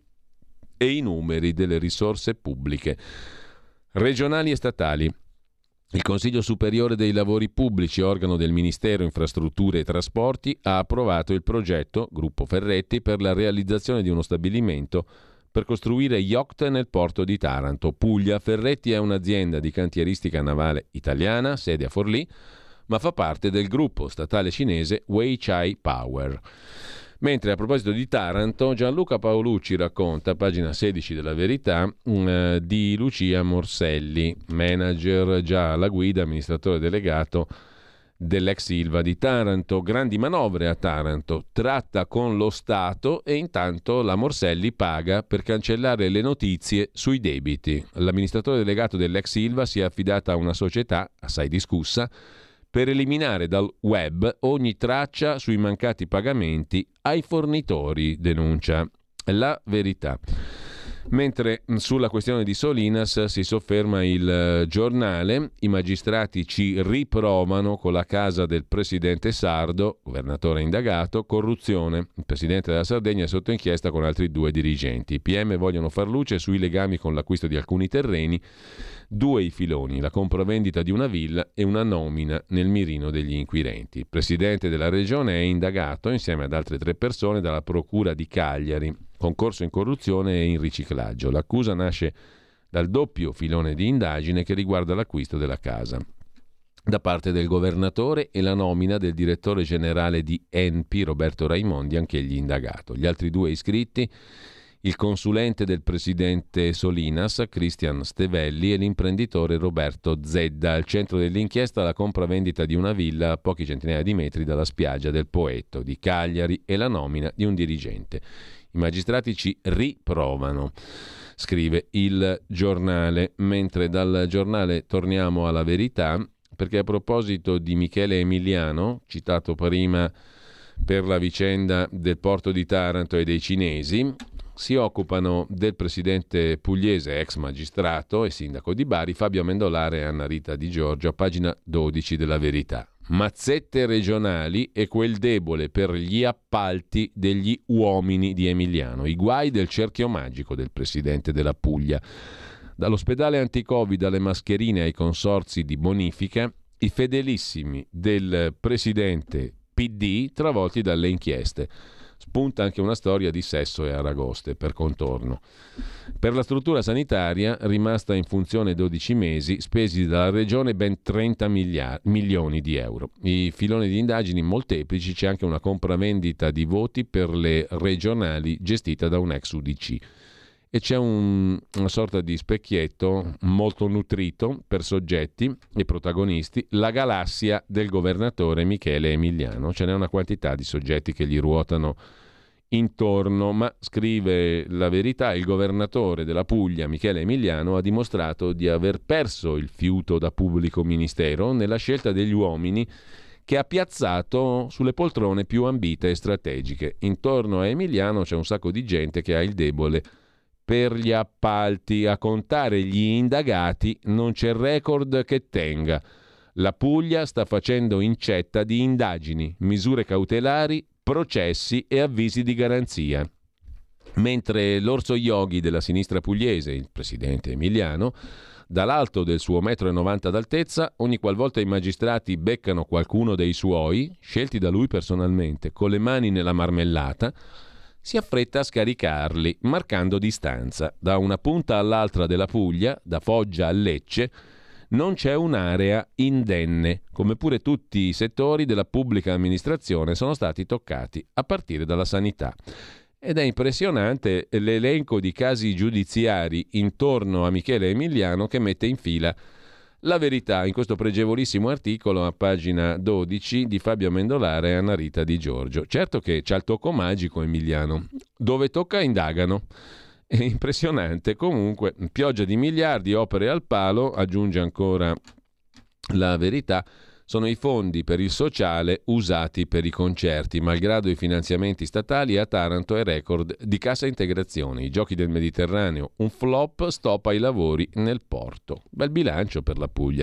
e i numeri delle risorse pubbliche, regionali e statali. Il Consiglio Superiore dei Lavori Pubblici, organo del Ministero Infrastrutture e Trasporti, ha approvato il progetto Gruppo Ferretti per la realizzazione di uno stabilimento per costruire yacht nel porto di Taranto, Puglia. Ferretti è un'azienda di cantieristica navale italiana, sede a Forlì, ma fa parte del gruppo statale cinese Weichai Power. Mentre a proposito di Taranto, Gianluca Paolucci racconta, pagina 16 della Verità, di Lucia Morselli, manager già alla guida, amministratore delegato dell'ex Ilva di Taranto. Grandi manovre a Taranto, tratta con lo Stato e intanto la Morselli paga per cancellare le notizie sui debiti. L'amministratore delegato dell'ex Ilva si è affidata a una società assai discussa per eliminare dal web ogni traccia sui mancati pagamenti ai fornitori, denuncia La Verità. Mentre sulla questione di Solinas si sofferma il Giornale, i magistrati ci riprovano con la casa del presidente sardo, governatore indagato, corruzione. Il presidente della Sardegna è sotto inchiesta con altri 2 dirigenti. I PM vogliono far luce sui legami con l'acquisto di alcuni terreni, 2 i filoni, la compravendita di una villa e una nomina nel mirino degli inquirenti. Il presidente della regione è indagato insieme ad altre 3 persone dalla procura di Cagliari, concorso in corruzione e in riciclaggio. L'accusa nasce dal doppio filone di indagine che riguarda l'acquisto della casa da parte del governatore e la nomina del direttore generale di ENPI, Roberto Raimondi, anch'egli indagato. Gli altri 2 iscritti il consulente del presidente Solinas, Cristian Stevelli, e l'imprenditore Roberto Zedda. Al centro dell'inchiesta la compravendita di una villa a pochi centinaia di metri dalla spiaggia del Poetto di Cagliari e la nomina di un dirigente. I magistrati ci riprovano, scrive il giornale, mentre dal giornale torniamo alla Verità, perché a proposito di Michele Emiliano, citato prima per la vicenda del porto di Taranto e dei cinesi, si occupano del presidente pugliese, ex magistrato e sindaco di Bari, Fabio Amendolare e Anna Rita Di Giorgio, a pagina 12 della Verità. Mazzette regionali e quel debole per gli appalti degli uomini di Emiliano, i guai del cerchio magico del presidente della Puglia. Dall'ospedale anti-Covid alle mascherine ai consorzi di bonifica, i fedelissimi del presidente PD travolti dalle inchieste. Spunta anche una storia di sesso e aragoste per contorno. Per la struttura sanitaria, rimasta in funzione 12 mesi, spesi dalla regione ben 30 milioni di euro. I filoni di indagini molteplici, c'è anche una compravendita di voti per le regionali gestita da un ex UDC. E c'è una sorta di specchietto molto nutrito per soggetti e protagonisti, la galassia del governatore Michele Emiliano. Ce n'è una quantità di soggetti che gli ruotano intorno, ma scrive la Verità, il governatore della Puglia Michele Emiliano ha dimostrato di aver perso il fiuto da pubblico ministero nella scelta degli uomini che ha piazzato sulle poltrone più ambite e strategiche. Intorno a Emiliano c'è un sacco di gente che ha il debole per gli appalti. A contare gli indagati non c'è record che tenga. La Puglia sta facendo incetta di indagini, misure cautelari, processi e avvisi di garanzia. Mentre l'orso yogi della sinistra pugliese, il presidente Emiliano, dall'alto del suo 1,90 m d'altezza, ogni qualvolta i magistrati beccano qualcuno dei suoi, scelti da lui personalmente, con le mani nella marmellata, si affretta a scaricarli, marcando distanza. Da una punta all'altra della Puglia, da Foggia a Lecce, non c'è un'area indenne, come pure tutti i settori della pubblica amministrazione sono stati toccati, a partire dalla sanità. Ed è impressionante l'elenco di casi giudiziari intorno a Michele Emiliano che mette in fila la Verità in questo pregevolissimo articolo a pagina 12 di Fabio Amendolare e Anna Rita Di Giorgio. Certo che c'ha il tocco magico Emiliano, dove tocca indagano. È impressionante. Comunque, pioggia di miliardi, opere al palo, aggiunge ancora la Verità, sono i fondi per il sociale usati per i concerti. Malgrado i finanziamenti statali, a Taranto è record di cassa integrazione. I Giochi del Mediterraneo, un flop, stop ai lavori nel porto. Bel bilancio per la Puglia.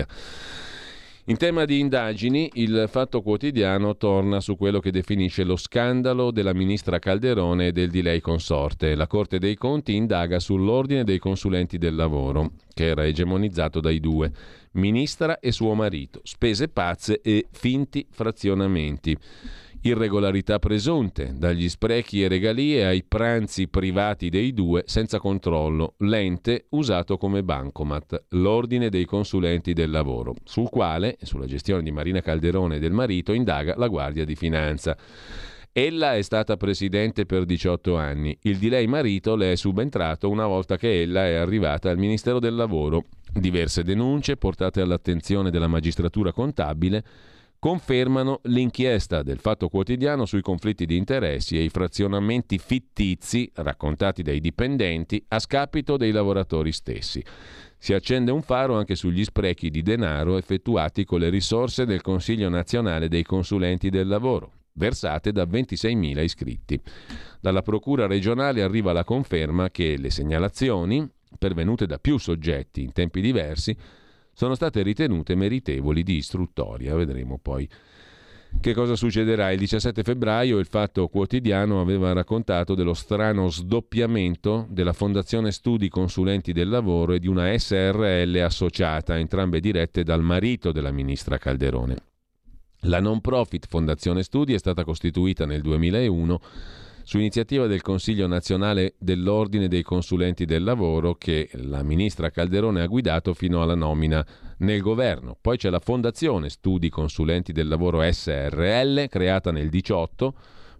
In tema di indagini, il Fatto Quotidiano torna su quello che definisce lo scandalo della ministra Calderone e del di lei consorte. La Corte dei Conti indaga sull'ordine dei consulenti del lavoro, che era egemonizzato dai due, ministra e suo marito, spese pazze e finti frazionamenti. Irregolarità presunte, dagli sprechi e regalie ai pranzi privati dei due senza controllo, l'ente usato come bancomat, l'ordine dei consulenti del lavoro, sul quale, sulla gestione di Marina Calderone e del marito, indaga la Guardia di Finanza. Ella è stata presidente per 18 anni, il di lei marito le è subentrato una volta che ella è arrivata al Ministero del Lavoro. Diverse denunce portate all'attenzione della magistratura contabile confermano l'inchiesta del Fatto Quotidiano sui conflitti di interessi e i frazionamenti fittizi raccontati dai dipendenti a scapito dei lavoratori stessi. Si accende un faro anche sugli sprechi di denaro effettuati con le risorse del Consiglio Nazionale dei Consulenti del Lavoro, versate da 26.000 iscritti. Dalla Procura regionale arriva la conferma che le segnalazioni, pervenute da più soggetti in tempi diversi, sono state ritenute meritevoli di istruttoria. Vedremo poi che cosa succederà. Il 17 febbraio il Fatto Quotidiano aveva raccontato dello strano sdoppiamento della Fondazione Studi Consulenti del Lavoro e di una SRL associata, entrambe dirette dal marito della ministra Calderone. La non profit Fondazione Studi è stata costituita nel 2001 su iniziativa del Consiglio Nazionale dell'Ordine dei Consulenti del Lavoro, che la ministra Calderone ha guidato fino alla nomina nel governo. Poi c'è la Fondazione Studi Consulenti del Lavoro SRL, creata nel 2018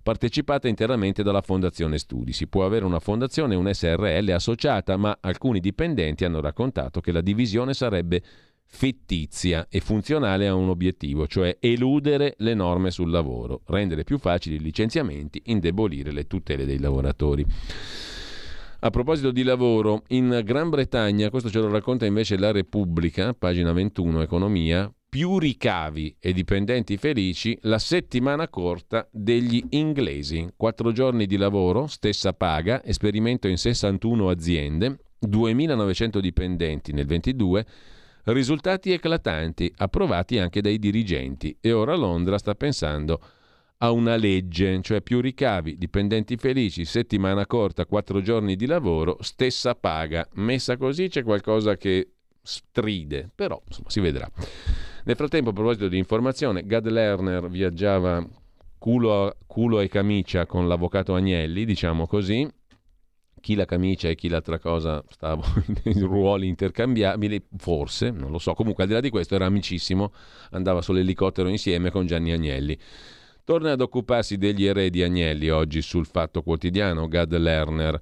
partecipata interamente dalla Fondazione Studi. Si può avere una fondazione e un SRL associata, ma alcuni dipendenti hanno raccontato che la divisione sarebbe fittizia e funzionale a un obiettivo, cioè eludere le norme sul lavoro, rendere più facili i licenziamenti, indebolire le tutele dei lavoratori. A proposito di lavoro, in Gran Bretagna, questo ce lo racconta invece La Repubblica, pagina 21, economia, più ricavi e dipendenti felici, la settimana corta degli inglesi. 4 giorni di lavoro, stessa paga, esperimento in 61 aziende, 2.900 dipendenti nel 22, risultati eclatanti, approvati anche dai dirigenti. E ora Londra sta pensando a una legge, cioè più ricavi, dipendenti felici, settimana corta, 4 giorni di lavoro, stessa paga. Messa così c'è qualcosa che stride, però insomma si vedrà. Nel frattempo, a proposito di informazione, Gad Lerner viaggiava culo e camicia con l'avvocato Agnelli, diciamo così. Chi la camicia e chi l'altra cosa stavo in ruoli intercambiabili, forse, non lo so. Comunque, al di là di questo, era amicissimo, andava sull'elicottero insieme con Gianni Agnelli. Torna ad occuparsi degli eredi Agnelli oggi sul Fatto Quotidiano, Gad Lerner.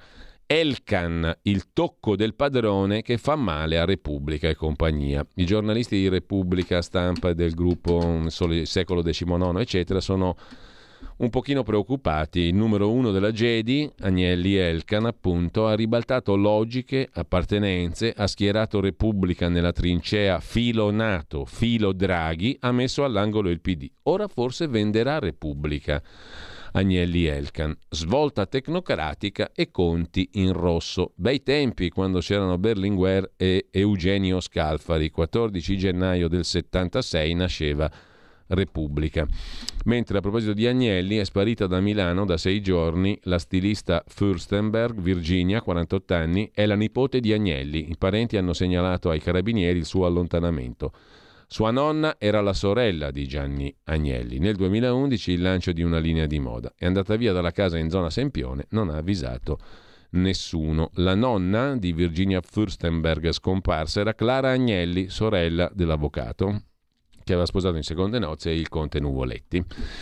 Elkann, il tocco del padrone che fa male a Repubblica e compagnia. I giornalisti di Repubblica, Stampa e del gruppo Secolo XIX, eccetera, sono un pochino preoccupati. Il numero 1 della Gedi, Agnelli Elkann, appunto, ha ribaltato logiche, appartenenze, ha schierato Repubblica nella trincea filo Nato, filo Draghi, ha messo all'angolo il PD. Ora forse venderà Repubblica. Agnelli Elkann, svolta tecnocratica e conti in rosso. Bei tempi quando c'erano Berlinguer e Eugenio Scalfari. 14 gennaio del 76 nasceva Repubblica. Mentre a proposito di Agnelli, è sparita da Milano da 6 giorni la stilista Fürstenberg, Virginia, 48 anni, è la nipote di Agnelli. I parenti hanno segnalato ai carabinieri il suo allontanamento. Sua nonna era la sorella di Gianni Agnelli. Nel 2011 il lancio di una linea di moda. È andata via dalla casa in zona Sempione, non ha avvisato nessuno. La nonna di Virginia Fürstenberg scomparsa era Clara Agnelli, sorella dell'avvocato che aveva sposato in seconde nozze il conte Nuvoletti.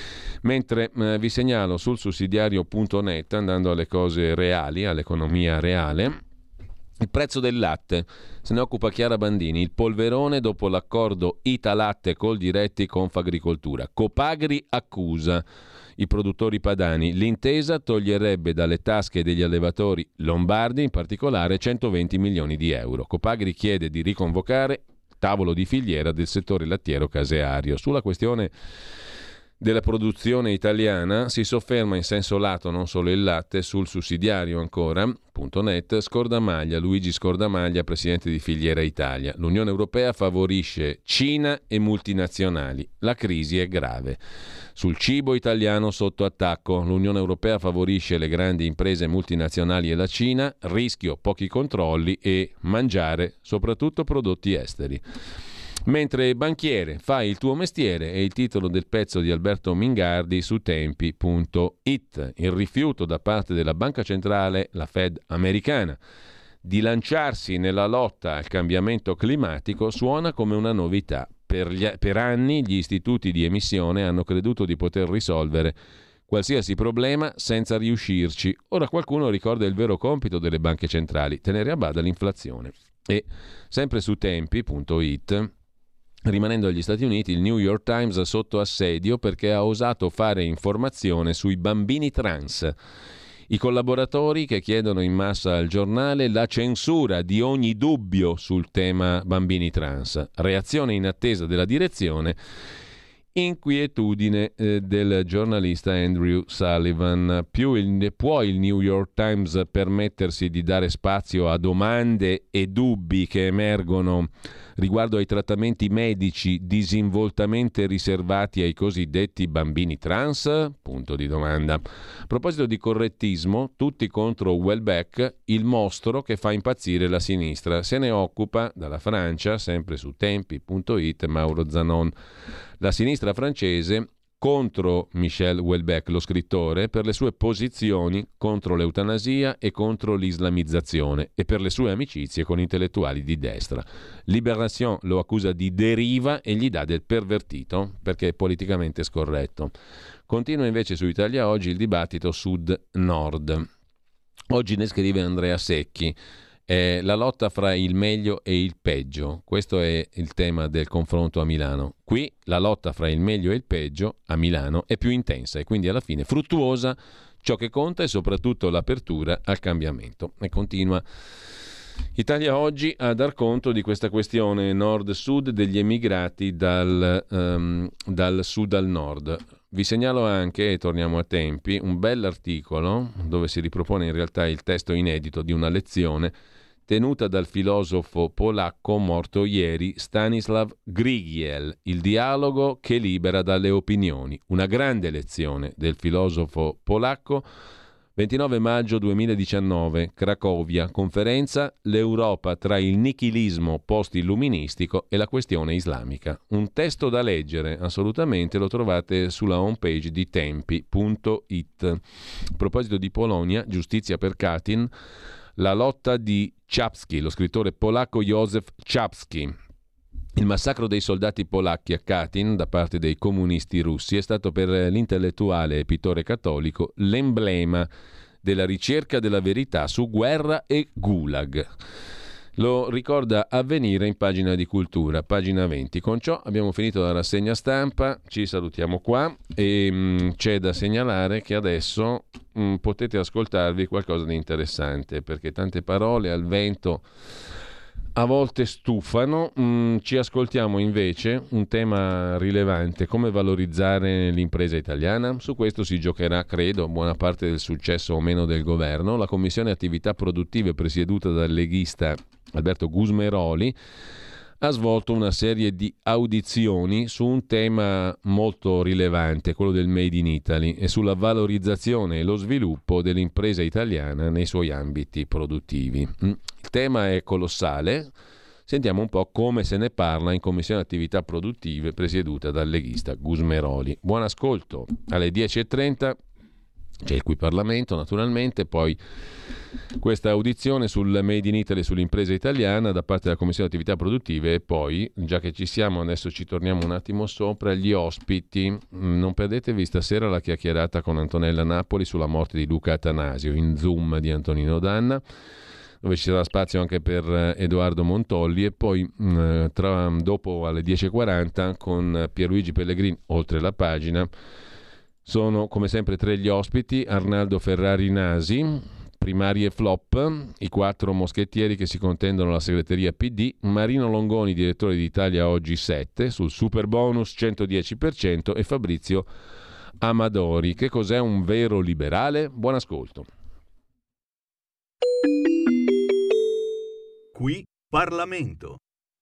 Mentre vi segnalo sul sussidiario.net, andando alle cose reali, all'economia reale, il prezzo del latte, se ne occupa Chiara Bandini, il polverone dopo l'accordo Italatte col diretti Confagricoltura. Copagri accusa i produttori padani, l'intesa toglierebbe dalle tasche degli allevatori lombardi in particolare 120 milioni di euro. Copagri chiede di riconvocare tavolo di filiera del settore lattiero caseario. Sulla questione della produzione italiana si sofferma in senso lato non solo il latte, sul sussidiario ancora.net Luigi Scordamaglia, presidente di Filiera Italia. L'Unione Europea favorisce Cina e multinazionali. La crisi è grave. Sul cibo italiano sotto attacco. L'Unione Europea favorisce le grandi imprese multinazionali e la Cina, rischio pochi controlli e mangiare soprattutto prodotti esteri. Mentre banchiere, fai il tuo mestiere è il titolo del pezzo di Alberto Mingardi su tempi.it. Il rifiuto da parte della Banca Centrale, la Fed americana, di lanciarsi nella lotta al cambiamento climatico suona come una novità. Per anni gli istituti di emissione hanno creduto di poter risolvere qualsiasi problema senza riuscirci. Ora qualcuno ricorda il vero compito delle banche centrali, tenere a bada l'inflazione. E sempre su tempi.it, rimanendo agli Stati Uniti, il New York Times sotto assedio perché ha osato fare informazione sui bambini trans. I collaboratori che chiedono in massa al giornale la censura di ogni dubbio sul tema bambini trans. Reazione in attesa della direzione. Inquietudine del giornalista Andrew Sullivan. Può il New York Times permettersi di dare spazio a domande e dubbi che emergono riguardo ai trattamenti medici disinvoltamente riservati ai cosiddetti bambini trans? Punto di domanda. A proposito di correttismo, tutti contro Welbeck, il mostro che fa impazzire la sinistra. Se ne occupa dalla Francia, sempre su tempi.it, Mauro Zanon. La sinistra francese contro Michel Houellebecq, lo scrittore, per le sue posizioni contro l'eutanasia e contro l'islamizzazione e per le sue amicizie con intellettuali di destra. Libération lo accusa di deriva e gli dà del pervertito perché è politicamente scorretto. Continua invece su Italia Oggi il dibattito sud-nord. Oggi ne scrive Andrea Secchi. La lotta fra il meglio e il peggio, questo è il tema del confronto a Milano. Qui la lotta fra il meglio e il peggio a Milano è più intensa e quindi alla fine fruttuosa. Ciò che conta è soprattutto l'apertura al cambiamento. E continua Italia Oggi a dar conto di questa questione nord-sud degli emigrati dal sud al nord. Vi segnalo anche, e torniamo a tempi, un bell'articolo dove si ripropone in realtà il testo inedito di una lezione tenuta dal filosofo polacco morto ieri Stanislaw Grygiel, Il dialogo che libera dalle opinioni. Una grande lezione del filosofo polacco, 29 maggio 2019, Cracovia, conferenza L'Europa tra il nichilismo post-illuministico e la questione islamica. Un testo da leggere, assolutamente, lo trovate sulla homepage di tempi.it. A proposito di Polonia, giustizia per Katyn, la lotta di Czapski, lo scrittore polacco Józef Czapski. Il massacro dei soldati polacchi a Katyn da parte dei comunisti russi è stato per l'intellettuale e pittore cattolico l'emblema della ricerca della verità su guerra e gulag. Lo ricorda Avvenire in pagina di cultura, pagina 20. Con ciò abbiamo finito la rassegna stampa, ci salutiamo qua e c'è da segnalare che adesso potete ascoltarvi qualcosa di interessante, perché tante parole al vento a volte stufano. Ci ascoltiamo invece un tema rilevante: come valorizzare l'impresa italiana. Su questo si giocherà, credo, buona parte del successo o meno del governo. La Commissione Attività Produttive, presieduta dal leghista Alberto Gusmeroli, ha svolto una serie di audizioni su un tema molto rilevante, quello del Made in Italy, e sulla valorizzazione e lo sviluppo dell'impresa italiana nei suoi ambiti produttivi. Il tema è colossale. Sentiamo un po' come se ne parla in Commissione Attività Produttive, presieduta dal leghista Gusmeroli. Buon ascolto. Alle 10.30 c'è il Qui Parlamento, naturalmente, poi questa audizione sul Made in Italy, sull'impresa italiana da parte della Commissione Attività Produttive, e poi, già che ci siamo, adesso ci torniamo un attimo sopra, gli ospiti. Non perdetevi stasera la chiacchierata con Antonella Napoli sulla morte di Luca Attanasio, in Zoom di Antonino Danna, dove ci sarà spazio anche per Edoardo Montolli, e poi dopo alle 10.40 con Pierluigi Pellegrini, oltre la pagina. Sono come sempre tre gli ospiti: Arnaldo Ferrari Nasi, primarie flop, i 4 moschettieri che si contendono la segreteria PD, Marino Longoni, direttore di Italia Oggi 7, sul super bonus 110%, e Fabrizio Amadori. Che cos'è un vero liberale? Buon ascolto. Qui Parlamento.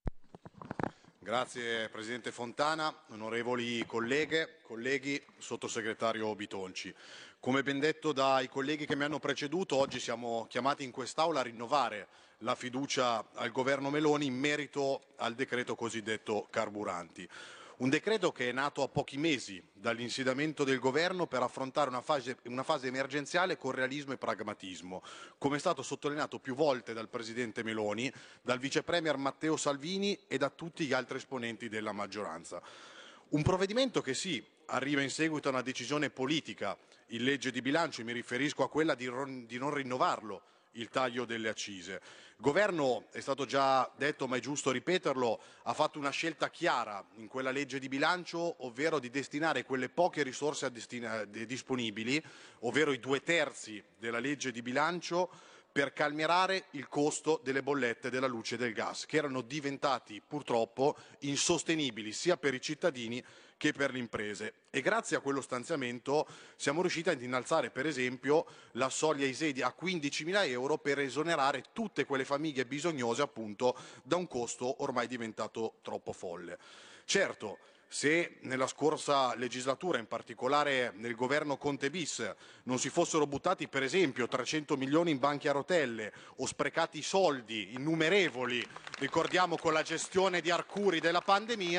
Grazie Presidente Fontana, onorevoli colleghe, colleghi, Sottosegretario Bitonci. Come ben detto dai colleghi che mi hanno preceduto, oggi siamo chiamati in quest'Aula a rinnovare la fiducia al governo Meloni in merito al decreto cosiddetto carburanti. Un decreto che è nato a pochi mesi dall'insediamento del governo per affrontare una fase emergenziale con realismo e pragmatismo, come è stato sottolineato più volte dal Presidente Meloni, dal Vice Premier Matteo Salvini e da tutti gli altri esponenti della maggioranza. Un provvedimento che sì, arriva in seguito a una decisione politica in legge di bilancio, e mi riferisco a quella di non rinnovarlo il taglio delle accise. Il governo, è stato già detto ma è giusto ripeterlo, ha fatto una scelta chiara in quella legge di bilancio, ovvero di destinare quelle poche risorse disponibili, ovvero i 2/3 della legge di bilancio, per calmierare il costo delle bollette della luce e del gas, che erano diventati purtroppo insostenibili sia per i cittadini che per le imprese. E grazie a quello stanziamento siamo riusciti ad innalzare, per esempio, la soglia ISEE a 15.000 euro per esonerare tutte quelle famiglie bisognose, appunto, da un costo ormai diventato troppo folle. Certo, se nella scorsa legislatura, in particolare nel governo Conte bis, non si fossero buttati per esempio 300 milioni in banchi a rotelle o sprecati soldi innumerevoli, ricordiamo con la gestione di Arcuri della pandemia,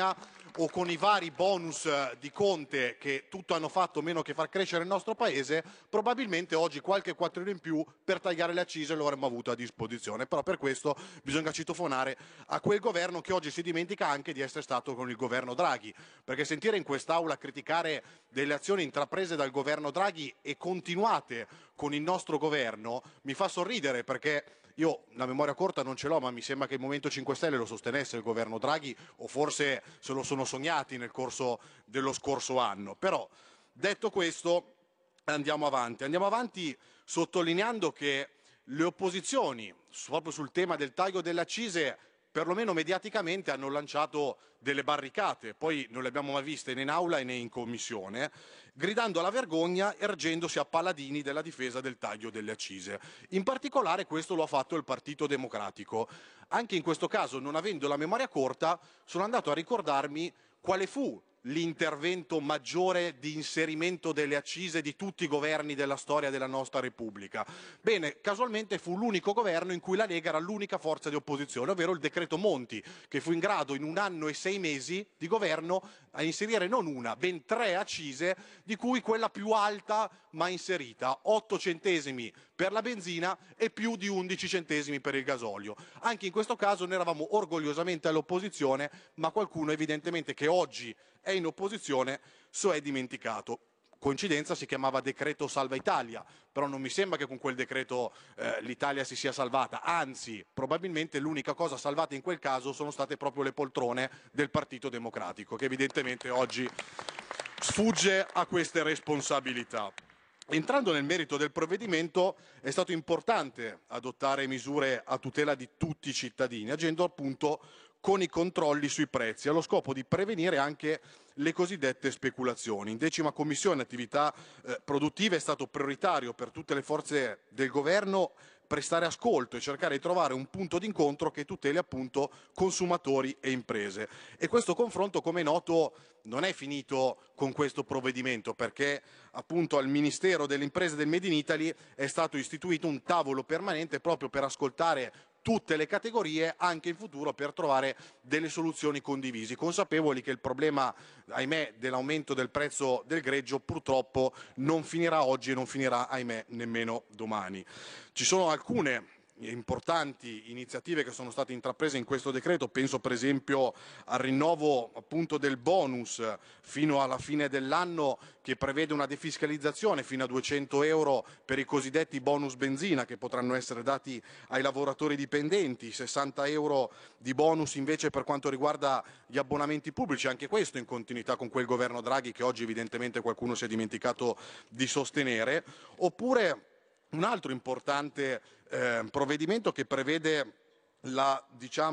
o con i vari bonus di Conte che tutto hanno fatto meno che far crescere il nostro paese, probabilmente oggi qualche quattrino in più per tagliare le accise lo avremmo avuto a disposizione. Però per questo bisogna citofonare a quel governo che oggi si dimentica anche di essere stato con il governo Draghi, perché sentire in quest'Aula criticare delle azioni intraprese dal governo Draghi e continuate con il nostro governo mi fa sorridere, perché io la memoria corta non ce l'ho, ma mi sembra che il Movimento 5 Stelle lo sostenesse il governo Draghi, o forse se lo sono sognati nel corso dello scorso anno. Però, detto questo, andiamo avanti sottolineando che le opposizioni, proprio sul tema del taglio delle accise, perlomeno mediaticamente hanno lanciato delle barricate, poi non le abbiamo mai viste né in aula né in commissione, gridando alla vergogna, ergendosi a paladini della difesa del taglio delle accise. In particolare questo lo ha fatto il Partito Democratico. Anche in questo caso, non avendo la memoria corta, sono andato a ricordarmi quale fu l'intervento maggiore di inserimento delle accise di tutti i governi della storia della nostra Repubblica. Bene, casualmente fu l'unico governo in cui la Lega era l'unica forza di opposizione, ovvero il decreto Monti, che fu in grado in 1 anno e 6 mesi di governo a inserire non una, ben 3 accise, di cui quella più alta mai inserita, 8 centesimi per la benzina e più di 11 centesimi per il gasolio. Anche in questo caso noi eravamo orgogliosamente all'opposizione, ma qualcuno evidentemente che oggi è in opposizione so è dimenticato. Coincidenza, si chiamava decreto Salva Italia, però non mi sembra che con quel decreto l'Italia si sia salvata, anzi probabilmente l'unica cosa salvata in quel caso sono state proprio le poltrone del Partito Democratico, che evidentemente oggi sfugge a queste responsabilità. Entrando nel merito del provvedimento, è stato importante adottare misure a tutela di tutti i cittadini, agendo appunto con i controlli sui prezzi, allo scopo di prevenire anche le cosiddette speculazioni. In 10ª Commissione attività produttive è stato prioritario per tutte le forze del governo prestare ascolto e cercare di trovare un punto d'incontro che tuteli appunto consumatori e imprese. E questo confronto, come è noto, non è finito con questo provvedimento, perché appunto al Ministero delle Imprese del Made in Italy è stato istituito un tavolo permanente proprio per ascoltare tutte le categorie anche in futuro per trovare delle soluzioni condivisi, consapevoli che il problema, ahimè, dell'aumento del prezzo del greggio purtroppo non finirà oggi e non finirà, ahimè, nemmeno domani. Ci sono alcune importanti iniziative che sono state intraprese in questo decreto, penso per esempio al rinnovo appunto del bonus fino alla fine dell'anno, che prevede una defiscalizzazione fino a 200 euro per i cosiddetti bonus benzina che potranno essere dati ai lavoratori dipendenti, 60 euro di bonus invece per quanto riguarda gli abbonamenti pubblici, anche questo in continuità con quel governo Draghi che oggi evidentemente qualcuno si è dimenticato di sostenere, oppure un altro importante provvedimento che prevede la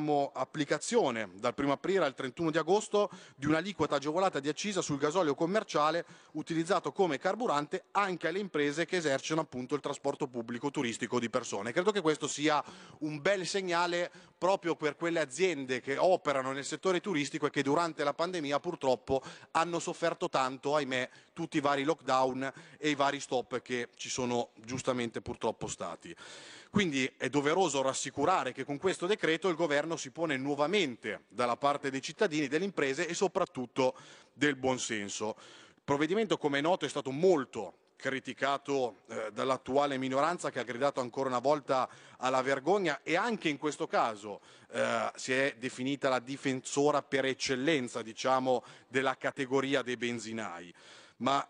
applicazione dal 1° aprile al 31 di agosto di un'aliquota agevolata di accisa sul gasolio commerciale utilizzato come carburante anche alle imprese che esercitano appunto il trasporto pubblico turistico di persone. Credo che questo sia un bel segnale proprio per quelle aziende che operano nel settore turistico e che durante la pandemia purtroppo hanno sofferto tanto, ahimè, tutti i vari lockdown e i vari stop che ci sono giustamente purtroppo stati. Quindi è doveroso rassicurare che con questo decreto il governo si pone nuovamente dalla parte dei cittadini, delle imprese e soprattutto del buonsenso. Il provvedimento, come è noto, è stato molto criticato dall'attuale minoranza, che ha gridato ancora una volta alla vergogna, e anche in questo caso si è definita la difensora per eccellenza, della categoria dei benzinai. Ma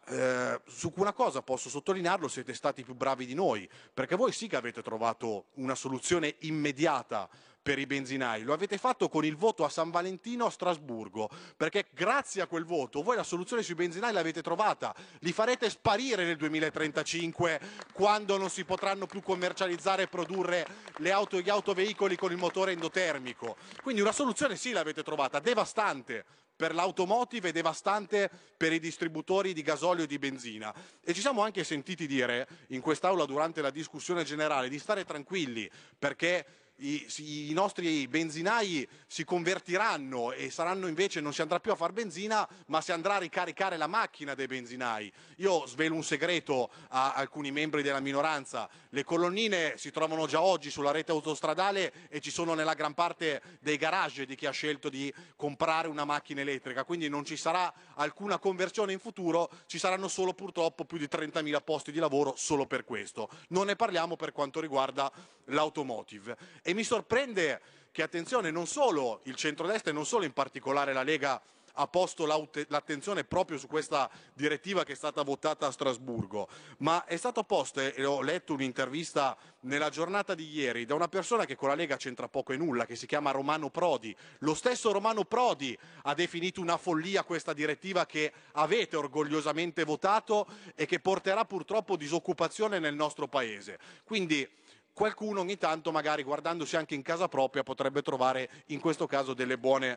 su una cosa posso sottolinearlo: siete stati più bravi di noi, perché voi sì che avete trovato una soluzione immediata per i benzinai. Lo avete fatto con il voto a San Valentino a Strasburgo, perché grazie a quel voto voi la soluzione sui benzinai l'avete trovata. Li farete sparire nel 2035, quando non si potranno più commercializzare e produrre gli autoveicoli con il motore endotermico. Quindi una soluzione sì l'avete trovata, devastante per l'automotive e devastante per i distributori di gasolio e di benzina. E ci siamo anche sentiti dire in quest'Aula durante la discussione generale di stare tranquilli, perché i nostri benzinai si convertiranno e saranno invece, non si andrà più a far benzina, ma si andrà a ricaricare la macchina dei benzinai. Io svelo un segreto a alcuni membri della minoranza: le colonnine si trovano già oggi sulla rete autostradale e ci sono nella gran parte dei garage di chi ha scelto di comprare una macchina elettrica, quindi non ci sarà alcuna conversione in futuro, ci saranno solo purtroppo più di 30.000 posti di lavoro solo per questo. Non ne parliamo per quanto riguarda l'automotive. E mi sorprende che, attenzione, non solo il centrodestra e non solo in particolare la Lega ha posto l'attenzione proprio su questa direttiva che è stata votata a Strasburgo, ma è stato posto, e ho letto un'intervista nella giornata di ieri da una persona che con la Lega c'entra poco e nulla, che si chiama Romano Prodi. Lo stesso Romano Prodi ha definito una follia questa direttiva che avete orgogliosamente votato e che porterà purtroppo disoccupazione nel nostro paese. Quindi qualcuno ogni tanto, magari guardandosi anche in casa propria, potrebbe trovare in questo caso delle buone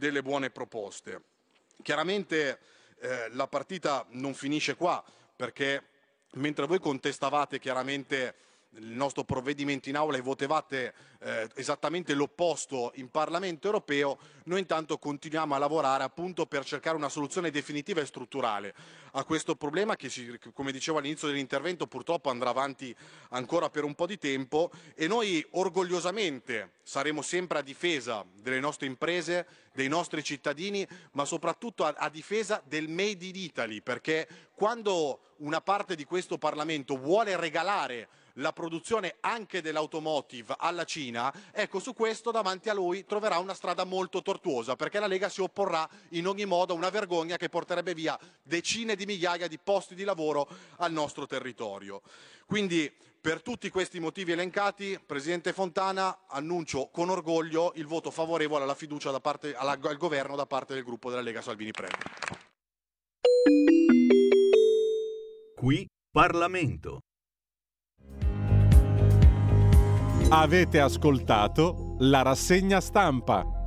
proposte. Chiaramente la partita non finisce qua, perché mentre voi contestavate chiaramente il nostro provvedimento in aula e votevate esattamente l'opposto in Parlamento europeo, noi intanto continuiamo a lavorare appunto per cercare una soluzione definitiva e strutturale a questo problema che, come dicevo all'inizio dell'intervento, purtroppo andrà avanti ancora per un po' di tempo, e noi orgogliosamente saremo sempre a difesa delle nostre imprese, dei nostri cittadini, ma soprattutto a difesa del Made in Italy, perché quando una parte di questo Parlamento vuole regalare la produzione anche dell'automotive alla Cina, ecco, su questo davanti a lui troverà una strada molto tortuosa, perché la Lega si opporrà in ogni modo a una vergogna che porterebbe via decine di migliaia di posti di lavoro al nostro territorio. Quindi, per tutti questi motivi elencati, Presidente Fontana, annuncio con orgoglio il voto favorevole alla fiducia al governo da parte del gruppo della Lega Salvini Premier. Qui Parlamento. Avete ascoltato la rassegna stampa.